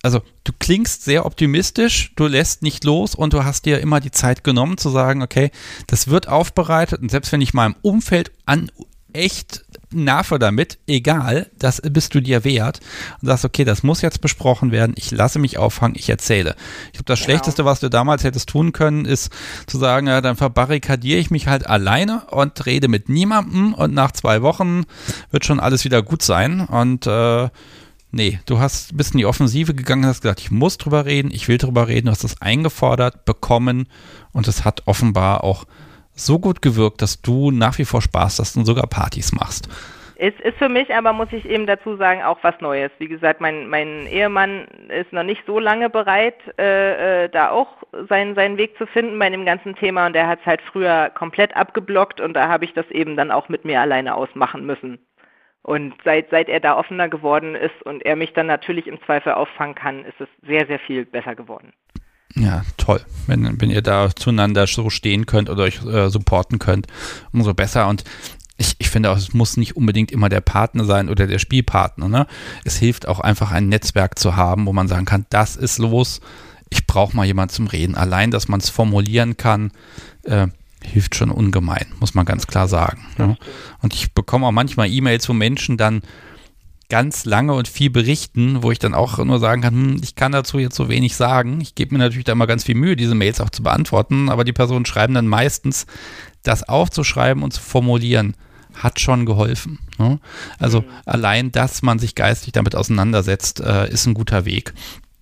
also du klingst sehr optimistisch, du lässt nicht los und du hast dir immer die Zeit genommen zu sagen, okay, das wird aufbereitet und selbst wenn ich mal im Umfeld an echt nerve damit, egal, das bist du dir wert und sagst, okay, das muss jetzt besprochen werden, ich lasse mich auffangen, ich erzähle. Ich glaube, das genau. Schlechteste, was du damals hättest tun können, ist zu sagen, ja, dann verbarrikadiere ich mich halt alleine und rede mit niemandem und nach zwei Wochen wird schon alles wieder gut sein und äh, nee, du hast, bist in die Offensive gegangen, hast gesagt, ich muss drüber reden, ich will drüber reden, du hast das eingefordert, bekommen und es hat offenbar auch so gut gewirkt, dass du nach wie vor Spaß hast und sogar Partys machst. Es ist für mich aber, muss ich eben dazu sagen, auch was Neues. Wie gesagt, mein, mein Ehemann ist noch nicht so lange bereit, äh, da auch seinen, seinen Weg zu finden bei dem ganzen Thema und der hat es halt früher komplett abgeblockt und da habe ich das eben dann auch mit mir alleine ausmachen müssen. Und seit, seit er da offener geworden ist und er mich dann natürlich im Zweifel auffangen kann, ist es sehr, sehr viel besser geworden. Ja, toll. Wenn, wenn ihr da zueinander so stehen könnt oder euch äh, supporten könnt, umso besser. Und ich, ich finde auch, es muss nicht unbedingt immer der Partner sein oder der Spielpartner. Ne? Es hilft auch einfach, ein Netzwerk zu haben, wo man sagen kann, das ist los, ich brauche mal jemanden zum Reden. Allein, dass man es formulieren kann, äh, hilft schon ungemein, muss man ganz klar sagen. Ne? Und ich bekomme auch manchmal E-Mails, wo Menschen dann ganz lange und viel berichten, wo ich dann auch nur sagen kann, hm, ich kann dazu jetzt so wenig sagen. Ich gebe mir natürlich da immer ganz viel Mühe, diese Mails auch zu beantworten, aber die Personen schreiben dann meistens, das aufzuschreiben und zu formulieren, hat schon geholfen. Ne? Also mhm. allein, dass man sich geistig damit auseinandersetzt, äh, ist ein guter Weg.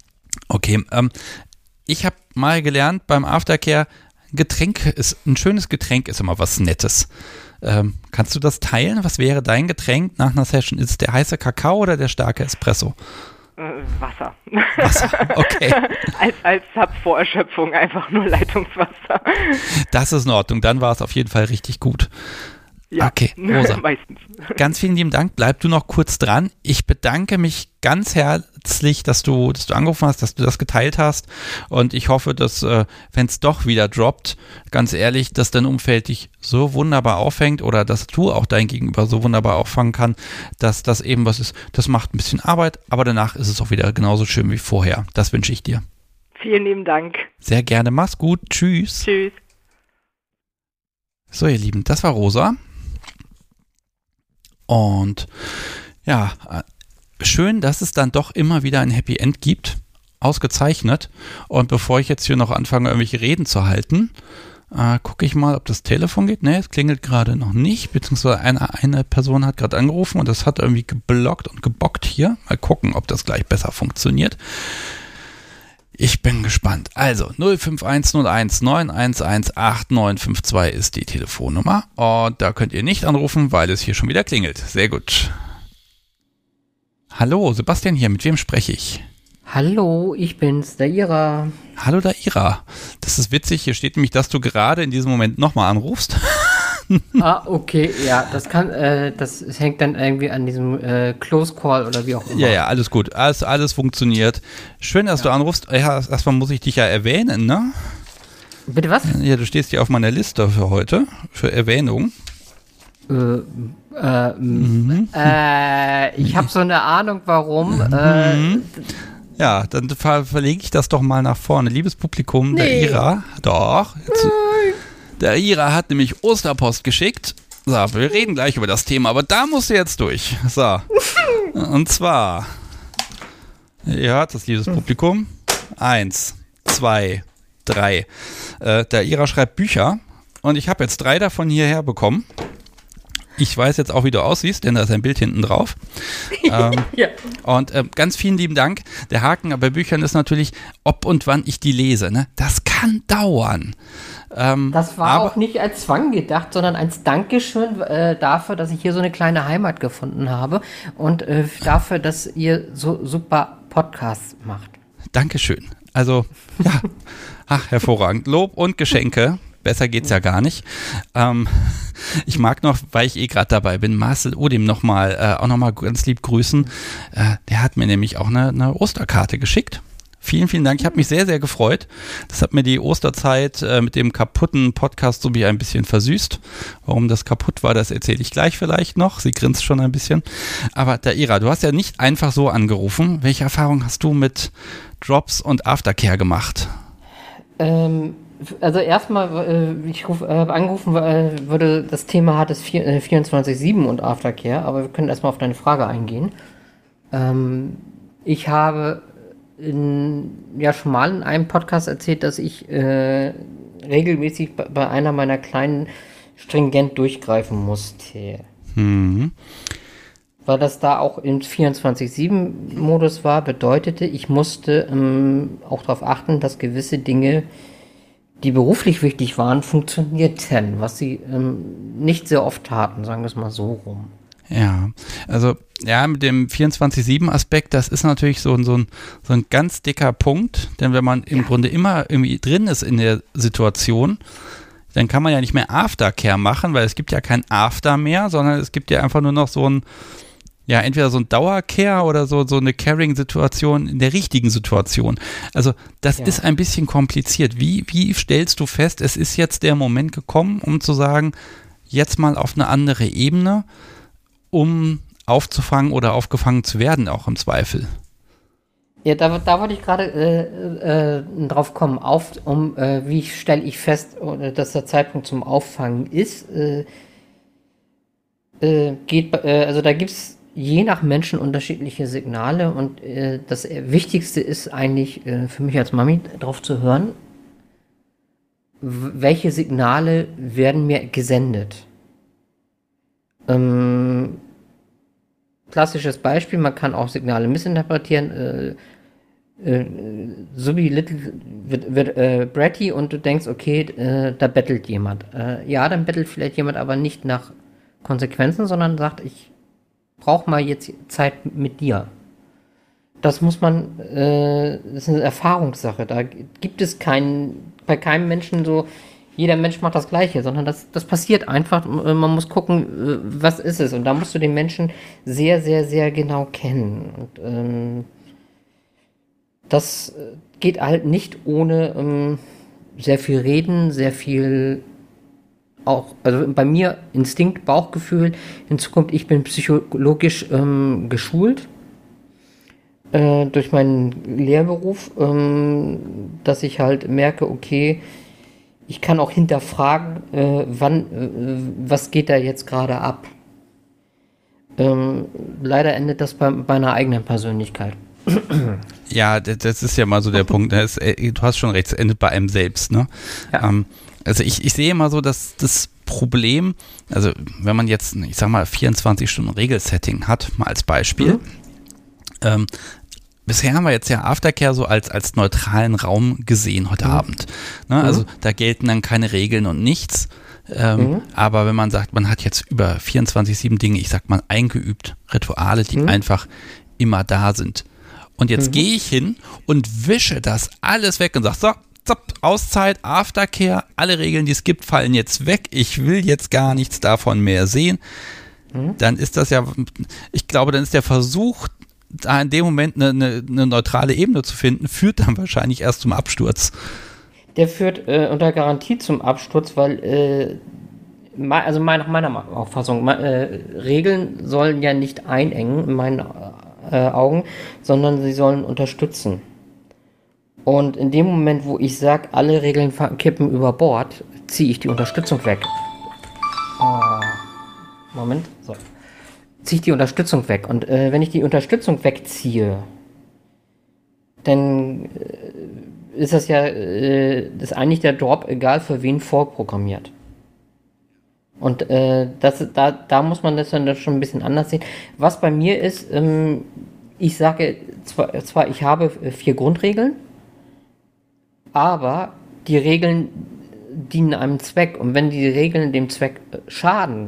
Okay, ähm, ich habe mal gelernt, beim Aftercare, Getränk ist, ein schönes Getränk ist immer was Nettes. Ähm, kannst du das teilen? Was wäre dein Getränk nach einer Session? Ist es der heiße Kakao oder der starke Espresso? Äh, Wasser. Wasser, okay. als als Sub vor Erschöpfung, einfach nur Leitungswasser. Das ist in Ordnung, dann war es auf jeden Fall richtig gut. Ja, okay, Rosa. Meistens. Ganz vielen lieben Dank. Bleib du noch kurz dran. Ich bedanke mich ganz herzlich, dass du, dass du angerufen hast, dass du das geteilt hast. Und ich hoffe, dass, äh, wenn es doch wieder droppt, ganz ehrlich, dass dein Umfeld dich so wunderbar auffängt oder dass du auch dein Gegenüber so wunderbar auffangen kann, dass das eben was ist. Das macht ein bisschen Arbeit, aber danach ist es auch wieder genauso schön wie vorher. Das wünsche ich dir. Vielen lieben Dank. Sehr gerne. Mach's gut. Tschüss. Tschüss. So, ihr Lieben, das war Rosa. Und ja, schön, dass es dann doch immer wieder ein Happy End gibt. Ausgezeichnet. Und bevor ich jetzt hier noch anfange, irgendwelche Reden zu halten, äh, gucke ich mal, ob das Telefon geht. Ne, es klingelt gerade noch nicht, beziehungsweise eine, eine Person hat gerade angerufen und das hat irgendwie geblockt und gebockt hier. Mal gucken, ob das gleich besser funktioniert. Ich bin gespannt. Also null fünf eins null eins neun eins eins acht neun fünf zwei ist die Telefonnummer und da könnt ihr nicht anrufen, weil es hier schon wieder klingelt. Sehr gut. Hallo, Sebastian hier, mit wem spreche ich? Hallo, ich bin's, der Ira. Hallo, der Ira. Das ist witzig, hier steht nämlich, dass du gerade in diesem Moment nochmal anrufst. Ah, okay, ja, das kann, äh, das hängt dann irgendwie an diesem äh, Close Call oder wie auch immer. Ja, ja, alles gut, alles, alles funktioniert. Schön, dass ja. du anrufst. Ja, erstmal muss ich dich ja erwähnen, ne? Bitte was? Ja, du stehst hier auf meiner Liste für heute, für Erwähnung. Äh, äh, mhm. äh, ich habe so eine Ahnung, warum. Mhm. Äh, ja, dann ver- verlege ich das doch mal nach vorne. Liebes Publikum, nee. der Ira, doch, jetzt, der Ira hat nämlich Osterpost geschickt. So, wir reden gleich über das Thema, aber da musst du jetzt durch. So, und zwar, ihr hört das, liebes Publikum, eins, zwei, drei. Äh, der Ira schreibt Bücher und ich habe jetzt drei davon hierher bekommen. Ich weiß jetzt auch, wie du aussiehst, denn da ist ein Bild hinten drauf. ähm, ja. Und äh, ganz vielen lieben Dank. Der Haken bei Büchern ist natürlich, ob und wann ich die lese. Ne? Das kann dauern. Ähm, das war aber auch nicht als Zwang gedacht, sondern als Dankeschön äh, dafür, dass ich hier so eine kleine Heimat gefunden habe und äh, dafür, dass ihr so super Podcasts macht. Dankeschön. Also, ja, ach, hervorragend. Lob und Geschenke. Besser geht's ja gar nicht. Ähm, ich mag noch, weil ich eh gerade dabei bin, Marcel Odem noch mal, äh, auch nochmal ganz lieb grüßen. Äh, der hat mir nämlich auch eine, eine Osterkarte geschickt Vielen, vielen Dank. Ich habe mich sehr, sehr gefreut. Das hat mir die Osterzeit äh, mit dem kaputten Podcast so wie ein bisschen versüßt. Warum das kaputt war, das erzähle ich gleich vielleicht noch. Sie grinst schon ein bisschen. Aber Daira, du hast ja nicht einfach so angerufen. Welche Erfahrung hast du mit Drops und Aftercare gemacht? Ähm, also erstmal, äh, ich habe äh, angerufen, äh, würde das Thema hat es vierundzwanzig sieben und Aftercare, aber wir können erstmal auf deine Frage eingehen. Ähm, ich habe in, ja schon mal in einem Podcast erzählt, dass ich äh, regelmäßig bei, bei einer meiner Kleinen stringent durchgreifen musste. Mhm. Weil das da auch im vierundzwanzig sieben Modus war, bedeutete, ich musste ähm, auch darauf achten, dass gewisse Dinge, die beruflich wichtig waren, funktionierten, was sie ähm, nicht sehr oft taten, sagen wir es mal so rum. Ja, also ja, mit dem vierundzwanzig sieben Aspekt, das ist natürlich so, so, ein, so ein ganz dicker Punkt, denn wenn man im ja. Grunde immer irgendwie drin ist in der Situation, dann kann man ja nicht mehr Aftercare machen, weil es gibt ja kein After mehr, sondern es gibt ja einfach nur noch so ein, ja, entweder so ein Dauercare oder so, so eine Caring-Situation in der richtigen Situation. Also das ja. ist ein bisschen kompliziert. Wie, wie stellst du fest, es ist jetzt der Moment gekommen, um zu sagen, jetzt mal auf eine andere Ebene, um aufzufangen oder aufgefangen zu werden, auch im Zweifel? Ja, da, da wollte ich gerade äh, äh, drauf kommen, auf, um äh, wie stelle ich fest, dass der Zeitpunkt zum Auffangen ist. Äh, äh, geht, äh, also da gibt es je nach Menschen unterschiedliche Signale und äh, das Wichtigste ist eigentlich äh, für mich als Mami drauf zu hören, w- welche Signale werden mir gesendet. Ähm, klassisches Beispiel, man kann auch Signale missinterpretieren. Äh, äh, so wie Little wird, wird äh, Bratty und du denkst, okay, äh, da bettelt jemand. Äh, ja, dann bettelt vielleicht jemand aber nicht nach Konsequenzen, sondern sagt, ich brauche mal jetzt Zeit mit dir. Das muss man, äh, das ist eine Erfahrungssache. Da gibt es keinen, bei keinem Menschen so, jeder Mensch macht das Gleiche, sondern das, das passiert einfach. Man muss gucken, was ist es. Und da musst du den Menschen sehr, sehr, sehr genau kennen. Und ähm, das geht halt nicht ohne ähm, sehr viel Reden, sehr viel auch, also bei mir Instinkt, Bauchgefühl. Hinzu kommt, ich bin psychologisch ähm, geschult äh, durch meinen Lehrberuf, ähm, dass ich halt merke, okay, ich kann auch hinterfragen, äh, wann, äh, was geht da jetzt gerade ab. Ähm, leider endet das bei meiner eigenen Persönlichkeit. Ja, das ist ja mal so der Punkt. Das ist, du hast schon recht, es endet bei einem selbst. Ne? Ja. Ähm, also ich, ich sehe immer so, dass das Problem, also wenn man jetzt, ich sag mal, vierundzwanzig Stunden Regelsetting hat, mal als Beispiel, mhm. ähm, bisher haben wir jetzt ja Aftercare so als, als neutralen Raum gesehen heute mhm. Abend. Ne? Mhm. Also da gelten dann keine Regeln und nichts. Ähm, mhm. Aber wenn man sagt, man hat jetzt über vierundzwanzig sieben Dinge, ich sag mal, eingeübt, Rituale, die mhm. einfach immer da sind. Und jetzt mhm. gehe ich hin und wische das alles weg und sage, so, zapp, Auszeit, Aftercare, alle Regeln, die es gibt, fallen jetzt weg. Ich will jetzt gar nichts davon mehr sehen. Mhm. Dann ist das ja, ich glaube, dann ist der Versuch, da in dem Moment eine, eine, eine neutrale Ebene zu finden, führt dann wahrscheinlich erst zum Absturz. Der führt äh, unter Garantie zum Absturz, weil, äh, me- also nach meiner Auffassung, äh, Regeln sollen ja nicht einengen, in meinen äh, Augen, sondern sie sollen unterstützen. Und in dem Moment, wo ich sage, alle Regeln kippen über Bord, ziehe ich die Unterstützung weg. Oh, Moment, so. Ziehe ich die Unterstützung weg. Und äh, wenn ich die Unterstützung wegziehe, dann äh, ist das ja, äh, ist eigentlich der Drop, egal für wen, vorprogrammiert. Und äh, das, da, da muss man das dann schon ein bisschen anders sehen. Was bei mir ist, ähm, ich sage zwar, zwar, ich habe vier Grundregeln, aber die Regeln dienen einem Zweck. Und wenn die Regeln dem Zweck schaden,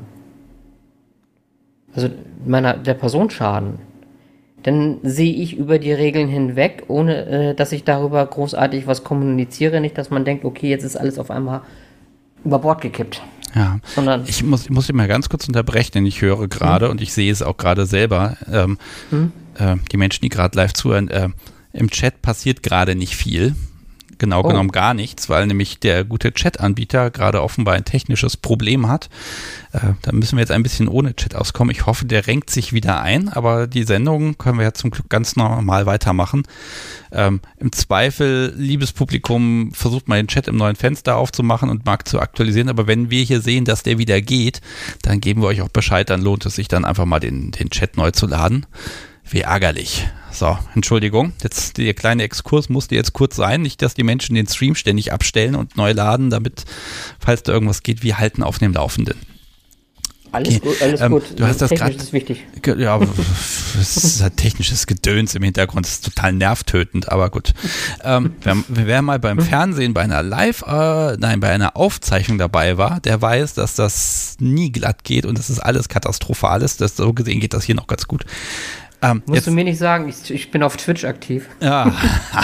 also meiner, der Person schaden, dann sehe ich über die Regeln hinweg, ohne äh, dass ich darüber großartig was kommuniziere. Nicht, dass man denkt, okay, jetzt ist alles auf einmal über Bord gekippt. Ja, Sondern ich muss, ich muss dich mal ganz kurz unterbrechen, denn ich höre gerade mhm. und ich sehe es auch gerade selber, ähm, mhm. äh, die Menschen, die gerade live zuhören, äh, Im Chat passiert gerade nicht viel. Genau oh. genommen gar nichts, weil nämlich der gute Chat-Anbieter gerade offenbar ein technisches Problem hat. Äh, da müssen wir jetzt ein bisschen ohne Chat auskommen. Ich hoffe, der renkt sich wieder ein, aber die Sendung können wir ja zum Glück ganz normal weitermachen. Ähm, Im Zweifel, liebes Publikum, versucht mal den Chat im neuen Fenster aufzumachen und mag zu aktualisieren, aber wenn wir hier sehen, dass der wieder geht, dann geben wir euch auch Bescheid, dann lohnt es sich dann einfach mal den, den Chat neu zu laden. Wie ärgerlich. So, Entschuldigung, jetzt der kleine Exkurs musste jetzt kurz sein, nicht, dass die Menschen den Stream ständig abstellen und neu laden, damit, falls da irgendwas geht, wir halten auf dem Laufenden. Alles okay. gut, alles ähm, gut. Du hast das gerade. Das ist wichtig. Ja, das ist halt technisches Gedöns im Hintergrund, das ist total nervtötend, aber gut. Ähm, wer, wer mal beim Fernsehen bei einer Live, äh, nein, bei einer Aufzeichnung dabei war, der weiß, dass das nie glatt geht und das ist alles katastrophal ist. Das, so gesehen geht das hier noch ganz gut. Ähm, Musst jetzt, du mir nicht sagen, ich, ich bin auf Twitch aktiv. Ja,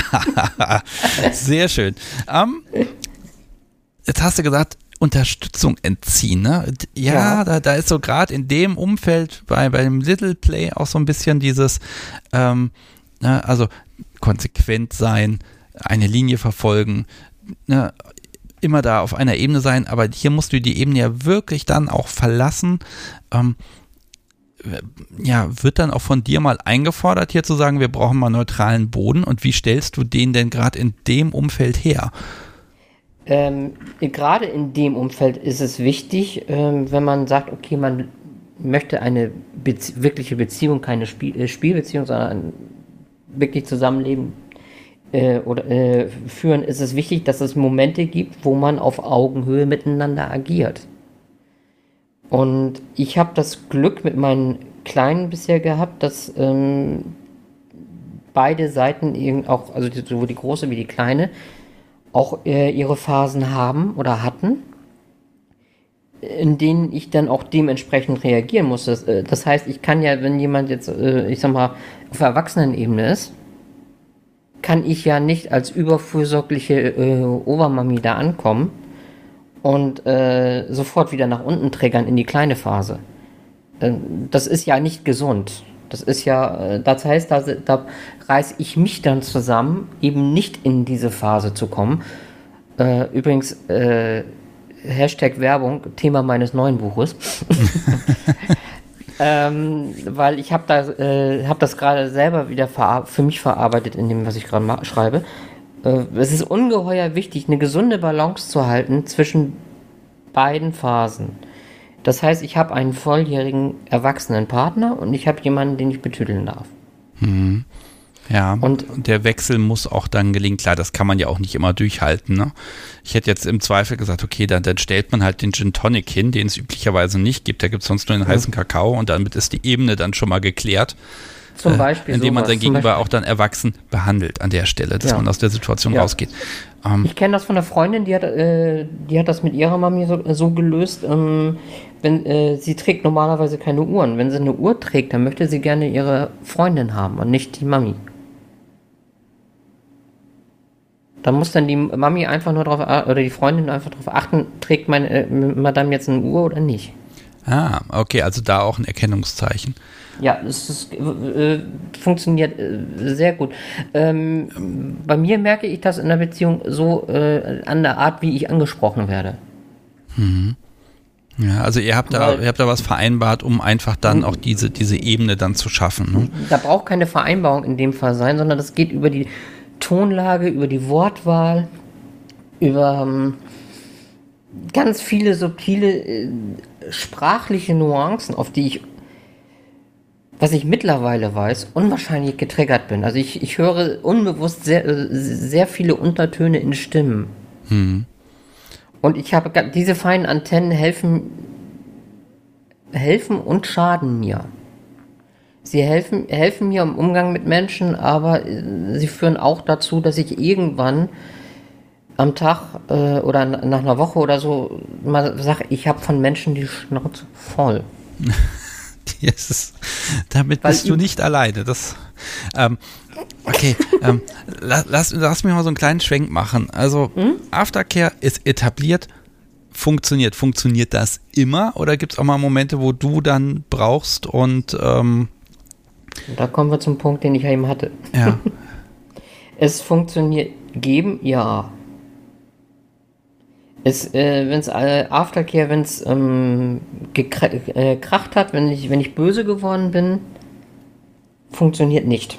sehr schön. Ähm, jetzt hast du gesagt, Unterstützung entziehen, ne? Ja, ja. Da, da ist so gerade in dem Umfeld bei, bei dem Little Play auch so ein bisschen dieses, ähm, ne, also konsequent sein, eine Linie verfolgen, ne, immer da auf einer Ebene sein, aber hier musst du die Ebene ja wirklich dann auch verlassen. Ähm, ja, wird dann auch von dir mal eingefordert, hier zu sagen, wir brauchen mal neutralen Boden und wie stellst du den denn gerade in dem Umfeld her? Ähm, gerade in dem Umfeld ist es wichtig, ähm, wenn man sagt, okay, man möchte eine Bezie- wirkliche Beziehung, keine Spiel- äh, Spielbeziehung, sondern ein wirklich Zusammenleben äh, oder äh, führen, ist es wichtig, dass es Momente gibt, wo man auf Augenhöhe miteinander agiert. Und ich habe das Glück mit meinen Kleinen bisher gehabt, dass ähm, beide Seiten eben auch, also sowohl die große wie die kleine, auch äh, ihre Phasen haben oder hatten, in denen ich dann auch dementsprechend reagieren muss. Das, äh, das heißt, ich kann ja, wenn jemand jetzt, äh, ich sag mal, auf Erwachsenenebene ist, kann ich ja nicht als überfürsorgliche äh, Obermami da ankommen und äh, sofort wieder nach unten triggern in die kleine Phase. Äh, das ist ja nicht gesund. Das ist ja, äh, das heißt, da, da reiße ich mich dann zusammen, eben nicht in diese Phase zu kommen. Äh, übrigens, äh, Hashtag Werbung, Thema meines neuen Buches. ähm, weil ich habe da, äh, hab das gerade selber wieder verar- für mich verarbeitet in dem, was ich gerade ma- schreibe. Es ist ungeheuer wichtig, eine gesunde Balance zu halten zwischen beiden Phasen. Das heißt, ich habe einen volljährigen erwachsenen Partner und ich habe jemanden, den ich betüdeln darf. Mhm. Ja, und der Wechsel muss auch dann gelingen. Klar, das kann man ja auch nicht immer durchhalten. Ne? Ich hätte jetzt im Zweifel gesagt, okay, dann, dann stellt man halt den Gin Tonic hin, den es üblicherweise nicht gibt. Da gibt es sonst nur den mhm. heißen Kakao und damit ist die Ebene dann schon mal geklärt. Zum Beispiel. Äh, indem man sowas. sein Gegenüber auch dann erwachsen behandelt an der Stelle, dass ja. man aus der Situation ja. rausgeht. Ähm, ich kenne das von einer Freundin, die hat, äh, die hat das mit ihrer Mami so, so gelöst. Ähm, wenn äh, sie trägt normalerweise keine Uhren. Wenn sie eine Uhr trägt, dann möchte sie gerne ihre Freundin haben und nicht die Mami. Da muss dann die Mami einfach nur drauf, oder die Freundin einfach darauf achten, trägt meine äh, Madame jetzt eine Uhr oder nicht. Ah, okay, also da auch ein Erkennungszeichen. Ja, es ist, äh, funktioniert äh, sehr gut. Ähm, bei mir merke ich das in der Beziehung so äh, an der Art, wie ich angesprochen werde. Mhm. Ja, also ihr habt da, Weil, ihr habt da was vereinbart, um einfach dann auch diese, diese Ebene dann zu schaffen. Ne? Da braucht keine Vereinbarung in dem Fall sein, sondern das geht über die Tonlage, über die Wortwahl, über ähm, ganz viele subtile äh, sprachliche Nuancen, auf die ich, was ich mittlerweile weiß, unwahrscheinlich getriggert bin. Also ich, ich höre unbewusst sehr, sehr viele Untertöne in Stimmen. Hm. Und ich habe diese feinen Antennen helfen, helfen und schaden mir. Sie helfen, helfen mir im Umgang mit Menschen, aber sie führen auch dazu, dass ich irgendwann am Tag äh, oder nach einer Woche oder so mal sage, ich habe von Menschen die Schnauze voll. Yes. Damit Weil bist du nicht alleine. Das, ähm, okay, ähm, lass, lass, lass mich mal so einen kleinen Schwenk machen. Also hm? Aftercare ist etabliert, funktioniert. Funktioniert das immer oder gibt es auch mal Momente, wo du dann brauchst und ähm, da kommen wir zum Punkt, den ich eben hatte. Ja. Es funktioniert. Geben, ja. Es, äh, wenn es äh, Aftercare, wenn es ähm, gekracht hat, wenn ich, wenn ich böse geworden bin, funktioniert nicht.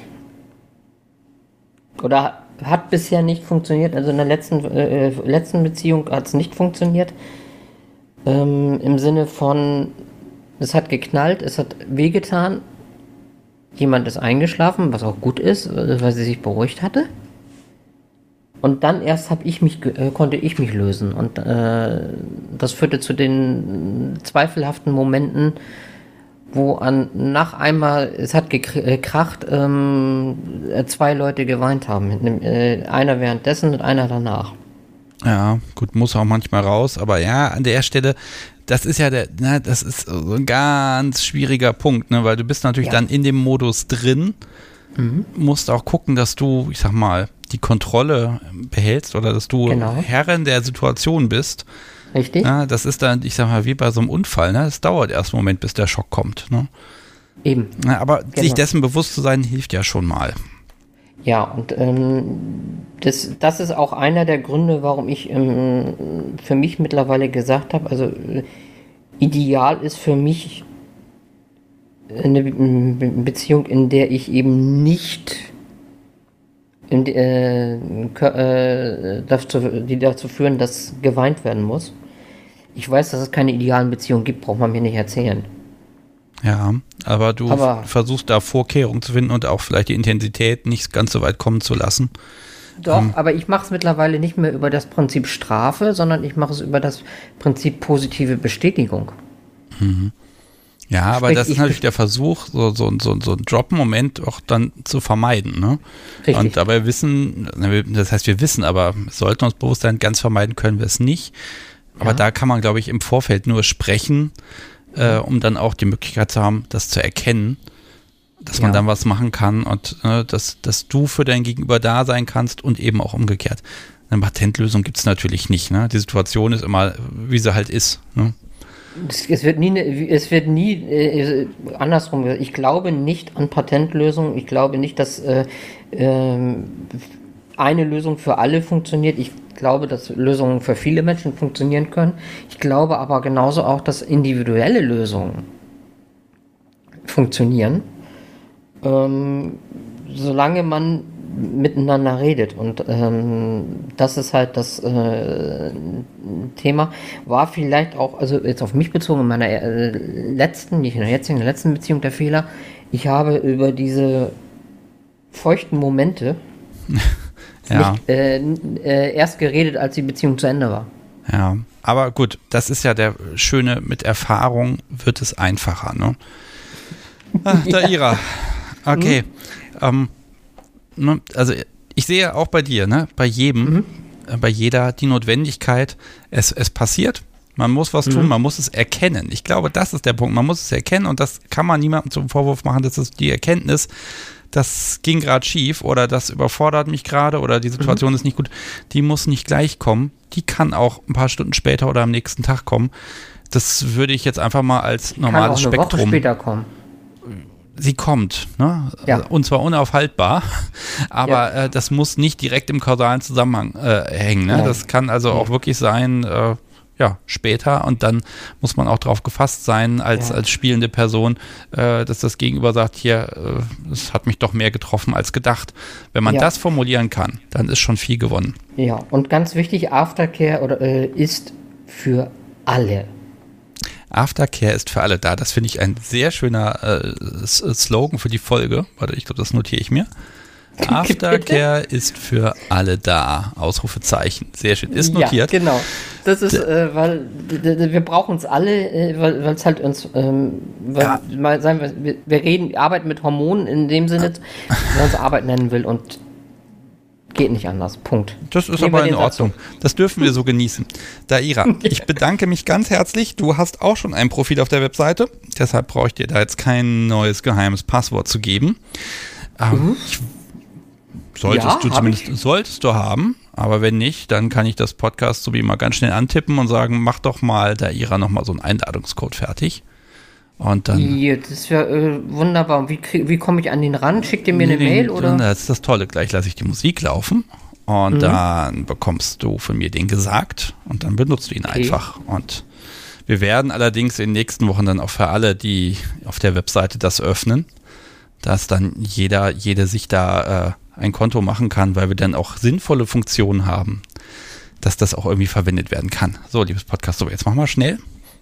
Oder hat bisher nicht funktioniert. Also in der letzten, äh, letzten Beziehung hat es nicht funktioniert. Ähm, Im Sinne von, es hat geknallt, es hat wehgetan. Jemand ist eingeschlafen, was auch gut ist, weil sie sich beruhigt hatte. Und dann erst hab ich mich, äh, konnte ich mich lösen. Und äh, das führte zu den zweifelhaften Momenten, wo an nach einmal, es hat gekracht, ähm, zwei Leute geweint haben. Äh, einer währenddessen und einer danach. Ja, gut, muss auch manchmal raus. Aber ja, an der Stelle, das ist ja der, na, das ist so ein ganz schwieriger Punkt, ne, weil du bist natürlich ja. dann in dem Modus drin, mhm. musst auch gucken, dass du, ich sag mal, die Kontrolle behältst oder dass du genau. Herrin der Situation bist. Richtig. Ja, das ist dann, ich sag mal, wie bei so einem Unfall, ne? Es dauert erst einen Moment, bis der Schock kommt, ne? Eben. Ja, aber genau. sich dessen bewusst zu sein, hilft ja schon mal. Ja, und ähm, das, das ist auch einer der Gründe, warum ich ähm, für mich mittlerweile gesagt habe, also äh, ideal ist für mich eine Be- Beziehung, in der ich eben nicht in, äh, äh, dazu, die dazu führen, dass geweint werden muss. Ich weiß, dass es keine idealen Beziehungen gibt, braucht man mir nicht erzählen. Ja, aber du aber, versuchst da Vorkehrungen zu finden und auch vielleicht die Intensität nicht ganz so weit kommen zu lassen. Doch, ähm, aber ich mache es mittlerweile nicht mehr über das Prinzip Strafe, sondern ich mache es über das Prinzip positive Bestätigung. Mhm. Ja, aber Sprich, das ist natürlich der Versuch, so, so, so, so einen Drop-Moment auch dann zu vermeiden. Ne? Richtig. Und dabei wissen, das heißt, wir wissen, aber sollten uns bewusst sein, ganz vermeiden können wir es nicht. Aber ja. da kann man, glaube ich, im Vorfeld nur sprechen, äh, um dann auch die Möglichkeit zu haben, das zu erkennen, dass ja. man dann was machen kann und äh, dass, dass du für dein Gegenüber da sein kannst und eben auch umgekehrt. Eine Patentlösung gibt es natürlich nicht. Ne? Die Situation ist immer, wie sie halt ist. Ne? Es wird nie, es wird nie äh, andersrum. Ich glaube nicht an Patentlösungen. Ich glaube nicht, dass äh, äh, eine Lösung für alle funktioniert. Ich glaube, dass Lösungen für viele Menschen funktionieren können. Ich glaube aber genauso auch, dass individuelle Lösungen funktionieren, ähm, solange man miteinander redet. Und ähm, das ist halt das äh, Thema. War vielleicht auch, also jetzt auf mich bezogen, in meiner äh, letzten, nicht in der jetzigen, in der letzten Beziehung der Fehler, ich habe über diese feuchten Momente ja. nicht, äh, äh, erst geredet, als die Beziehung zu Ende war. Ja, aber gut, das ist ja der Schöne, mit Erfahrung wird es einfacher, ne? Ach, Daira. Okay. Mhm. Ähm, also ich sehe auch bei dir, ne, bei jedem, mhm. äh, bei jeder die Notwendigkeit, es, es passiert, man muss was mhm. tun, man muss es erkennen. Ich glaube, das ist der Punkt, man muss es erkennen und das kann man niemandem zum Vorwurf machen, das ist die Erkenntnis, das ging gerade schief oder das überfordert mich gerade oder die Situation mhm. ist nicht gut, die muss nicht gleich kommen, die kann auch ein paar Stunden später oder am nächsten Tag kommen. Das würde ich jetzt einfach mal als normales Spektrum. Kann auch eine Woche später kommen. Sie kommt, ne? Ja. Und zwar unaufhaltbar, aber ja. äh, das muss nicht direkt im kausalen Zusammenhang äh, hängen. Ne? Das kann also auch wirklich sein, äh, ja, später und dann muss man auch darauf gefasst sein, als, ja. als spielende Person, äh, dass das Gegenüber sagt, hier, es äh, hat mich doch mehr getroffen als gedacht. Wenn man ja. das formulieren kann, dann ist schon viel gewonnen. Ja, und ganz wichtig, Aftercare oder, äh, ist für alle. Aftercare ist für alle da. Das finde ich ein sehr schöner äh, Slogan für die Folge. Warte, ich glaube, das notiere ich mir. Aftercare ist für alle da. Ausrufezeichen. Sehr schön. Ist notiert. Ja, genau. Das ist, äh, weil wir brauchen uns alle, äh, weil es halt uns, ähm, weil, ja. mal sagen wir, wir reden, arbeiten mit Hormonen in dem Sinne, wenn man es Arbeit nennen will und geht nicht anders. Punkt. Das ist aber in Ordnung. Das dürfen wir so genießen. Daira, ich bedanke mich ganz herzlich. Du hast auch schon ein Profil auf der Webseite. Deshalb brauche ich dir da jetzt kein neues geheimes Passwort zu geben. Ähm, mhm. ich, solltest ja, du zumindest, ich. solltest du haben. Aber wenn nicht, dann kann ich das Podcast so wie mal ganz schnell antippen und sagen, mach doch mal Daira nochmal so einen Einladungscode fertig. Und dann. Ja, das wäre äh, wunderbar. Wie, krieg- wie komme ich an den ran? Schickt ihr mir eine Nee, Mail nee, oder? Das ist das Tolle. Gleich lasse ich die Musik laufen und Mhm. dann bekommst du von mir den gesagt und dann benutzt du ihn Okay. einfach. Und wir werden allerdings in den nächsten Wochen dann auch für alle, die auf der Webseite das öffnen, dass dann jeder, jede sich da äh, ein Konto machen kann, weil wir dann auch sinnvolle Funktionen haben, dass das auch irgendwie verwendet werden kann. So, liebes Podcast, so, jetzt mach mal schnell.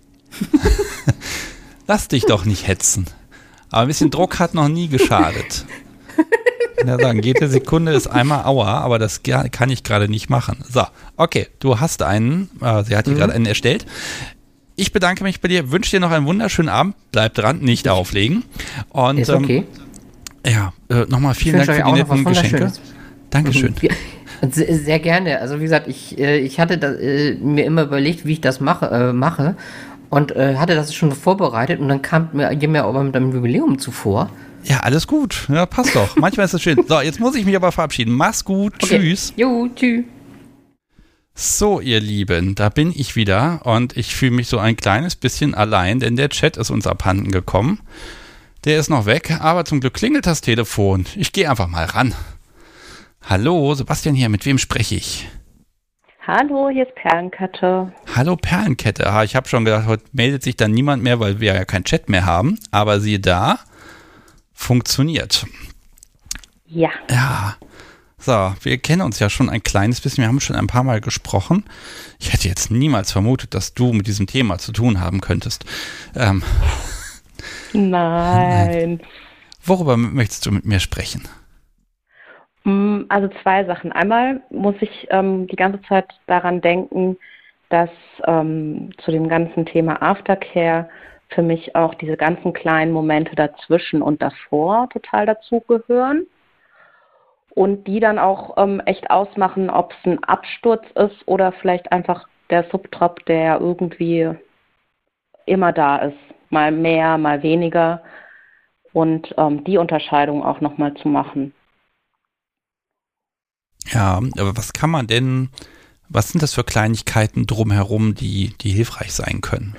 Lass dich doch nicht hetzen. Aber ein bisschen Druck hat noch nie geschadet. Ich kann ja sagen, jede Sekunde ist einmal Aua, aber das ga- kann ich gerade nicht machen. So, okay, du hast einen, äh, sie hat hier Mhm. gerade einen erstellt. Ich bedanke mich bei dir, wünsche dir noch einen wunderschönen Abend. Bleib dran, nicht auflegen. Und Ist ähm, okay. ja, äh, nochmal vielen Ich wünsche Dank für euch die auch noch was netten Geschenke. Wunderschönes. Dankeschön. Ja, sehr, sehr gerne. Also wie gesagt, ich, äh, ich hatte da, äh, mir immer überlegt, wie ich das mache, äh, mache und äh, hatte das schon vorbereitet und dann kam mir mir aber mit einem Jubiläum zuvor. Ja, alles gut. Ja, passt doch. Manchmal ist es schön. So, jetzt muss ich mich aber verabschieden. Mach's gut. Okay. Tschüss. Jo, tschüss. So, ihr Lieben, da bin ich wieder und ich fühle mich so ein kleines bisschen allein, denn der Chat ist uns abhanden gekommen. Der ist noch weg, aber zum Glück klingelt das Telefon. Ich gehe einfach mal ran. Hallo, Sebastian hier, mit wem spreche ich? Hallo, hier ist Perlenkette. Hallo Perlenkette. Ah, ich habe schon gedacht, heute meldet sich dann niemand mehr, weil wir ja keinen Chat mehr haben. Aber siehe da, funktioniert. Ja. Ja. So, wir kennen uns ja schon ein kleines bisschen, wir haben schon ein paar Mal gesprochen. Ich hätte jetzt niemals vermutet, dass du mit diesem Thema zu tun haben könntest. Ähm, Nein. worüber möchtest du mit mir sprechen? Mm, Also zwei Sachen. Einmal muss ich ähm, die ganze Zeit daran denken, dass ähm, zu dem ganzen Thema Aftercare für mich auch diese ganzen kleinen Momente dazwischen und davor total dazugehören. Und die dann auch ähm, echt ausmachen, ob es ein Absturz ist oder vielleicht einfach der Subtrop, der irgendwie immer da ist. Mal mehr, mal weniger. Und ähm, die Unterscheidung auch nochmal zu machen. Ja, aber was kann man denn, was sind das für Kleinigkeiten drumherum, die, die hilfreich sein können?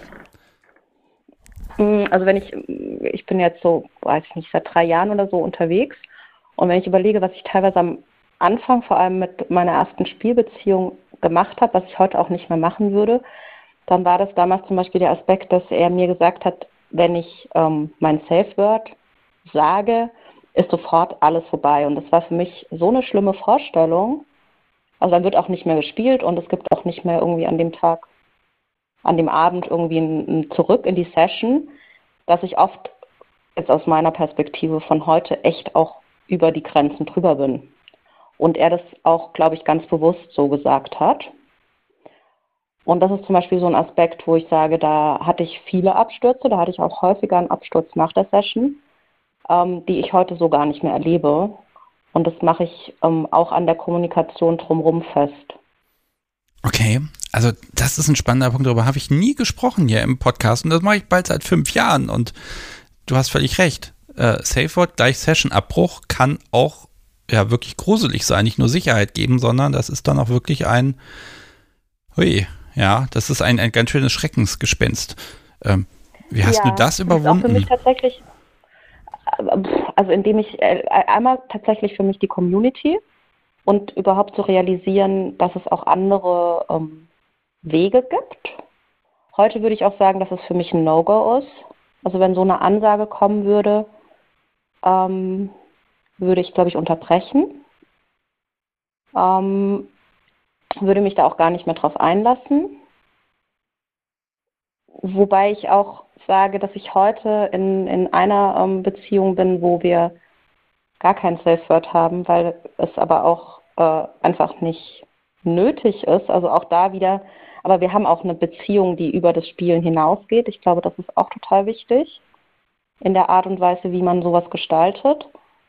Mm, Also wenn ich, ich bin jetzt so, weiß ich nicht, seit drei Jahren oder so unterwegs. Und wenn ich überlege, was ich teilweise am Anfang, vor allem mit meiner ersten Spielbeziehung gemacht habe, was ich heute auch nicht mehr machen würde, dann war das damals zum Beispiel der Aspekt, dass er mir gesagt hat, wenn ich ähm, mein Safe Word sage, ist sofort alles vorbei. Und das war für mich so eine schlimme Vorstellung. Also dann wird auch nicht mehr gespielt und es gibt auch nicht mehr irgendwie an dem Tag, an dem Abend irgendwie ein, ein Zurück in die Session, dass ich oft jetzt aus meiner Perspektive von heute echt auch über die Grenzen drüber bin. Und er das auch, glaube ich, ganz bewusst so gesagt hat. Und das ist zum Beispiel so ein Aspekt, wo ich sage, da hatte ich viele Abstürze, da hatte ich auch häufiger einen Absturz nach der Session, ähm, die ich heute so gar nicht mehr erlebe. Und das mache ich ähm, auch an der Kommunikation drumherum fest. Okay, also das ist ein spannender Punkt, darüber habe ich nie gesprochen hier im Podcast und das mache ich bald seit fünf Jahren und du hast völlig recht. Äh, Safe Word gleich Session-Abbruch kann auch ja wirklich gruselig sein, nicht nur Sicherheit geben, sondern das ist dann auch wirklich ein, hui, ja, das ist ein, ein ganz schönes Schreckensgespenst. Ähm, wie hast ja, du das das ist auch für überwunden? mich tatsächlich, also indem ich äh, einmal tatsächlich für mich die Community und überhaupt zu realisieren, dass es auch andere ähm, Wege gibt. Heute würde ich auch sagen, dass es für mich ein No-Go ist. Also wenn so eine Ansage kommen würde, ähm, würde ich, glaube ich, unterbrechen. Ähm, würde mich da auch gar nicht mehr drauf einlassen. Wobei ich auch sage, dass ich heute in, in einer ähm, Beziehung bin, wo wir gar kein Safe Word haben, weil es aber auch äh, einfach nicht nötig ist. Also auch da wieder, aber wir haben auch eine Beziehung, die über das Spielen hinausgeht. Ich glaube, das ist auch total wichtig in der Art und Weise, wie man sowas gestaltet.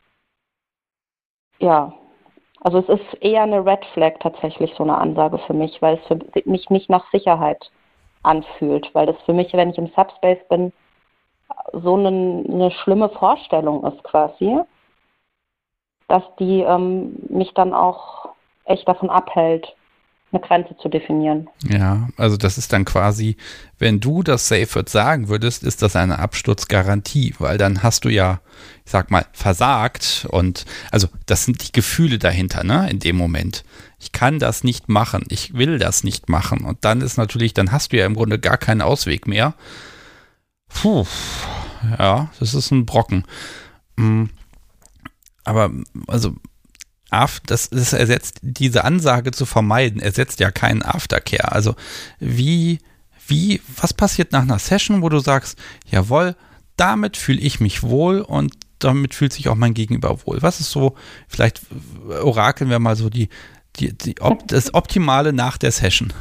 Ja, also es ist eher eine Red Flag tatsächlich, so eine Ansage für mich, weil es für mich nicht nach Sicherheit anfühlt, weil das für mich, wenn ich im Subspace bin, so eine, eine schlimme Vorstellung ist quasi, dass die ähm, mich dann auch echt davon abhält, eine Grenze zu definieren. Ja, also das ist dann quasi, wenn du das Safe Word sagen würdest, ist das eine Absturzgarantie, weil dann hast du ja, ich sag mal, versagt und also das sind die Gefühle dahinter, ne, in dem Moment. Ich kann das nicht machen, ich will das nicht machen und dann ist natürlich, dann hast du ja im Grunde gar keinen Ausweg mehr. Puh, ja, das ist ein Brocken. Aber, also das, das ersetzt, diese Ansage zu vermeiden, ersetzt ja keinen Aftercare. Also wie, wie, was passiert nach einer Session, wo du sagst, jawohl, damit fühle ich mich wohl und damit fühlt sich auch mein Gegenüber wohl. Was ist so, vielleicht orakeln wir mal so die, die, die das Optimale nach der Session?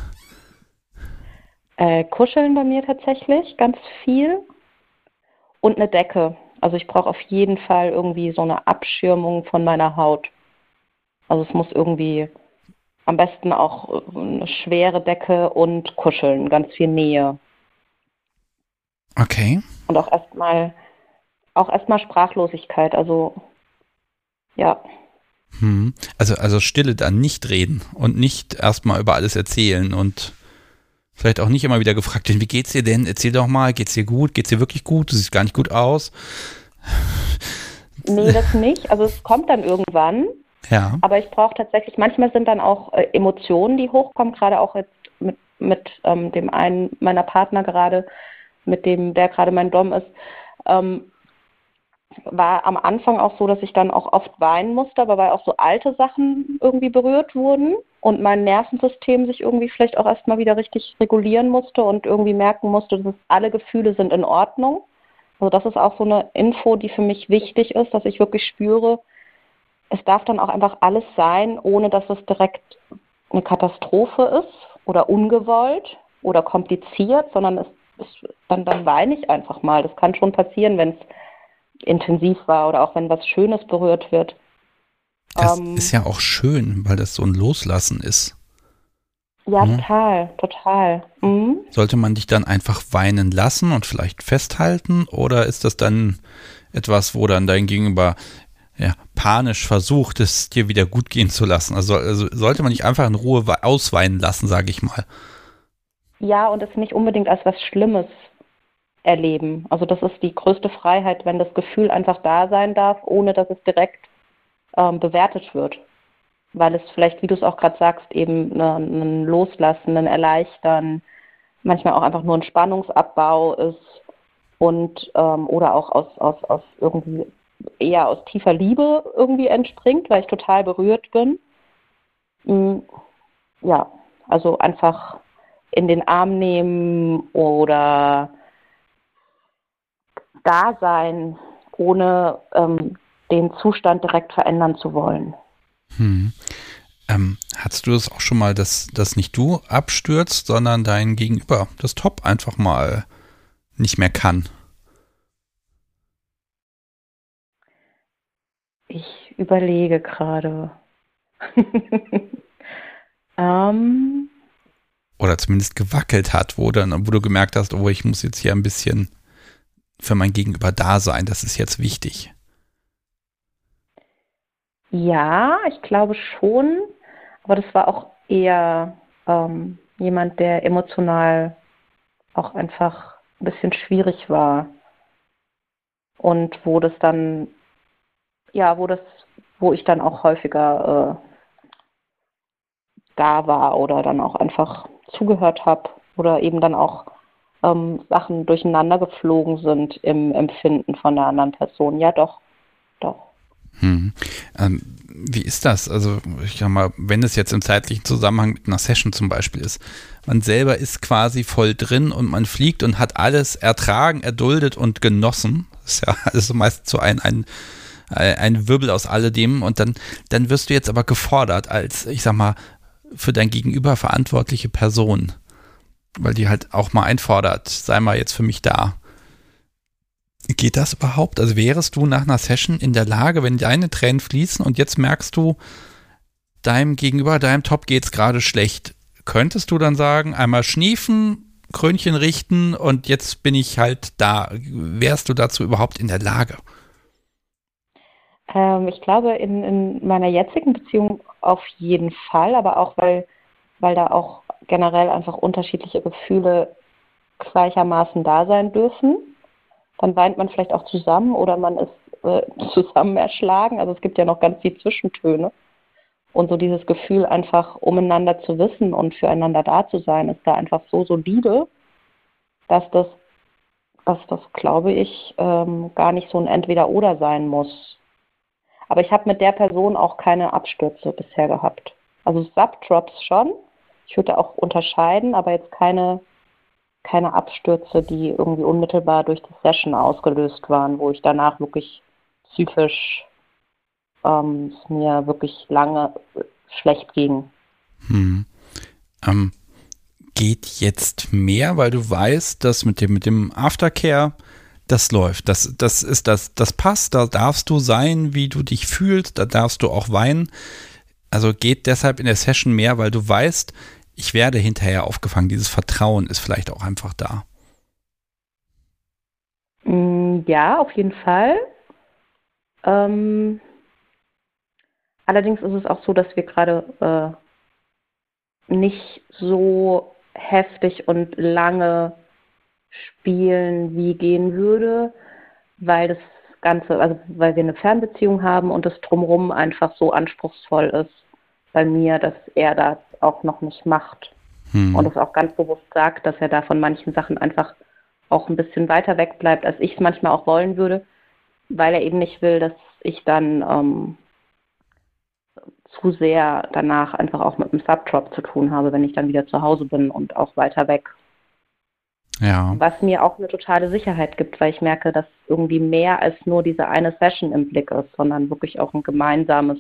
Äh, kuscheln bei mir tatsächlich ganz viel und eine Decke. Also ich brauche auf jeden Fall irgendwie so eine Abschirmung von meiner Haut. Also es muss irgendwie am besten auch eine schwere Decke und kuscheln, ganz viel Nähe. Okay. Und auch erstmal auch erstmal Sprachlosigkeit, also ja. Hm. Also, also Stille dann, nicht reden und nicht erstmal über alles erzählen und vielleicht auch nicht immer wieder gefragt werden, wie geht's dir denn? Erzähl doch mal, geht's dir gut? Geht's dir wirklich gut? Du siehst gar nicht gut aus. Nee, das nicht. Also es kommt dann irgendwann. Ja. Aber ich brauche tatsächlich, manchmal sind dann auch äh, Emotionen, die hochkommen, gerade auch jetzt mit, mit ähm, dem einen meiner Partner gerade, mit dem, der gerade mein Dom ist, ähm, war am Anfang auch so, dass ich dann auch oft weinen musste, aber weil auch so alte Sachen irgendwie berührt wurden und mein Nervensystem sich irgendwie vielleicht auch erstmal wieder richtig regulieren musste und irgendwie merken musste, dass alle Gefühle sind in Ordnung. Also das ist auch so eine Info, die für mich wichtig ist, dass ich wirklich spüre, es darf dann auch einfach alles sein, ohne dass es direkt eine Katastrophe ist oder ungewollt oder kompliziert, sondern es ist, dann, dann weine ich einfach mal. Das kann schon passieren, wenn es intensiv war oder auch wenn was Schönes berührt wird. Das ähm, ist ja auch schön, weil das so ein Loslassen ist. Ja, Mhm. total, total. Mhm. Sollte man dich dann einfach weinen lassen und vielleicht festhalten oder ist das dann etwas, wo dann dein Gegenüber ja, panisch versucht, es dir wieder gut gehen zu lassen? Also, also sollte man nicht einfach in Ruhe ausweinen lassen, sage ich mal. Ja, und es nicht unbedingt als was Schlimmes erleben. Also das ist die größte Freiheit, wenn das Gefühl einfach da sein darf, ohne dass es direkt ähm, bewertet wird. Weil es vielleicht, wie du es auch gerade sagst, eben ne, ein Loslassen, ein Erleichtern, manchmal auch einfach nur ein Spannungsabbau ist und ähm, oder auch aus, aus, aus irgendwie eher aus tiefer Liebe irgendwie entspringt, weil ich total berührt bin. Ja, also einfach in den Arm nehmen oder da sein, ohne ähm, den Zustand direkt verändern zu wollen. Hm. Ähm, hattest du es auch schon mal, dass, dass nicht du abstürzt, sondern dein Gegenüber das Top einfach mal nicht mehr kann? Ich überlege gerade. ähm, Oder zumindest gewackelt hat, wo, dann, wo du gemerkt hast, oh, ich muss jetzt hier ein bisschen für mein Gegenüber da sein, das ist jetzt wichtig. Ja, ich glaube schon, aber das war auch eher ähm, jemand, der emotional auch einfach ein bisschen schwierig war und wo das dann, ja, wo das, wo ich dann auch häufiger äh, da war oder dann auch einfach zugehört habe oder eben dann auch ähm, Sachen durcheinander geflogen sind im Empfinden von der anderen Person. Ja, doch, doch. Hm. Ähm, wie ist das? Also ich sag mal, wenn es jetzt im zeitlichen Zusammenhang mit einer Session zum Beispiel ist, man selber ist quasi voll drin und man fliegt und hat alles ertragen, erduldet und genossen. Das ist ja also meist so ein, ein, ein Wirbel aus alledem und dann, dann wirst du jetzt aber gefordert als, ich sag mal, für dein Gegenüber verantwortliche Person, weil die halt auch mal einfordert, sei mal jetzt für mich da. Geht das überhaupt? Also wärest du nach einer Session in der Lage, wenn deine Tränen fließen und jetzt merkst du, deinem Gegenüber, deinem Top geht's gerade schlecht, könntest du dann sagen, einmal schniefen, Krönchen richten und jetzt bin ich halt da. Wärst du dazu überhaupt in der Lage? Ähm, ich glaube, in, in meiner jetzigen Beziehung auf jeden Fall, aber auch, weil weil da auch generell einfach unterschiedliche Gefühle gleichermaßen da sein dürfen. Dann weint man vielleicht auch zusammen oder man ist äh, zusammen erschlagen. Also es gibt ja noch ganz viele Zwischentöne. Und so dieses Gefühl, einfach umeinander zu wissen und füreinander da zu sein, ist da einfach so solide, dass das, dass das glaube ich, ähm, gar nicht so ein Entweder-Oder sein muss. Aber ich habe mit der Person auch keine Abstürze bisher gehabt. Also Subdrops schon. Ich würde auch unterscheiden, aber jetzt keine, keine Abstürze, die irgendwie unmittelbar durch die Session ausgelöst waren, wo ich danach wirklich psychisch ähm, es mir wirklich lange schlecht ging. Hm. Ähm, geht jetzt mehr, weil du weißt, dass mit dem, mit dem Aftercare das läuft. Das, das ist das, das passt, da darfst du sein, wie du dich fühlst, da darfst du auch weinen. Also geht deshalb in der Session mehr, weil du weißt, ich werde hinterher aufgefangen. Dieses Vertrauen ist vielleicht auch einfach da. Ja, auf jeden Fall. Ähm, allerdings ist es auch so, dass wir gerade äh, nicht so heftig und lange spielen, wie gehen würde, weil das Ganze, also weil wir eine Fernbeziehung haben und das Drumherum einfach so anspruchsvoll ist bei mir, dass er das auch noch nicht macht. Hm. Und es auch ganz bewusst sagt, dass er da von manchen Sachen einfach auch ein bisschen weiter weg bleibt, als ich es manchmal auch wollen würde, weil er eben nicht will, dass ich dann ähm, zu sehr danach einfach auch mit einem Subdrop zu tun habe, wenn ich dann wieder zu Hause bin und auch weiter weg. Ja. Was mir auch eine totale Sicherheit gibt, weil ich merke, dass irgendwie mehr als nur diese eine Session im Blick ist, sondern wirklich auch ein gemeinsames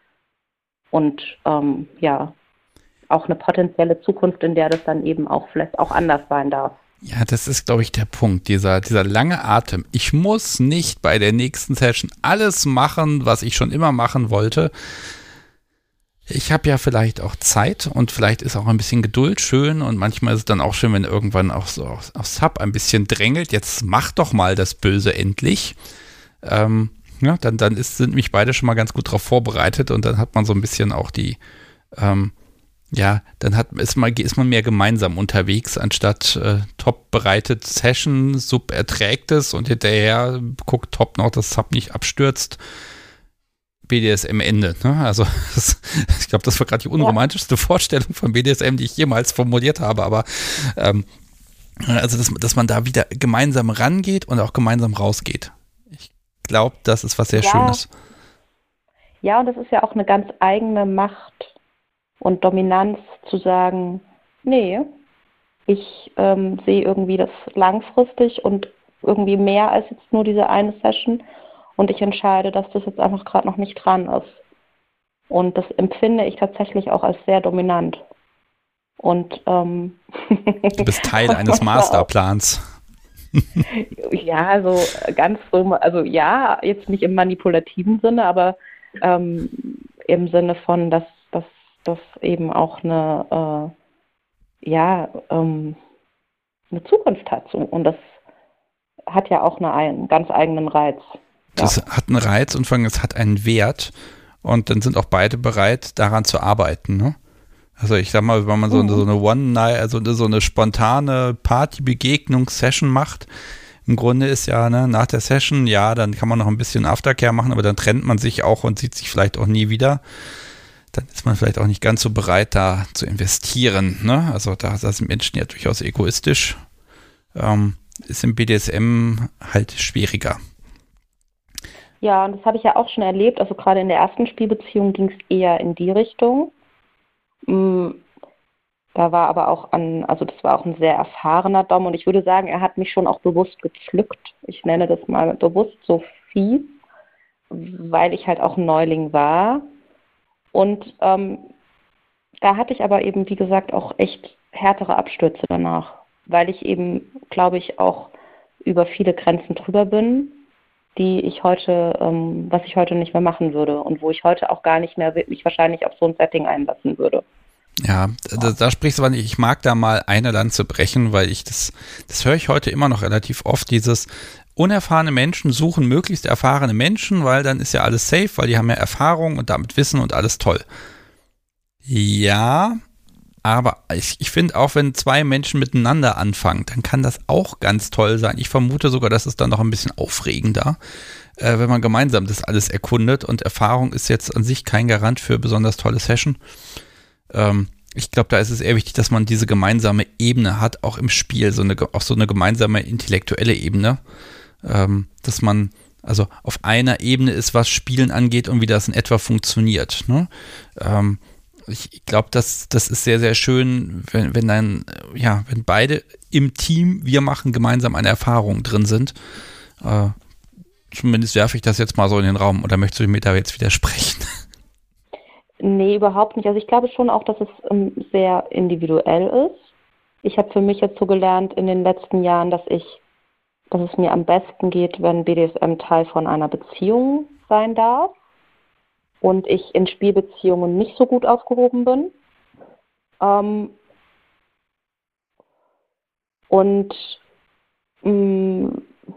und ähm, ja, auch eine potenzielle Zukunft, in der das dann eben auch vielleicht auch anders sein darf. Ja, das ist, glaube ich, der Punkt, dieser, dieser lange Atem. Ich muss nicht bei der nächsten Session alles machen, was ich schon immer machen wollte. Ich habe ja vielleicht auch Zeit und vielleicht ist auch ein bisschen Geduld schön und manchmal ist es dann auch schön, wenn irgendwann auch so auf, auf Sub ein bisschen drängelt. Jetzt mach doch mal das Böse endlich. Ähm, ja, dann, dann ist, sind mich beide schon mal ganz gut darauf vorbereitet und dann hat man so ein bisschen auch die, ähm, ja, dann hat, ist, man, ist man mehr gemeinsam unterwegs, anstatt äh, Top bereitet Session, Sub erträgt es und hinterher guckt Top noch, dass Sub nicht abstürzt. B D S M-Ende. Ne? Also das, ich glaube, das war gerade die unromantischste ja. Vorstellung von B D S M, die ich jemals formuliert habe. Aber ähm, also, dass, dass man da wieder gemeinsam rangeht und auch gemeinsam rausgeht. Ich glaube, das ist was sehr ja. Schönes. Ja, und das ist ja auch eine ganz eigene Macht und Dominanz zu sagen, nee, ich ähm, sehe irgendwie das langfristig und irgendwie mehr als jetzt nur diese eine Session. Und ich entscheide, dass das jetzt einfach gerade noch nicht dran ist. Und das empfinde ich tatsächlich auch als sehr dominant. Und ähm, du bist Teil eines Masterplans. Ja, so ganz so, also ja, jetzt nicht im manipulativen Sinne, aber ähm, im Sinne von, dass das dass eben auch eine äh, ja ähm, eine Zukunft hat. So. Und das hat ja auch eine, einen ganz eigenen Reiz. Das ja. hat einen Reiz und vor allem es hat einen Wert und dann sind auch beide bereit, daran zu arbeiten. Ne? Also ich sag mal, wenn man so eine, so eine One-Night, also so eine spontane Party-Begegnungs-Session macht, im Grunde ist ja ne, nach der Session, ja, dann kann man noch ein bisschen Aftercare machen, aber dann trennt man sich auch und sieht sich vielleicht auch nie wieder. Dann ist man vielleicht auch nicht ganz so bereit, da zu investieren. Ne? Also da, da sind Menschen ja durchaus egoistisch. Ähm, ist im B D S M halt schwieriger. Ja, und das habe ich ja auch schon erlebt. Also gerade in der ersten Spielbeziehung ging es eher in die Richtung. Da war aber auch an, also das war auch ein sehr erfahrener Dom und ich würde sagen, er hat mich schon auch bewusst gepflückt. Ich nenne das mal bewusst so fies, weil ich halt auch ein Neuling war. Und ähm, da hatte ich aber eben, wie gesagt, auch echt härtere Abstürze danach, weil ich eben, glaube ich, auch über viele Grenzen drüber bin, die ich heute, ähm, was ich heute nicht mehr machen würde und wo ich heute auch gar nicht mehr mich wahrscheinlich auf so ein Setting einlassen würde. Ja, da, da sprichst du aber nicht, ich mag da mal eine Lanze brechen, weil ich das, das höre ich heute immer noch relativ oft, dieses unerfahrene Menschen suchen möglichst erfahrene Menschen, weil dann ist ja alles safe, weil die haben ja Erfahrung und damit Wissen und alles toll. Ja, Aber ich, ich finde auch, wenn zwei Menschen miteinander anfangen, dann kann das auch ganz toll sein. Ich vermute sogar, dass es dann noch ein bisschen aufregender, äh, wenn man gemeinsam das alles erkundet. Und Erfahrung ist jetzt an sich kein Garant für besonders tolle Session. Ähm, ich glaube, da ist es eher wichtig, dass man diese gemeinsame Ebene hat, auch im Spiel, so eine, auch so eine gemeinsame intellektuelle Ebene, ähm, dass man also auf einer Ebene ist, was Spielen angeht und wie das in etwa funktioniert. Ne? Ähm, ich glaube, das, das ist sehr, sehr schön, wenn, wenn dann, ja, wenn beide im Team, wir machen gemeinsam eine Erfahrung drin sind. Äh, zumindest werfe ich das jetzt mal so in den Raum. Oder möchtest du mir da jetzt widersprechen? Nee, überhaupt nicht. Also ich glaube schon auch, dass es ähm, sehr individuell ist. Ich habe für mich jetzt so gelernt in den letzten Jahren, dass ich dass es mir am besten geht, wenn B D S M Teil von einer Beziehung sein darf und ich in Spielbeziehungen nicht so gut aufgehoben bin. Ähm und mh,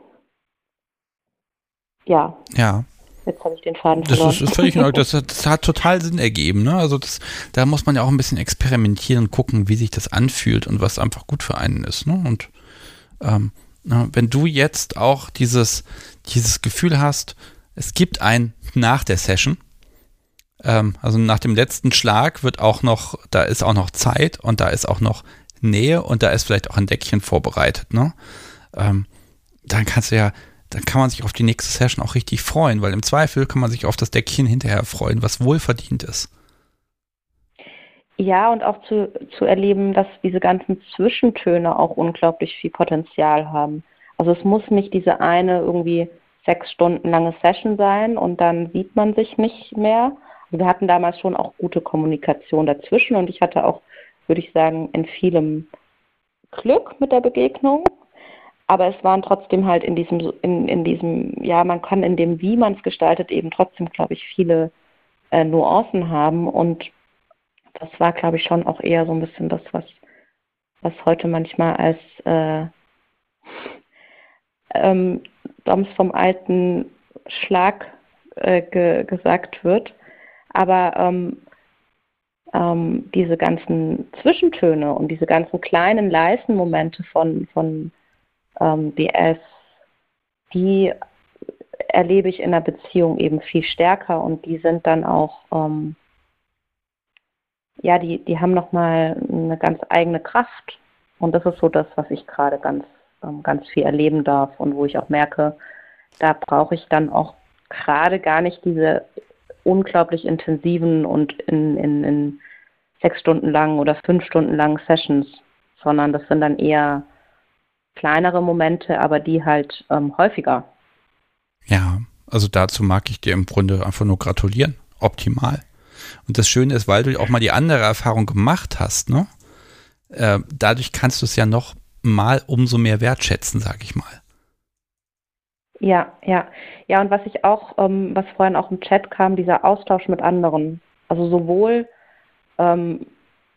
ja. Ja. Jetzt habe ich den Faden das verloren. Ist, ist völlig genau. Das, das hat total Sinn ergeben. Ne? Also das, da muss man ja auch ein bisschen experimentieren, gucken, wie sich das anfühlt und was einfach gut für einen ist. Ne? Und ähm, na, wenn du jetzt auch dieses, dieses Gefühl hast, es gibt ein nach der Session, ähm, also nach dem letzten Schlag wird auch noch, da ist auch noch Zeit und da ist auch noch Nähe und da ist vielleicht auch ein Deckchen vorbereitet. Ne? Ähm, dann kannst du ja dann kann man sich auf die nächste Session auch richtig freuen, weil im Zweifel kann man sich auf das Deckchen hinterher freuen, was wohlverdient ist. Ja, und auch zu, zu erleben, dass diese ganzen Zwischentöne auch unglaublich viel Potenzial haben. Also es muss nicht diese eine irgendwie sechs Stunden lange Session sein und dann sieht man sich nicht mehr. Also wir hatten damals schon auch gute Kommunikation dazwischen und ich hatte auch, würde ich sagen, in vielem Glück mit der Begegnung. Aber es waren trotzdem halt in diesem, in, in diesem, ja, man kann in dem, wie man es gestaltet, eben trotzdem, glaube ich, viele äh, Nuancen haben. Und das war, glaube ich, schon auch eher so ein bisschen das, was, was heute manchmal als äh, ähm, Doms vom alten Schlag äh, ge, gesagt wird. Aber ähm, ähm, diese ganzen Zwischentöne und diese ganzen kleinen, leisen Momente von, von Ähm, B S, die erlebe ich in einer Beziehung eben viel stärker und die sind dann auch, ähm, ja, die, die haben nochmal eine ganz eigene Kraft und das ist so das, was ich gerade ganz, ähm, ganz viel erleben darf und wo ich auch merke, da brauche ich dann auch gerade gar nicht diese unglaublich intensiven und in, in, in sechs Stunden lang oder fünf Stunden langen Sessions, sondern das sind dann eher kleinere Momente, aber die halt ähm, häufiger. Ja, also dazu mag ich dir im Grunde einfach nur gratulieren. Optimal. Und das Schöne ist, weil du auch mal die andere Erfahrung gemacht hast, ne? Äh, dadurch kannst du es ja noch mal umso mehr wertschätzen, sag ich mal. Ja, ja. Ja, und was ich auch, ähm, was vorhin auch im Chat kam, dieser Austausch mit anderen. Also sowohl ähm,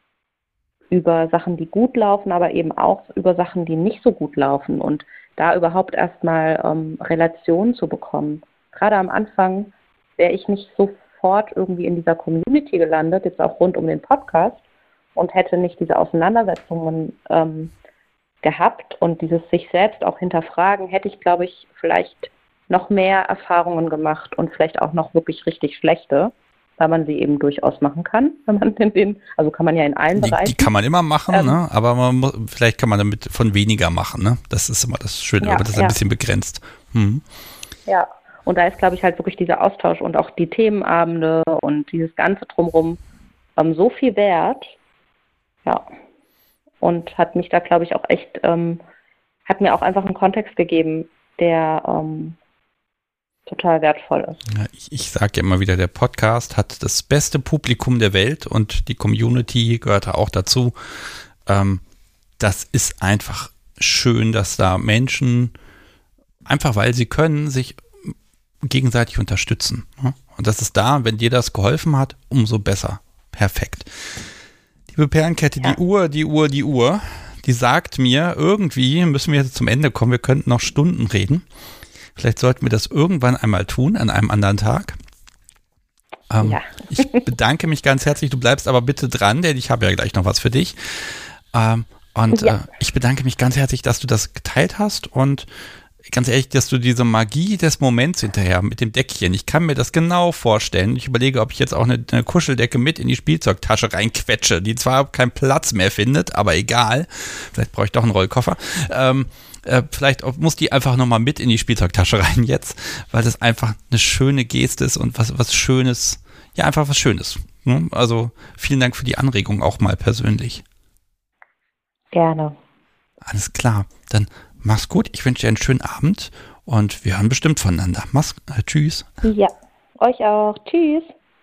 über Sachen, die gut laufen, aber eben auch über Sachen, die nicht so gut laufen und da überhaupt erstmal ähm, Relationen zu bekommen. Gerade am Anfang wäre ich nicht sofort irgendwie in dieser Community gelandet, jetzt auch rund um den Podcast und hätte nicht diese Auseinandersetzungen ähm, gehabt und dieses sich selbst auch hinterfragen, hätte ich, glaube ich, vielleicht noch mehr Erfahrungen gemacht und vielleicht auch noch wirklich richtig schlechte, weil man sie eben durchaus machen kann, wenn man in den, also kann man ja in allen die, Bereichen. Die kann man immer machen, ähm, ne? Aber man muss, vielleicht kann man damit von weniger machen, ne? Das ist immer das Schöne, ja, aber das ist ja. ein bisschen begrenzt. Hm. Ja, und da ist, glaube ich, halt wirklich dieser Austausch und auch die Themenabende und dieses Ganze drumherum ähm, so viel wert. Ja, und hat mich da, glaube ich, auch echt, ähm, hat mir auch einfach einen Kontext gegeben, der ähm, total wertvoll ist. Ja, ich ich sage ja immer wieder, der Podcast hat das beste Publikum der Welt und die Community gehört da auch dazu. Ähm, das ist einfach schön, dass da Menschen, einfach weil sie können, sich gegenseitig unterstützen. Ne? Und das ist da, wenn dir das geholfen hat, umso besser. Perfekt. Liebe Perlenkette, ja. die Uhr, die Uhr, die Uhr, die sagt mir, irgendwie müssen wir jetzt zum Ende kommen, wir könnten noch Stunden reden. Vielleicht sollten wir das irgendwann einmal tun, an einem anderen Tag. Ähm, Ja. Ich bedanke mich ganz herzlich. Du bleibst aber bitte dran, denn ich habe ja gleich noch was für dich. Ähm, und Ja. äh, ich bedanke mich ganz herzlich, dass du das geteilt hast und ganz ehrlich, dass du diese Magie des Moments hinterher mit dem Deckchen, ich kann mir das genau vorstellen. Ich überlege, ob ich jetzt auch eine, eine Kuscheldecke mit in die Spielzeugtasche reinquetsche, die zwar keinen Platz mehr findet, aber egal. Vielleicht brauche ich doch einen Rollkoffer. Ähm, äh, vielleicht muss die einfach nochmal mit in die Spielzeugtasche rein jetzt, weil das einfach eine schöne Geste ist und was, was Schönes, ja, einfach was Schönes. Ne? Also vielen Dank für die Anregung auch mal persönlich. Gerne. Alles klar, dann mach's gut, ich wünsche dir einen schönen Abend und wir hören bestimmt voneinander. Mach's, äh, tschüss. Ja, euch auch. Tschüss.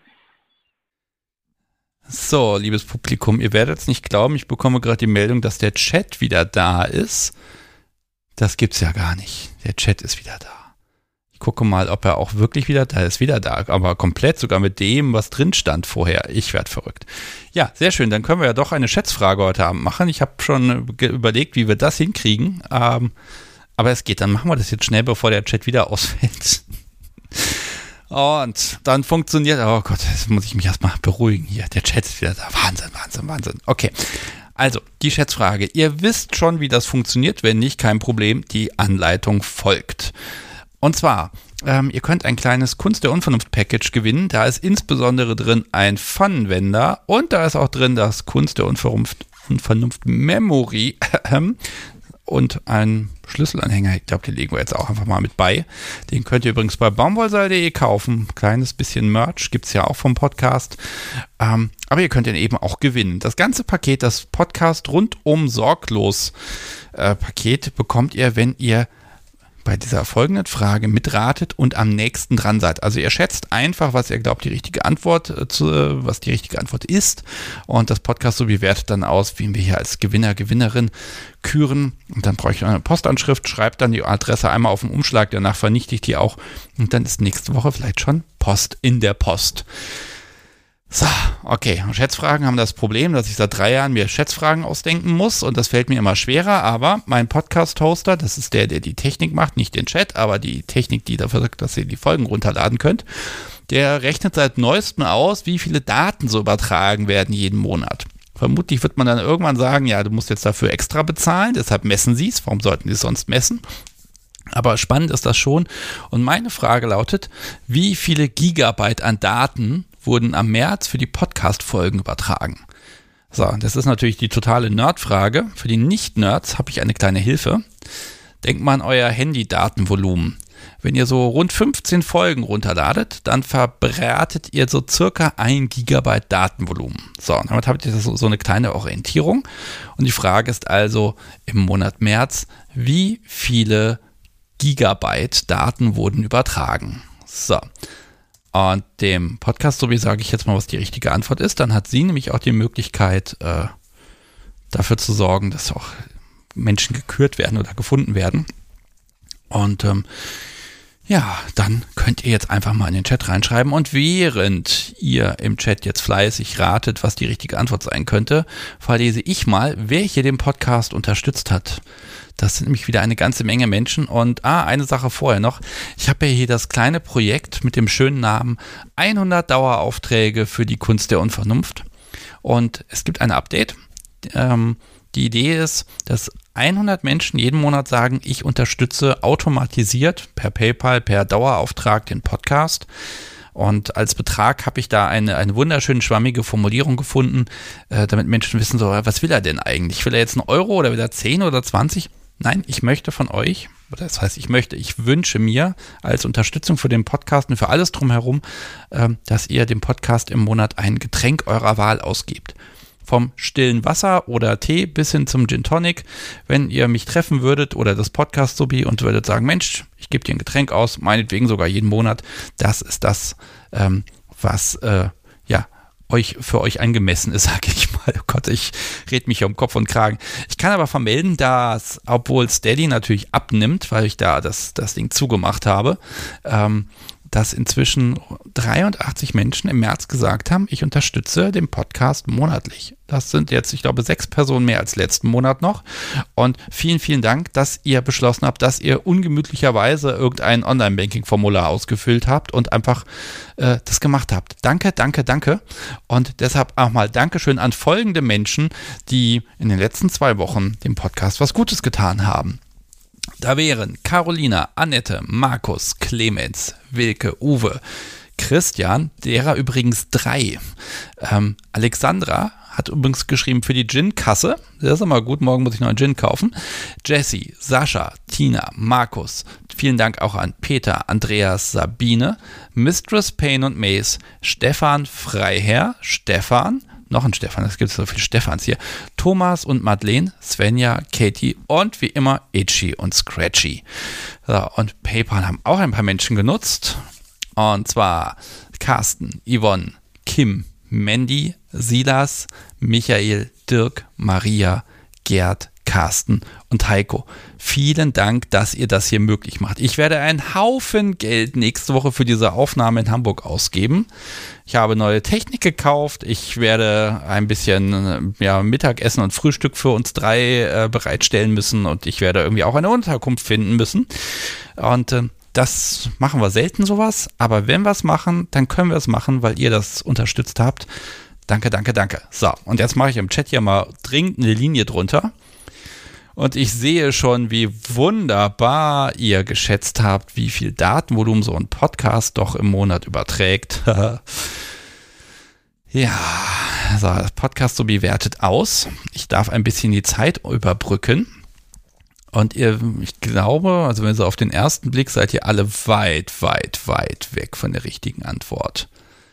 So, liebes Publikum, ihr werdet es nicht glauben, ich bekomme gerade die Meldung, dass der Chat wieder da ist. Das gibt's ja gar nicht. Der Chat ist wieder da. Ich gucke mal, ob er auch wirklich wieder da ist. Wieder da, aber komplett sogar mit dem, was drin stand vorher. Ich werde verrückt. Ja, sehr schön. Dann können wir ja doch eine Schätzfrage heute Abend machen. Ich habe schon ge- überlegt, wie wir das hinkriegen. Ähm, aber es geht. Dann machen wir das jetzt schnell, bevor der Chat wieder ausfällt. Und dann funktioniert, oh Gott, jetzt muss ich mich erstmal beruhigen hier. Der Chat ist wieder da. Wahnsinn, Wahnsinn, Wahnsinn. Okay. Also, die Schätzfrage. Ihr wisst schon, wie das funktioniert. Wenn nicht, kein Problem. Die Anleitung folgt. Und zwar, ähm, ihr könnt ein kleines Kunst der Unvernunft-Package gewinnen. Da ist insbesondere drin ein Pfannenwender und da ist auch drin das Kunst der Unvernunft, Unvernunft-Memory und ein Schlüsselanhänger. Ich glaube, den legen wir jetzt auch einfach mal mit bei. Den könnt ihr übrigens bei baumwollseil punkt de kaufen. Kleines bisschen Merch gibt es ja auch vom Podcast. Ähm, aber ihr könnt ihn eben auch gewinnen. Das ganze Paket, das Podcast rundum sorglos äh, Paket bekommt ihr, wenn ihr bei dieser folgenden Frage mitratet und am nächsten dran seid. Also ihr schätzt einfach, was ihr glaubt, die richtige Antwort äh, zu, äh, was die richtige Antwort ist. Und das Podcast so bewertet dann aus, wen wir hier als Gewinner, Gewinnerin küren. Und dann brauche ich eine Postanschrift, schreibt dann die Adresse einmal auf den Umschlag, danach vernichte ich die auch. Und dann ist nächste Woche vielleicht schon Post in der Post. So, okay. Schätzfragen haben das Problem, dass ich seit drei Jahren mir Schätzfragen ausdenken muss und das fällt mir immer schwerer, aber mein Podcast-Hoster, das ist der, der die Technik macht, nicht den Chat, aber die Technik, die dafür sorgt, dass ihr die Folgen runterladen könnt, der rechnet seit neuestem aus, wie viele Daten so übertragen werden jeden Monat. Vermutlich wird man dann irgendwann sagen, ja, du musst jetzt dafür extra bezahlen, deshalb messen sie es, warum sollten sie es sonst messen? Aber spannend ist das schon. Und meine Frage lautet, wie viele Gigabyte an Daten wurden am März für die Podcast-Folgen übertragen? So, das ist natürlich die totale Nerd-Frage. Für die Nicht-Nerds habe ich eine kleine Hilfe. Denkt mal an euer Handy-Datenvolumen. Wenn ihr so rund fünfzehn Folgen runterladet, dann verbratet ihr so circa ein Gigabyte Datenvolumen. So, und damit habt ihr so, so eine kleine Orientierung. Und die Frage ist also im Monat März, wie viele Gigabyte Daten wurden übertragen? So. Und dem Podcast, so wie sage ich jetzt mal, was die richtige Antwort ist, dann hat sie nämlich auch die Möglichkeit, äh, dafür zu sorgen, dass auch Menschen gekürt werden oder gefunden werden. Und ähm, ja, dann könnt ihr jetzt einfach mal in den Chat reinschreiben und während ihr im Chat jetzt fleißig ratet, was die richtige Antwort sein könnte, verlese ich mal, wer hier den Podcast unterstützt hat. Das sind nämlich wieder eine ganze Menge Menschen. Und ah, eine Sache vorher noch. Ich habe ja hier das kleine Projekt mit dem schönen Namen hundert Daueraufträge für die Kunst der Unvernunft. Und es gibt ein Update. Ähm, die Idee ist, dass hundert Menschen jeden Monat sagen, ich unterstütze automatisiert per PayPal, per Dauerauftrag den Podcast. Und als Betrag habe ich da eine, eine wunderschöne schwammige Formulierung gefunden, äh, damit Menschen wissen, so, was will er denn eigentlich? Will er jetzt einen Euro oder will er zehn oder zwanzig? Nein, ich möchte von euch, das heißt, ich möchte, ich wünsche mir als Unterstützung für den Podcast und für alles drumherum, äh, dass ihr dem Podcast im Monat ein Getränk eurer Wahl ausgebt. Vom stillen Wasser oder Tee bis hin zum Gin Tonic. Wenn ihr mich treffen würdet oder das Podcast-Subi und würdet sagen, Mensch, ich gebe dir ein Getränk aus, meinetwegen sogar jeden Monat, das ist das, ähm, was äh, ja euch für euch angemessen ist, sage ich mal. Oh Gott, ich rede mich hier um Kopf und Kragen. Ich kann aber vermelden, dass, obwohl Steady natürlich abnimmt, weil ich da das, das Ding zugemacht habe, ähm, dass inzwischen dreiundachtzig Menschen im März gesagt haben, ich unterstütze den Podcast monatlich. Das sind jetzt, ich glaube, sechs Personen mehr als letzten Monat noch. Und vielen, vielen Dank, dass ihr beschlossen habt, dass ihr ungemütlicherweise irgendein Online-Banking-Formular ausgefüllt habt und einfach äh, das gemacht habt. Danke, danke, danke. Und deshalb auch mal Dankeschön an folgende Menschen, die in den letzten zwei Wochen dem Podcast was Gutes getan haben. Da wären Carolina, Annette, Markus, Clemens, Wilke, Uwe, Christian, derer übrigens drei. Ähm, Alexandra hat übrigens geschrieben für die Gin-Kasse. Das ist immer gut, morgen muss ich noch einen Gin kaufen. Jessie, Sascha, Tina, Markus. Vielen Dank auch an Peter, Andreas, Sabine, Mistress Payne und Mace, Stefan Freiherr, Stefan, noch ein Stefan, es gibt so viele Stefans hier, Thomas und Madeleine, Svenja, Katie und wie immer Itchy und Scratchy. So, und PayPal haben auch ein paar Menschen genutzt. Und zwar Carsten, Yvonne, Kim, Mandy, Silas, Michael, Dirk, Maria, Gerd, Carsten und Heiko. Vielen Dank, dass ihr das hier möglich macht. Ich werde einen Haufen Geld nächste Woche für diese Aufnahme in Hamburg ausgeben. Ich habe neue Technik gekauft. Ich werde ein bisschen ja, Mittagessen und Frühstück für uns drei äh, bereitstellen müssen und ich werde irgendwie auch eine Unterkunft finden müssen. Und äh, das machen wir selten sowas, aber wenn wir es machen, dann können wir es machen, weil ihr das unterstützt habt. Danke, danke, danke. So, und jetzt mache ich im Chat hier mal dringend eine Linie drunter. Und ich sehe schon, wie wunderbar ihr geschätzt habt, wie viel Datenvolumen so ein Podcast doch im Monat überträgt. Ja, so, das Podcast so bewertet aus. Ich darf ein bisschen die Zeit überbrücken. Und ihr, ich glaube, also wenn so auf den ersten Blick seid ihr alle weit, weit, weit weg von der richtigen Antwort.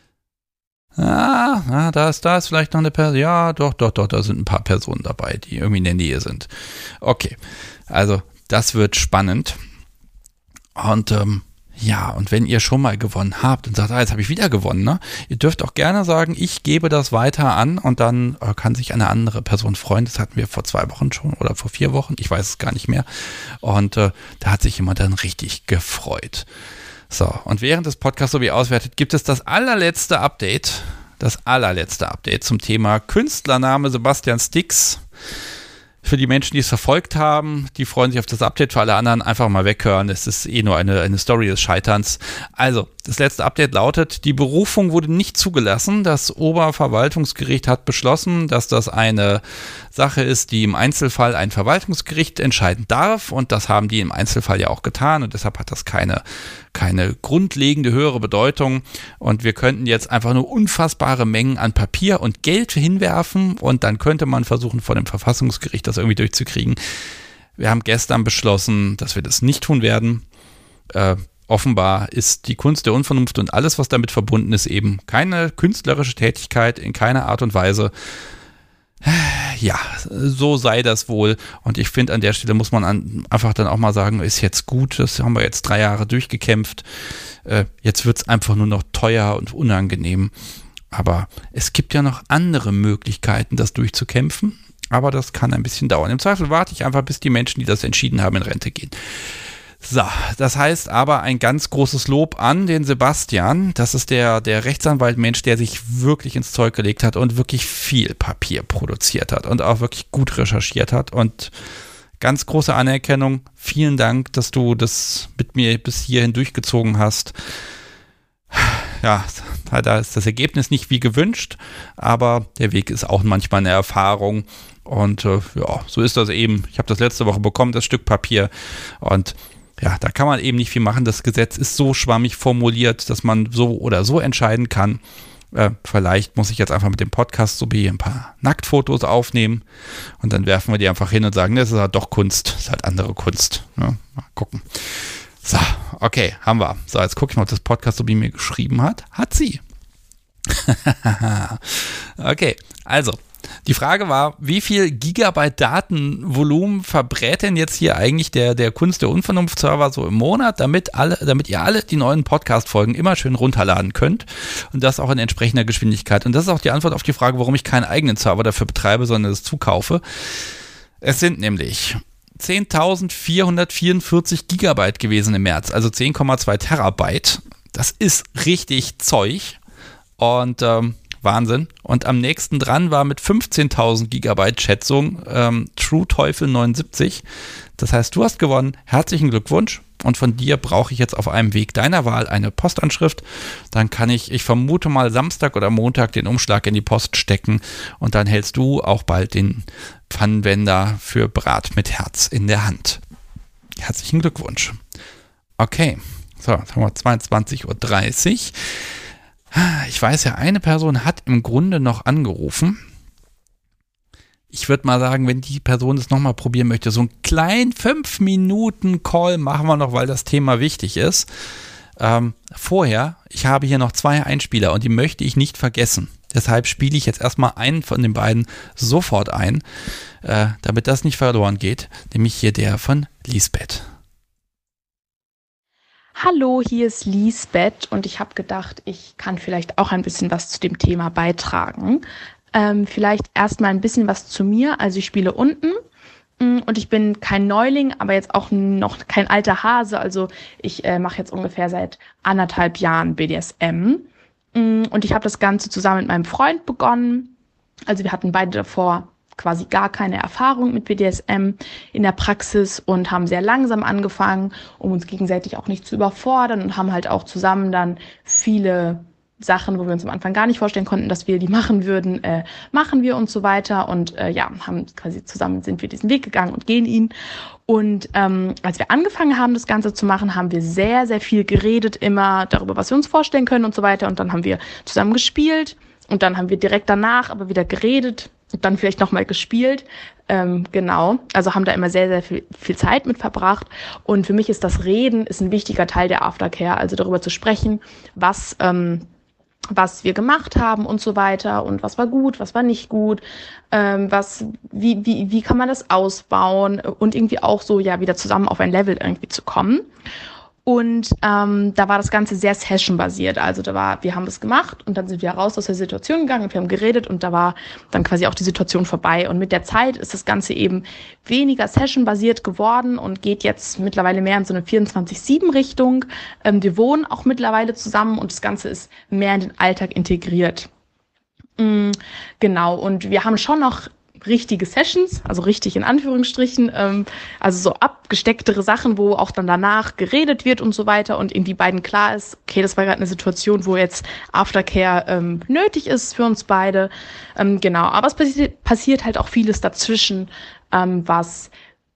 Ah, ah, da ist, da ist vielleicht noch eine Person. Ja, doch, doch, doch, da sind ein paar Personen dabei, die irgendwie in der Nähe sind. Okay, also das wird spannend. Und ähm, ja, und wenn ihr schon mal gewonnen habt und sagt, ah, jetzt habe ich wieder gewonnen, ne? Ihr dürft auch gerne sagen, ich gebe das weiter an und dann äh, kann sich eine andere Person freuen. Das hatten wir vor zwei Wochen schon oder vor vier Wochen, ich weiß es gar nicht mehr. Und äh, da hat sich jemand dann richtig gefreut. So, und während des Podcasts so wie auswertet, gibt es das allerletzte Update, das allerletzte Update zum Thema Künstlername Sebastian Stix. Für die Menschen, die es verfolgt haben, die freuen sich auf das Update. Für alle anderen einfach mal weghören. Es ist eh nur eine, eine Story des Scheiterns. Also, das letzte Update lautet, die Berufung wurde nicht zugelassen. Das Oberverwaltungsgericht hat beschlossen, dass das eine Sache ist, die im Einzelfall ein Verwaltungsgericht entscheiden darf. Und das haben die im Einzelfall ja auch getan. Und deshalb hat das keine, keine grundlegende höhere Bedeutung. Und wir könnten jetzt einfach nur unfassbare Mengen an Papier und Geld hinwerfen. Und dann könnte man versuchen, vor dem Verfassungsgericht das irgendwie durchzukriegen. Wir haben gestern beschlossen, dass wir das nicht tun werden. Äh, offenbar ist die Kunst der Unvernunft und alles, was damit verbunden ist, eben keine künstlerische Tätigkeit in keiner Art und Weise. Ja, so sei das wohl. Und ich finde, an der Stelle muss man an, einfach dann auch mal sagen, ist jetzt gut, das haben wir jetzt drei Jahre durchgekämpft. Äh, jetzt wird es einfach nur noch teuer und unangenehm. Aber es gibt ja noch andere Möglichkeiten, das durchzukämpfen. Aber das kann ein bisschen dauern. Im Zweifel warte ich einfach, bis die Menschen, die das entschieden haben, in Rente gehen. So, das heißt aber ein ganz großes Lob an den Sebastian. Das ist der, der Rechtsanwalt-Mensch, der sich wirklich ins Zeug gelegt hat und wirklich viel Papier produziert hat und auch wirklich gut recherchiert hat. Und ganz große Anerkennung. Vielen Dank, dass du das mit mir bis hierhin durchgezogen hast. Ja, da ist das Ergebnis nicht wie gewünscht, aber der Weg ist auch manchmal eine Erfahrung. Und äh, ja, so ist das eben. Ich habe das letzte Woche bekommen, das Stück Papier. Und ja, da kann man eben nicht viel machen. Das Gesetz ist so schwammig formuliert, dass man so oder so entscheiden kann. Äh, vielleicht muss ich jetzt einfach mit dem Podcast so wie ein paar Nacktfotos aufnehmen. Und dann werfen wir die einfach hin und sagen, das ist halt doch Kunst. Das ist halt andere Kunst. Ja, mal gucken. So, okay, haben wir. So, jetzt gucke ich mal, ob das Podcast so wie mir geschrieben hat. Hat sie. Okay, also. Die Frage war, wie viel Gigabyte Datenvolumen verbrät denn jetzt hier eigentlich der, der Kunst der Unvernunft-Server so im Monat, damit alle, damit ihr alle die neuen Podcast-Folgen immer schön runterladen könnt und das auch in entsprechender Geschwindigkeit. Und das ist auch die Antwort auf die Frage, warum ich keinen eigenen Server dafür betreibe, sondern es zukaufe. Es sind nämlich zehntausendvierhundertvierundvierzig Gigabyte gewesen im März, also zehn Komma zwei Terabyte. das ist richtig Zeug und ähm, Wahnsinn. Und am nächsten dran war mit fünfzehntausend Gigabyte Schätzung ähm, True Teufel neunundsiebzig. Das heißt, du hast gewonnen. Herzlichen Glückwunsch. Und von dir brauche ich jetzt auf einem Weg deiner Wahl eine Postanschrift. Dann kann ich, ich vermute mal, Samstag oder Montag den Umschlag in die Post stecken. Und dann hältst du auch bald den Pfannenwender für Brat mit Herz in der Hand. Herzlichen Glückwunsch. Okay, so, jetzt haben wir zweiundzwanzig Uhr dreißig. Ich weiß ja, eine Person hat im Grunde noch angerufen. Ich würde mal sagen, wenn die Person es nochmal probieren möchte, so einen kleinen fünf Minuten Call machen wir noch, weil das Thema wichtig ist. Ähm, vorher, ich habe hier noch zwei Einspieler und die möchte ich nicht vergessen. Deshalb spiele ich jetzt erstmal einen von den beiden sofort ein, äh, damit das nicht verloren geht, nämlich hier der von Lisbeth. Hallo, hier ist Lisbeth und ich habe gedacht, ich kann vielleicht auch ein bisschen was zu dem Thema beitragen. Ähm, vielleicht erstmal ein bisschen was zu mir. Also ich spiele unten und ich bin kein Neuling, aber jetzt auch noch kein alter Hase. Also ich äh, mache jetzt ungefähr seit anderthalb Jahren B D S M und ich habe das Ganze zusammen mit meinem Freund begonnen. Also wir hatten beide davor quasi gar keine Erfahrung mit B D S M in der Praxis und haben sehr langsam angefangen, um uns gegenseitig auch nicht zu überfordern und haben halt auch zusammen dann viele Sachen, wo wir uns am Anfang gar nicht vorstellen konnten, dass wir die machen würden, äh, machen wir und so weiter und äh, ja, haben quasi zusammen sind wir diesen Weg gegangen und gehen ihn. Und ähm, als wir angefangen haben, das Ganze zu machen, haben wir sehr, sehr viel geredet, immer darüber, was wir uns vorstellen können und so weiter und dann haben wir zusammen gespielt und dann haben wir direkt danach aber wieder geredet und dann vielleicht nochmal gespielt. Ähm, genau, also haben da immer sehr, sehr viel, viel Zeit mit verbracht. Und für mich ist das Reden ist ein wichtiger Teil der Aftercare, also darüber zu sprechen, was ähm, was wir gemacht haben und so weiter und was war gut, was war nicht gut, ähm, was, wie, wie, wie kann man das ausbauen und irgendwie auch so ja wieder zusammen auf ein Level irgendwie zu kommen. Und ähm, da war das Ganze sehr session-basiert. Also da war, wir haben das gemacht und dann sind wir raus aus der Situation gegangen und wir haben geredet und da war dann quasi auch die Situation vorbei. Und mit der Zeit ist das Ganze eben weniger session-basiert geworden und geht jetzt mittlerweile mehr in so eine vierundzwanzig sieben Richtung. Ähm, wir wohnen auch mittlerweile zusammen und das Ganze ist mehr in den Alltag integriert. Mhm, genau, und wir haben schon noch richtige Sessions, also richtig in Anführungsstrichen, ähm, also so abgestecktere Sachen, wo auch dann danach geredet wird und so weiter und irgendwie beiden klar ist, okay, das war gerade eine Situation, wo jetzt Aftercare ähm, nötig ist für uns beide, ähm, genau, aber es passi- passiert halt auch vieles dazwischen, ähm, was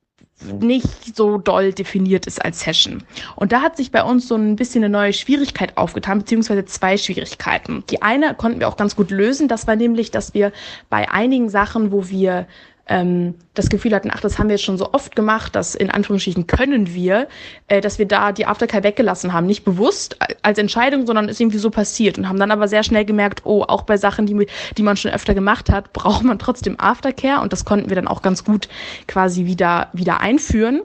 nicht so doll definiert ist als Session. Und da hat sich bei uns so ein bisschen eine neue Schwierigkeit aufgetan, beziehungsweise zwei Schwierigkeiten. Die eine konnten wir auch ganz gut lösen, das war nämlich, dass wir bei einigen Sachen, wo wir ähm, das Gefühl hatten, ach, das haben wir jetzt schon so oft gemacht, das in Anführungsstrichen können wir, äh, dass wir da die Aftercare weggelassen haben. Nicht bewusst als Entscheidung, sondern ist irgendwie so passiert und haben dann aber sehr schnell gemerkt, oh, auch bei Sachen, die, die man schon öfter gemacht hat, braucht man trotzdem Aftercare und das konnten wir dann auch ganz gut quasi wieder, wieder einführen.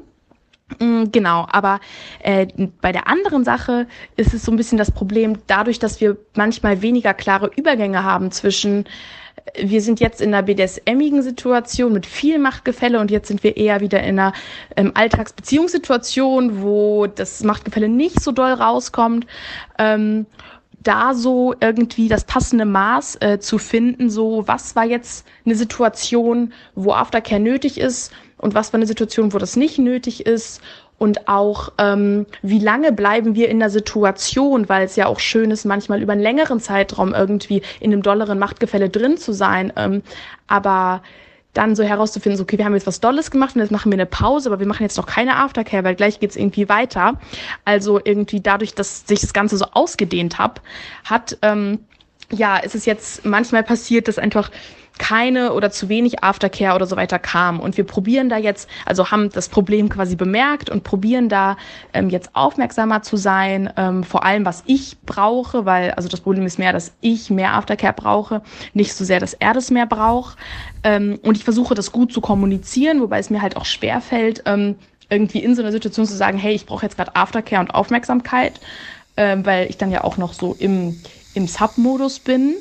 Genau, aber äh, bei der anderen Sache ist es so ein bisschen das Problem, dadurch, dass wir manchmal weniger klare Übergänge haben zwischen wir sind jetzt in einer B D S M-igen Situation mit viel Machtgefälle und jetzt sind wir eher wieder in einer ähm, Alltagsbeziehungssituation, wo das Machtgefälle nicht so doll rauskommt. Ähm, da so irgendwie das passende Maß äh, zu finden, so was war jetzt eine Situation, wo Aftercare nötig ist und was war eine Situation, wo das nicht nötig ist. Und auch, ähm, wie lange bleiben wir in der Situation, weil es ja auch schön ist, manchmal über einen längeren Zeitraum irgendwie in einem dolleren Machtgefälle drin zu sein. Ähm, aber dann so herauszufinden, so, okay, wir haben jetzt was Dolles gemacht und jetzt machen wir eine Pause, aber wir machen jetzt noch keine Aftercare, weil gleich geht's irgendwie weiter. Also irgendwie dadurch, dass sich das Ganze so ausgedehnt hat, hat ähm, ja, ist es jetzt manchmal passiert, dass einfach keine oder zu wenig Aftercare oder so weiter kam. Und wir probieren da jetzt, also haben das Problem quasi bemerkt und probieren da ähm, jetzt aufmerksamer zu sein, ähm, vor allem was ich brauche, weil also das Problem ist mehr, dass ich mehr Aftercare brauche, nicht so sehr, dass er das mehr braucht. Ähm, und ich versuche das gut zu kommunizieren, wobei es mir halt auch schwerfällt, ähm, irgendwie in so einer Situation zu sagen, hey, ich brauche jetzt gerade Aftercare und Aufmerksamkeit, ähm, weil ich dann ja auch noch so im, im Sub-Modus bin.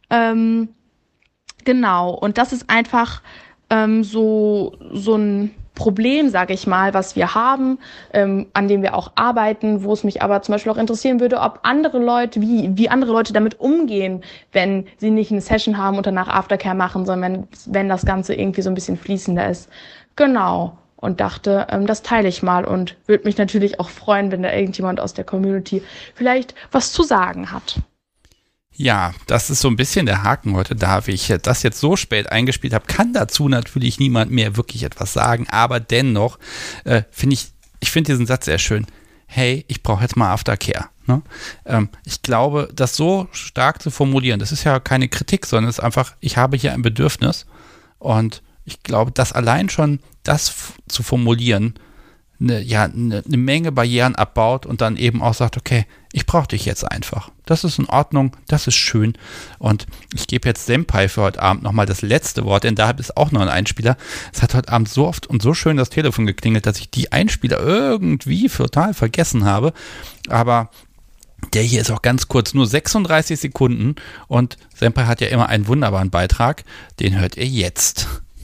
Ähm, Genau, und das ist einfach ähm, so, so ein Problem, sage ich mal, was wir haben, ähm, an dem wir auch arbeiten, wo es mich aber zum Beispiel auch interessieren würde, ob andere Leute, wie, wie andere Leute damit umgehen, wenn sie nicht eine Session haben und danach Aftercare machen, sondern wenn, wenn das Ganze irgendwie so ein bisschen fließender ist. Genau. Und dachte, ähm, das teile ich mal und würde mich natürlich auch freuen, wenn da irgendjemand aus der Community vielleicht was zu sagen hat. Ja, das ist so ein bisschen der Haken heute, da ich das jetzt so spät eingespielt habe, kann dazu natürlich niemand mehr wirklich etwas sagen, aber dennoch äh, finde ich, ich finde diesen Satz sehr schön. Hey, ich brauche jetzt mal Aftercare. Ne? Ähm, ich glaube, das so stark zu formulieren, das ist ja keine Kritik, sondern es ist einfach, ich habe hier ein Bedürfnis und ich glaube, dass allein schon das f- zu formulieren, eine, ja, eine, eine Menge Barrieren abbaut und dann eben auch sagt, okay, ich brauche dich jetzt einfach. Das ist in Ordnung, das ist schön. Und ich gebe jetzt Senpai für heute Abend nochmal das letzte Wort, denn da ist auch noch ein Einspieler. Es hat heute Abend so oft und so schön das Telefon geklingelt, dass ich die Einspieler irgendwie total vergessen habe. Aber der hier ist auch ganz kurz, nur sechsunddreißig Sekunden und Senpai hat ja immer einen wunderbaren Beitrag. Den hört ihr jetzt.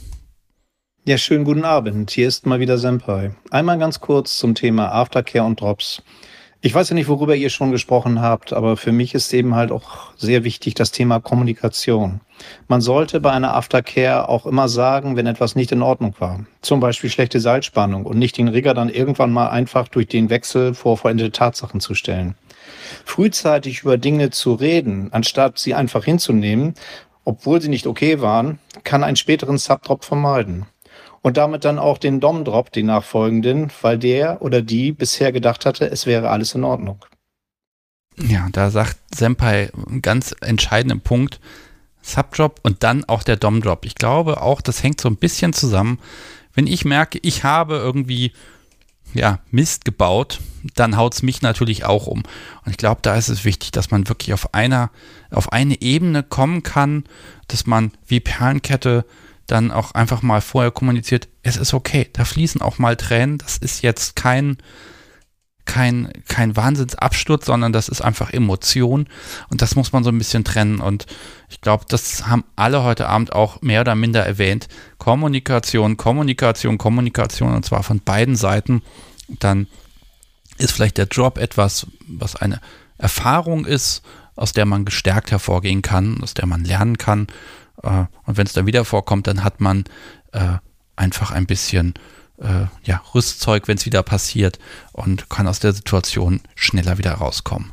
Ja, schönen guten Abend. Hier ist mal wieder Senpai. Einmal ganz kurz zum Thema Aftercare und Drops. Ich weiß ja nicht, worüber ihr schon gesprochen habt, aber für mich ist eben halt auch sehr wichtig das Thema Kommunikation. Man sollte bei einer Aftercare auch immer sagen, wenn etwas nicht in Ordnung war. Zum Beispiel schlechte Seilspannung und nicht den Rigger dann irgendwann mal einfach durch den Wechsel vor vollendete Tatsachen zu stellen. Frühzeitig über Dinge zu reden, anstatt sie einfach hinzunehmen, obwohl sie nicht okay waren, kann einen späteren Subdrop vermeiden. Und damit dann auch den Dom-Drop, den nachfolgenden, weil der oder die bisher gedacht hatte, es wäre alles in Ordnung. Ja, da sagt Senpai einen ganz entscheidenden Punkt, Subdrop und dann auch der Dom-Drop. Ich glaube auch, das hängt so ein bisschen zusammen. Wenn ich merke, ich habe irgendwie ja, Mist gebaut, dann haut es mich natürlich auch um. Und ich glaube, da ist es wichtig, dass man wirklich auf einer, auf eine Ebene kommen kann, dass man wie Perlenkette dann auch einfach mal vorher kommuniziert, es ist okay, da fließen auch mal Tränen, das ist jetzt kein, kein, kein Wahnsinnsabsturz, sondern das ist einfach Emotion und das muss man so ein bisschen trennen und ich glaube, das haben alle heute Abend auch mehr oder minder erwähnt, Kommunikation, Kommunikation, Kommunikation und zwar von beiden Seiten, dann ist vielleicht der Drop etwas, was eine Erfahrung ist, aus der man gestärkt hervorgehen kann, aus der man lernen kann. Und wenn es dann wieder vorkommt, dann hat man äh, einfach ein bisschen äh, ja, Rüstzeug, wenn es wieder passiert und kann aus der Situation schneller wieder rauskommen.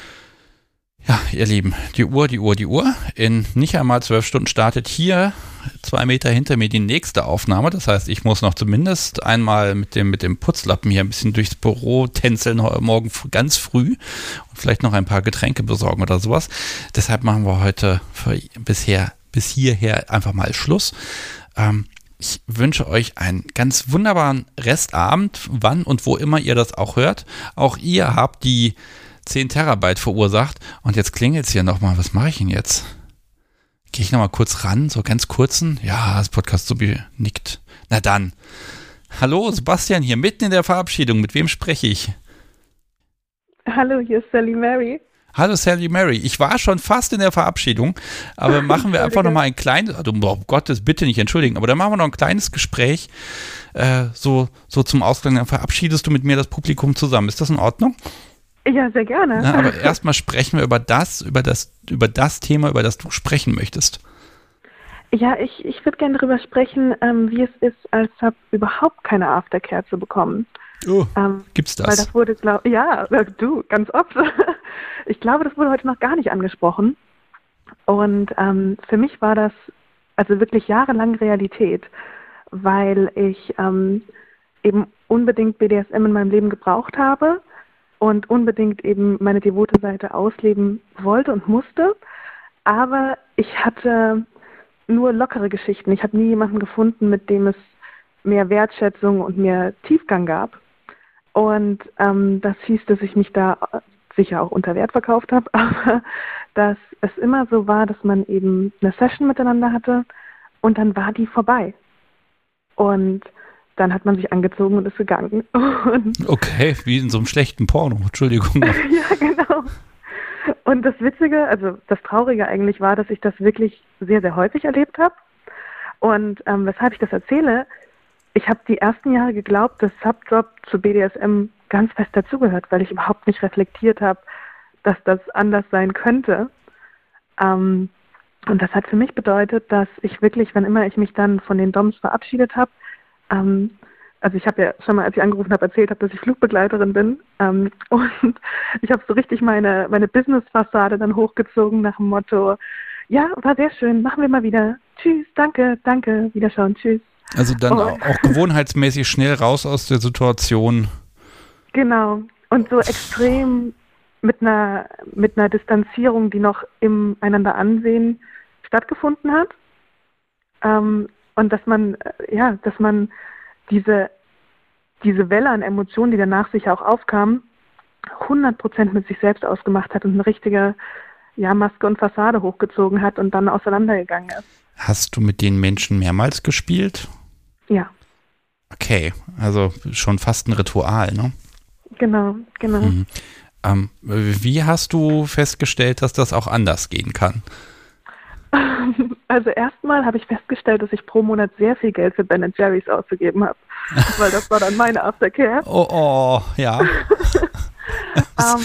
Ja, ihr Lieben, die Uhr, die Uhr, die Uhr. In nicht einmal zwölf Stunden startet hier zwei Meter hinter mir die nächste Aufnahme. Das heißt, ich muss noch zumindest einmal mit dem, mit dem Putzlappen hier ein bisschen durchs Büro tänzeln, morgen ganz früh und vielleicht noch ein paar Getränke besorgen oder sowas. Deshalb machen wir heute für bisher bis hierher einfach mal Schluss. Ähm, ich wünsche euch einen ganz wunderbaren Restabend, wann und wo immer ihr das auch hört. Auch ihr habt die zehn Terabyte verursacht. Und jetzt klingelt es hier nochmal. Was mache ich denn jetzt? Gehe ich nochmal kurz ran, so ganz kurzen? Ja, das Podcast so nickt. Na dann. Hallo, Sebastian hier, mitten in der Verabschiedung. Mit wem spreche ich? Hallo, hier ist Sally Mary. Hallo Sally Mary, ich war schon fast in der Verabschiedung, aber machen wir einfach nochmal ein kleines, also, um Gottes bitte nicht entschuldigen, aber dann machen wir noch ein kleines Gespräch, äh, so, so zum Ausgang, dann verabschiedest du mit mir das Publikum zusammen. Ist das in Ordnung? Ja, sehr gerne. Na, aber erstmal sprechen wir über das, über das, über das Thema, über das du sprechen möchtest. Ja, ich, ich würde gerne darüber sprechen, ähm, wie es ist, als Sub überhaupt keine Aftercare zu bekommen. Oh, ähm, gibt's das? Weil das wurde, glaub, ja, du, ganz oft. Ich glaube, das wurde heute noch gar nicht angesprochen. Und ähm, für mich war das also wirklich jahrelang Realität, weil ich ähm, eben unbedingt B D S M in meinem Leben gebraucht habe und unbedingt eben meine devote Seite ausleben wollte und musste. Aber ich hatte nur lockere Geschichten. Ich habe nie jemanden gefunden, mit dem es mehr Wertschätzung und mehr Tiefgang gab. Und ähm, das hieß, dass ich mich da sicher auch unter Wert verkauft habe, aber dass es immer so war, dass man eben eine Session miteinander hatte und dann war die vorbei. Und dann hat man sich angezogen und ist gegangen. Und okay, wie in so einem schlechten Porno, Entschuldigung. Ja, genau. Und das Witzige, also das Traurige eigentlich war, dass ich das wirklich sehr, sehr häufig erlebt habe. Und ähm, weshalb ich das erzähle, ich habe die ersten Jahre geglaubt, dass Subdrop zu B D S M ganz fest dazugehört, weil ich überhaupt nicht reflektiert habe, dass das anders sein könnte. Ähm, und das hat für mich bedeutet, dass ich wirklich, wann immer ich mich dann von den Doms verabschiedet habe, ähm, also ich habe ja schon mal, als ich angerufen habe, erzählt habe, dass ich Flugbegleiterin bin. Ähm, und ich habe so richtig meine, meine Business-Fassade dann hochgezogen nach dem Motto, ja, war sehr schön, machen wir mal wieder. Tschüss, danke, danke, Wiederschauen, tschüss. Also dann und, auch, auch gewohnheitsmäßig schnell raus aus der Situation. Genau. Und so extrem mit einer, mit einer Distanzierung, die noch im einander Ansehen stattgefunden hat. Ähm, und dass man, ja, dass man diese, diese Welle an Emotionen, die danach sicher auch aufkam, hundert Prozent mit sich selbst ausgemacht hat und eine richtige, ja, Maske und Fassade hochgezogen hat und dann auseinandergegangen ist. Hast du mit den Menschen mehrmals gespielt? Ja. Okay, also schon fast ein Ritual, ne? Genau, genau. Mhm. Ähm, wie hast du festgestellt, dass das auch anders gehen kann? Also erstmal habe ich festgestellt, dass ich pro Monat sehr viel Geld für Ben and Jerry's ausgegeben habe, weil das war dann meine Aftercare. Oh, oh, ja. um,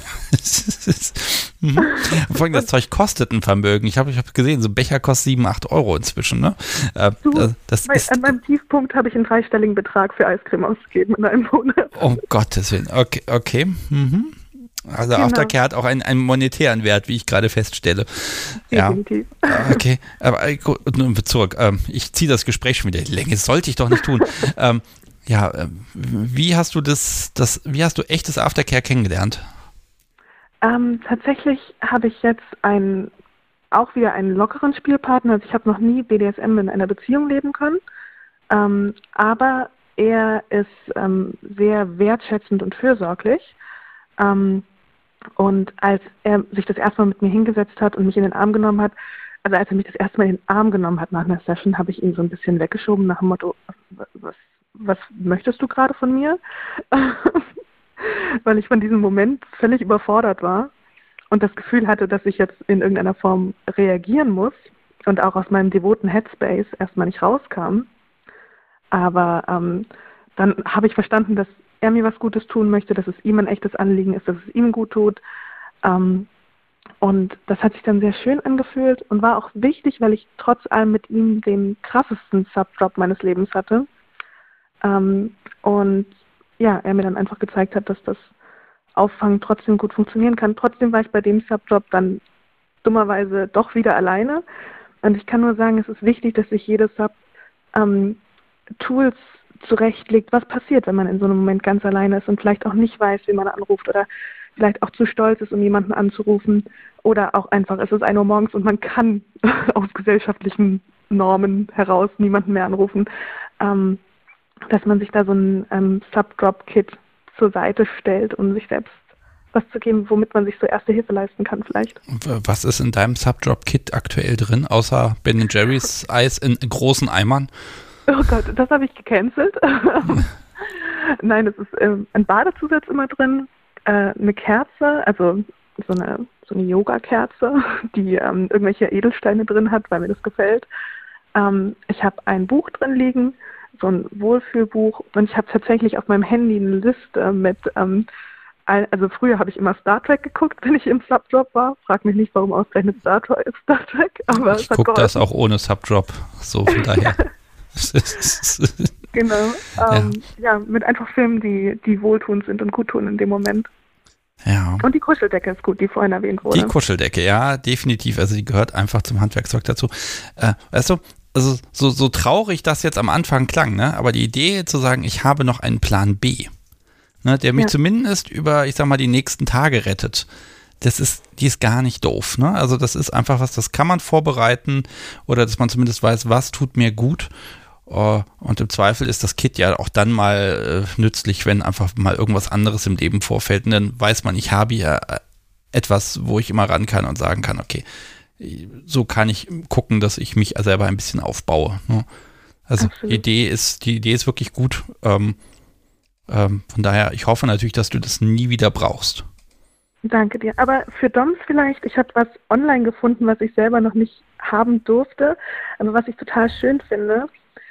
mhm. Vor allem das Zeug kostet ein Vermögen. Ich habe ich hab gesehen, so ein Becher kostet sieben, acht Euro inzwischen. Ne? Äh, du, das, das mein, ist, an meinem Tiefpunkt habe ich einen dreistelligen Betrag für Eiscreme ausgegeben in einem Monat. Um Gottes Willen. Okay, okay. Mhm. Also genau. Aftercare hat auch einen, einen monetären Wert, wie ich gerade feststelle. Definitiv. Ja. Okay, aber gut, zurück. Ich ziehe das Gespräch schon wieder in die Länge. Das sollte ich doch nicht tun. ähm, ja, wie hast du das, das, wie hast du echtes Aftercare kennengelernt? Ähm, tatsächlich habe ich jetzt einen, auch wieder einen lockeren Spielpartner. Also ich habe noch nie B D S M in einer Beziehung leben können. Ähm, aber er ist ähm, sehr wertschätzend und fürsorglich. Ähm, und als er sich das erste Mal mit mir hingesetzt hat und mich in den Arm genommen hat, also als er mich das erste Mal in den Arm genommen hat nach einer Session, habe ich ihn so ein bisschen weggeschoben nach dem Motto, was, was möchtest du gerade von mir? Weil ich von diesem Moment völlig überfordert war und das Gefühl hatte, dass ich jetzt in irgendeiner Form reagieren muss und auch aus meinem devoten Headspace erstmal nicht rauskam. Aber ähm, dann habe ich verstanden, dass er mir was Gutes tun möchte, dass es ihm ein echtes Anliegen ist, dass es ihm gut tut. Ähm, und das hat sich dann sehr schön angefühlt und war auch wichtig, weil ich trotz allem mit ihm den krassesten Subdrop meines Lebens hatte. Ähm, und ja, er mir dann einfach gezeigt hat, dass das Auffangen trotzdem gut funktionieren kann. Trotzdem war ich bei dem Subdrop dann dummerweise doch wieder alleine. Und ich kann nur sagen, es ist wichtig, dass sich jedes Sub ähm, Tools zurechtlegt, was passiert, wenn man in so einem Moment ganz alleine ist und vielleicht auch nicht weiß, wie man anruft oder vielleicht auch zu stolz ist, um jemanden anzurufen oder auch einfach, es ist ein Uhr morgens und man kann aus gesellschaftlichen Normen heraus niemanden mehr anrufen, ähm, dass man sich da so ein ähm, Subdrop-Kit zur Seite stellt, um sich selbst was zu geben, womit man sich so erste Hilfe leisten kann vielleicht. Was ist in deinem Subdrop-Kit aktuell drin, außer Ben and Jerry's Eis in großen Eimern? Oh Gott, das habe ich gecancelt. Nein, es ist ähm, ein Badezusatz immer drin, äh, eine Kerze, also so eine, so eine Yoga-Kerze, die ähm, irgendwelche Edelsteine drin hat, weil mir das gefällt. Ähm, ich habe ein Buch drin liegen, so ein Wohlfühlbuch, und ich habe tatsächlich auf meinem Handy eine Liste mit, ähm, ein, also früher habe ich immer Star Trek geguckt, wenn ich im Subdrop war. Frag mich nicht, warum ausgerechnet Star Trek, Star Trek, aber ich gucke das auch ohne Subdrop, so von daher. Genau, ähm, ja. ja, mit einfach Filmen, die, die wohltuend sind und gut tun in dem Moment. Ja. Und die Kuscheldecke ist gut, die vorhin erwähnt wurde. Die Kuscheldecke, ja, definitiv. Also die gehört einfach zum Handwerkszeug dazu. Äh, weißt du, also so, so traurig das jetzt am Anfang klang, ne? Aber die Idee zu sagen, ich habe noch einen Plan B, ne, der mich ja. zumindest über, ich sag mal, die nächsten Tage rettet. Das ist, die ist gar nicht doof, ne? Also das ist einfach was, das kann man vorbereiten oder dass man zumindest weiß, was tut mir gut. Uh, und im Zweifel ist das Kit ja auch dann mal äh, nützlich, wenn einfach mal irgendwas anderes im Leben vorfällt. Und dann weiß man, ich habe ja äh, etwas, wo ich immer ran kann und sagen kann, okay, so kann ich gucken, dass ich mich selber ein bisschen aufbaue. Ne? Also die Idee ist, die Idee ist wirklich gut. Ähm, ähm, von daher, ich hoffe natürlich, dass du das nie wieder brauchst. Danke dir. Aber für Doms vielleicht, ich habe was online gefunden, was ich selber noch nicht haben durfte, aber was ich total schön finde.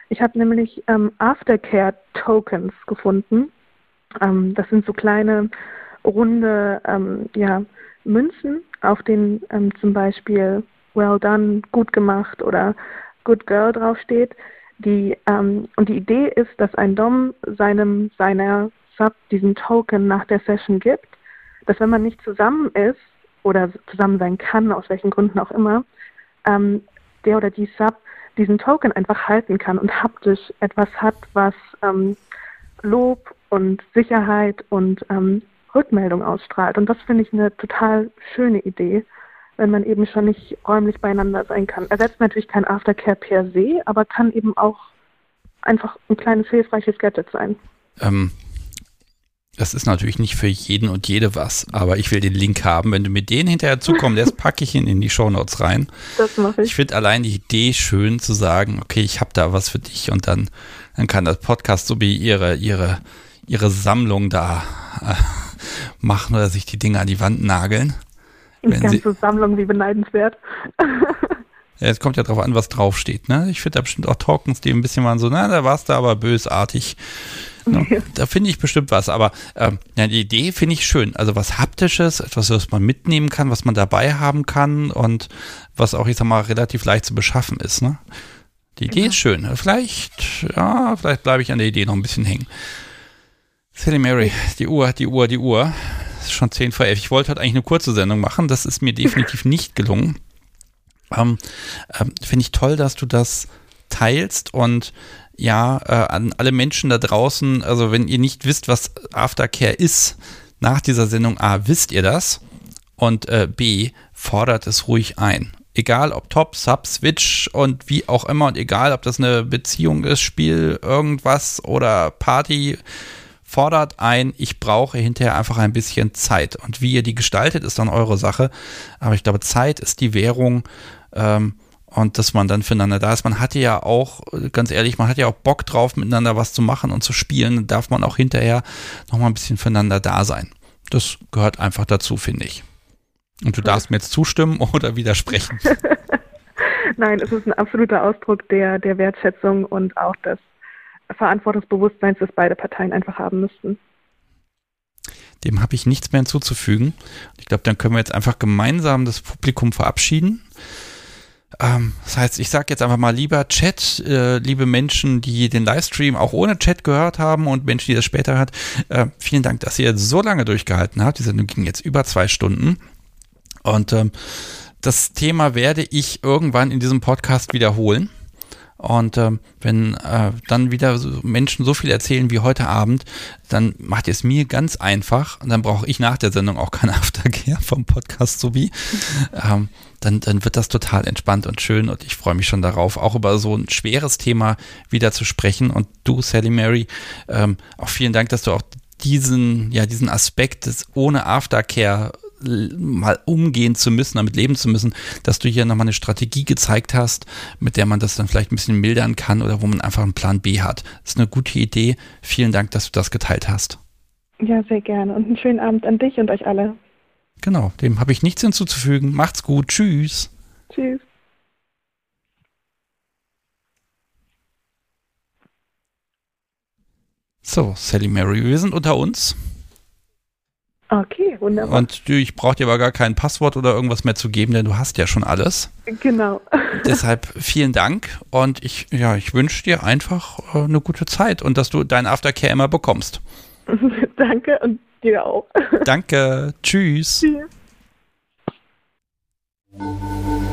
Ich habe nämlich ähm, Aftercare-Tokens gefunden. Ähm, das sind so kleine, runde ähm, ja, Münzen, auf denen ähm, zum Beispiel well done, gut gemacht oder good girl draufsteht. Die, ähm, und die Idee ist, dass ein Dom seinem, seiner Sub diesen Token nach der Session gibt, dass wenn man nicht zusammen ist oder zusammen sein kann, aus welchen Gründen auch immer, ähm, der oder die Sub diesen Token einfach halten kann und haptisch etwas hat, was ähm, Lob und Sicherheit und ähm, Rückmeldung ausstrahlt. Und das finde ich eine total schöne Idee, wenn man eben schon nicht räumlich beieinander sein kann. Ersetzt natürlich kein Aftercare per se, aber kann eben auch einfach ein kleines hilfreiches Gadget sein. Ähm, das ist natürlich nicht für jeden und jede was, aber ich will den Link haben. Wenn du mir den hinterher zukommen lässt, packe ich ihn in die Shownotes rein. Das mache ich. Ich finde allein die Idee schön zu sagen, okay, ich habe da was für dich und dann, dann kann das Podcast so wie ihre, ihre, ihre Sammlung da äh, machen oder sich die Dinge an die Wand nageln. Die ganze Sammlung, wie beneidenswert. Ja, es kommt ja drauf an, was draufsteht. Ne? Ich finde da bestimmt auch Tokens, die ein bisschen waren so, na, da warst du aber bösartig. Ne? Ja. Da finde ich bestimmt was. Aber ähm, ja, die Idee finde ich schön. Also was Haptisches, etwas, was man mitnehmen kann, was man dabei haben kann und was auch, ich sag mal, relativ leicht zu beschaffen ist. Ne? Die Idee ja. ist schön. Vielleicht, ja, vielleicht bleibe ich an der Idee noch ein bisschen hängen. Sally Mary, die Uhr, die Uhr, die Uhr. Es ist schon zehn vor elf. Ich wollte heute eigentlich eine kurze Sendung machen. Das ist mir definitiv nicht gelungen. Ähm, ähm, finde ich toll, dass du das teilst und ja, äh, an alle Menschen da draußen, also wenn ihr nicht wisst, was Aftercare ist, nach dieser Sendung A, wisst ihr das und äh, B, fordert es ruhig ein. Egal ob Top, Sub, Switch und wie auch immer und egal ob das eine Beziehung ist, Spiel, irgendwas oder Party, fordert ein, ich brauche hinterher einfach ein bisschen Zeit. Und wie ihr die gestaltet, ist dann eure Sache. Aber ich glaube, Zeit ist die Währung ähm, und dass man dann füreinander da ist. Man hatte ja auch, ganz ehrlich, man hat ja auch Bock drauf, miteinander was zu machen und zu spielen. Dann darf man auch hinterher nochmal ein bisschen füreinander da sein. Das gehört einfach dazu, finde ich. Und du darfst mir jetzt zustimmen oder widersprechen. Nein, es ist ein absoluter Ausdruck der, der Wertschätzung und auch des Verantwortungsbewusstseins, das beide Parteien einfach haben müssten. Dem habe ich nichts mehr hinzuzufügen. Ich glaube, dann können wir jetzt einfach gemeinsam das Publikum verabschieden. Ähm, das heißt, ich sage jetzt einfach mal lieber Chat, äh, liebe Menschen, die den Livestream auch ohne Chat gehört haben und Menschen, die das später hört. Äh, vielen Dank, dass ihr so lange durchgehalten habt. Die Sendung ging jetzt über zwei Stunden. Und ähm, das Thema werde ich irgendwann in diesem Podcast wiederholen. Und ähm, wenn äh, dann wieder so Menschen so viel erzählen wie heute Abend, dann macht ihr es mir ganz einfach und dann brauche ich nach der Sendung auch kein Aftercare vom Podcast so wie. Ähm, dann, dann wird das total entspannt und schön und ich freue mich schon darauf, auch über so ein schweres Thema wieder zu sprechen. Und du, Sally Mary, ähm, auch vielen Dank, dass du auch diesen, ja, diesen Aspekt des ohne Aftercare mal umgehen zu müssen, damit leben zu müssen, dass du hier nochmal eine Strategie gezeigt hast, mit der man das dann vielleicht ein bisschen mildern kann oder wo man einfach einen Plan B hat. Das ist eine gute Idee. Vielen Dank, dass du das geteilt hast. Ja, sehr gerne. Und einen schönen Abend an dich und euch alle. Genau, dem habe ich nichts hinzuzufügen. Macht's gut. Tschüss. Tschüss. So, Sally Mary, wir sind unter uns. Okay, wunderbar. Und ich brauche dir aber gar kein Passwort oder irgendwas mehr zu geben, denn du hast ja schon alles. Genau. Deshalb vielen Dank und ich, ja, ich wünsche dir einfach äh, eine gute Zeit und dass du deinen Aftercare immer bekommst. Danke und dir auch. Danke. Tschüss. Tschüss.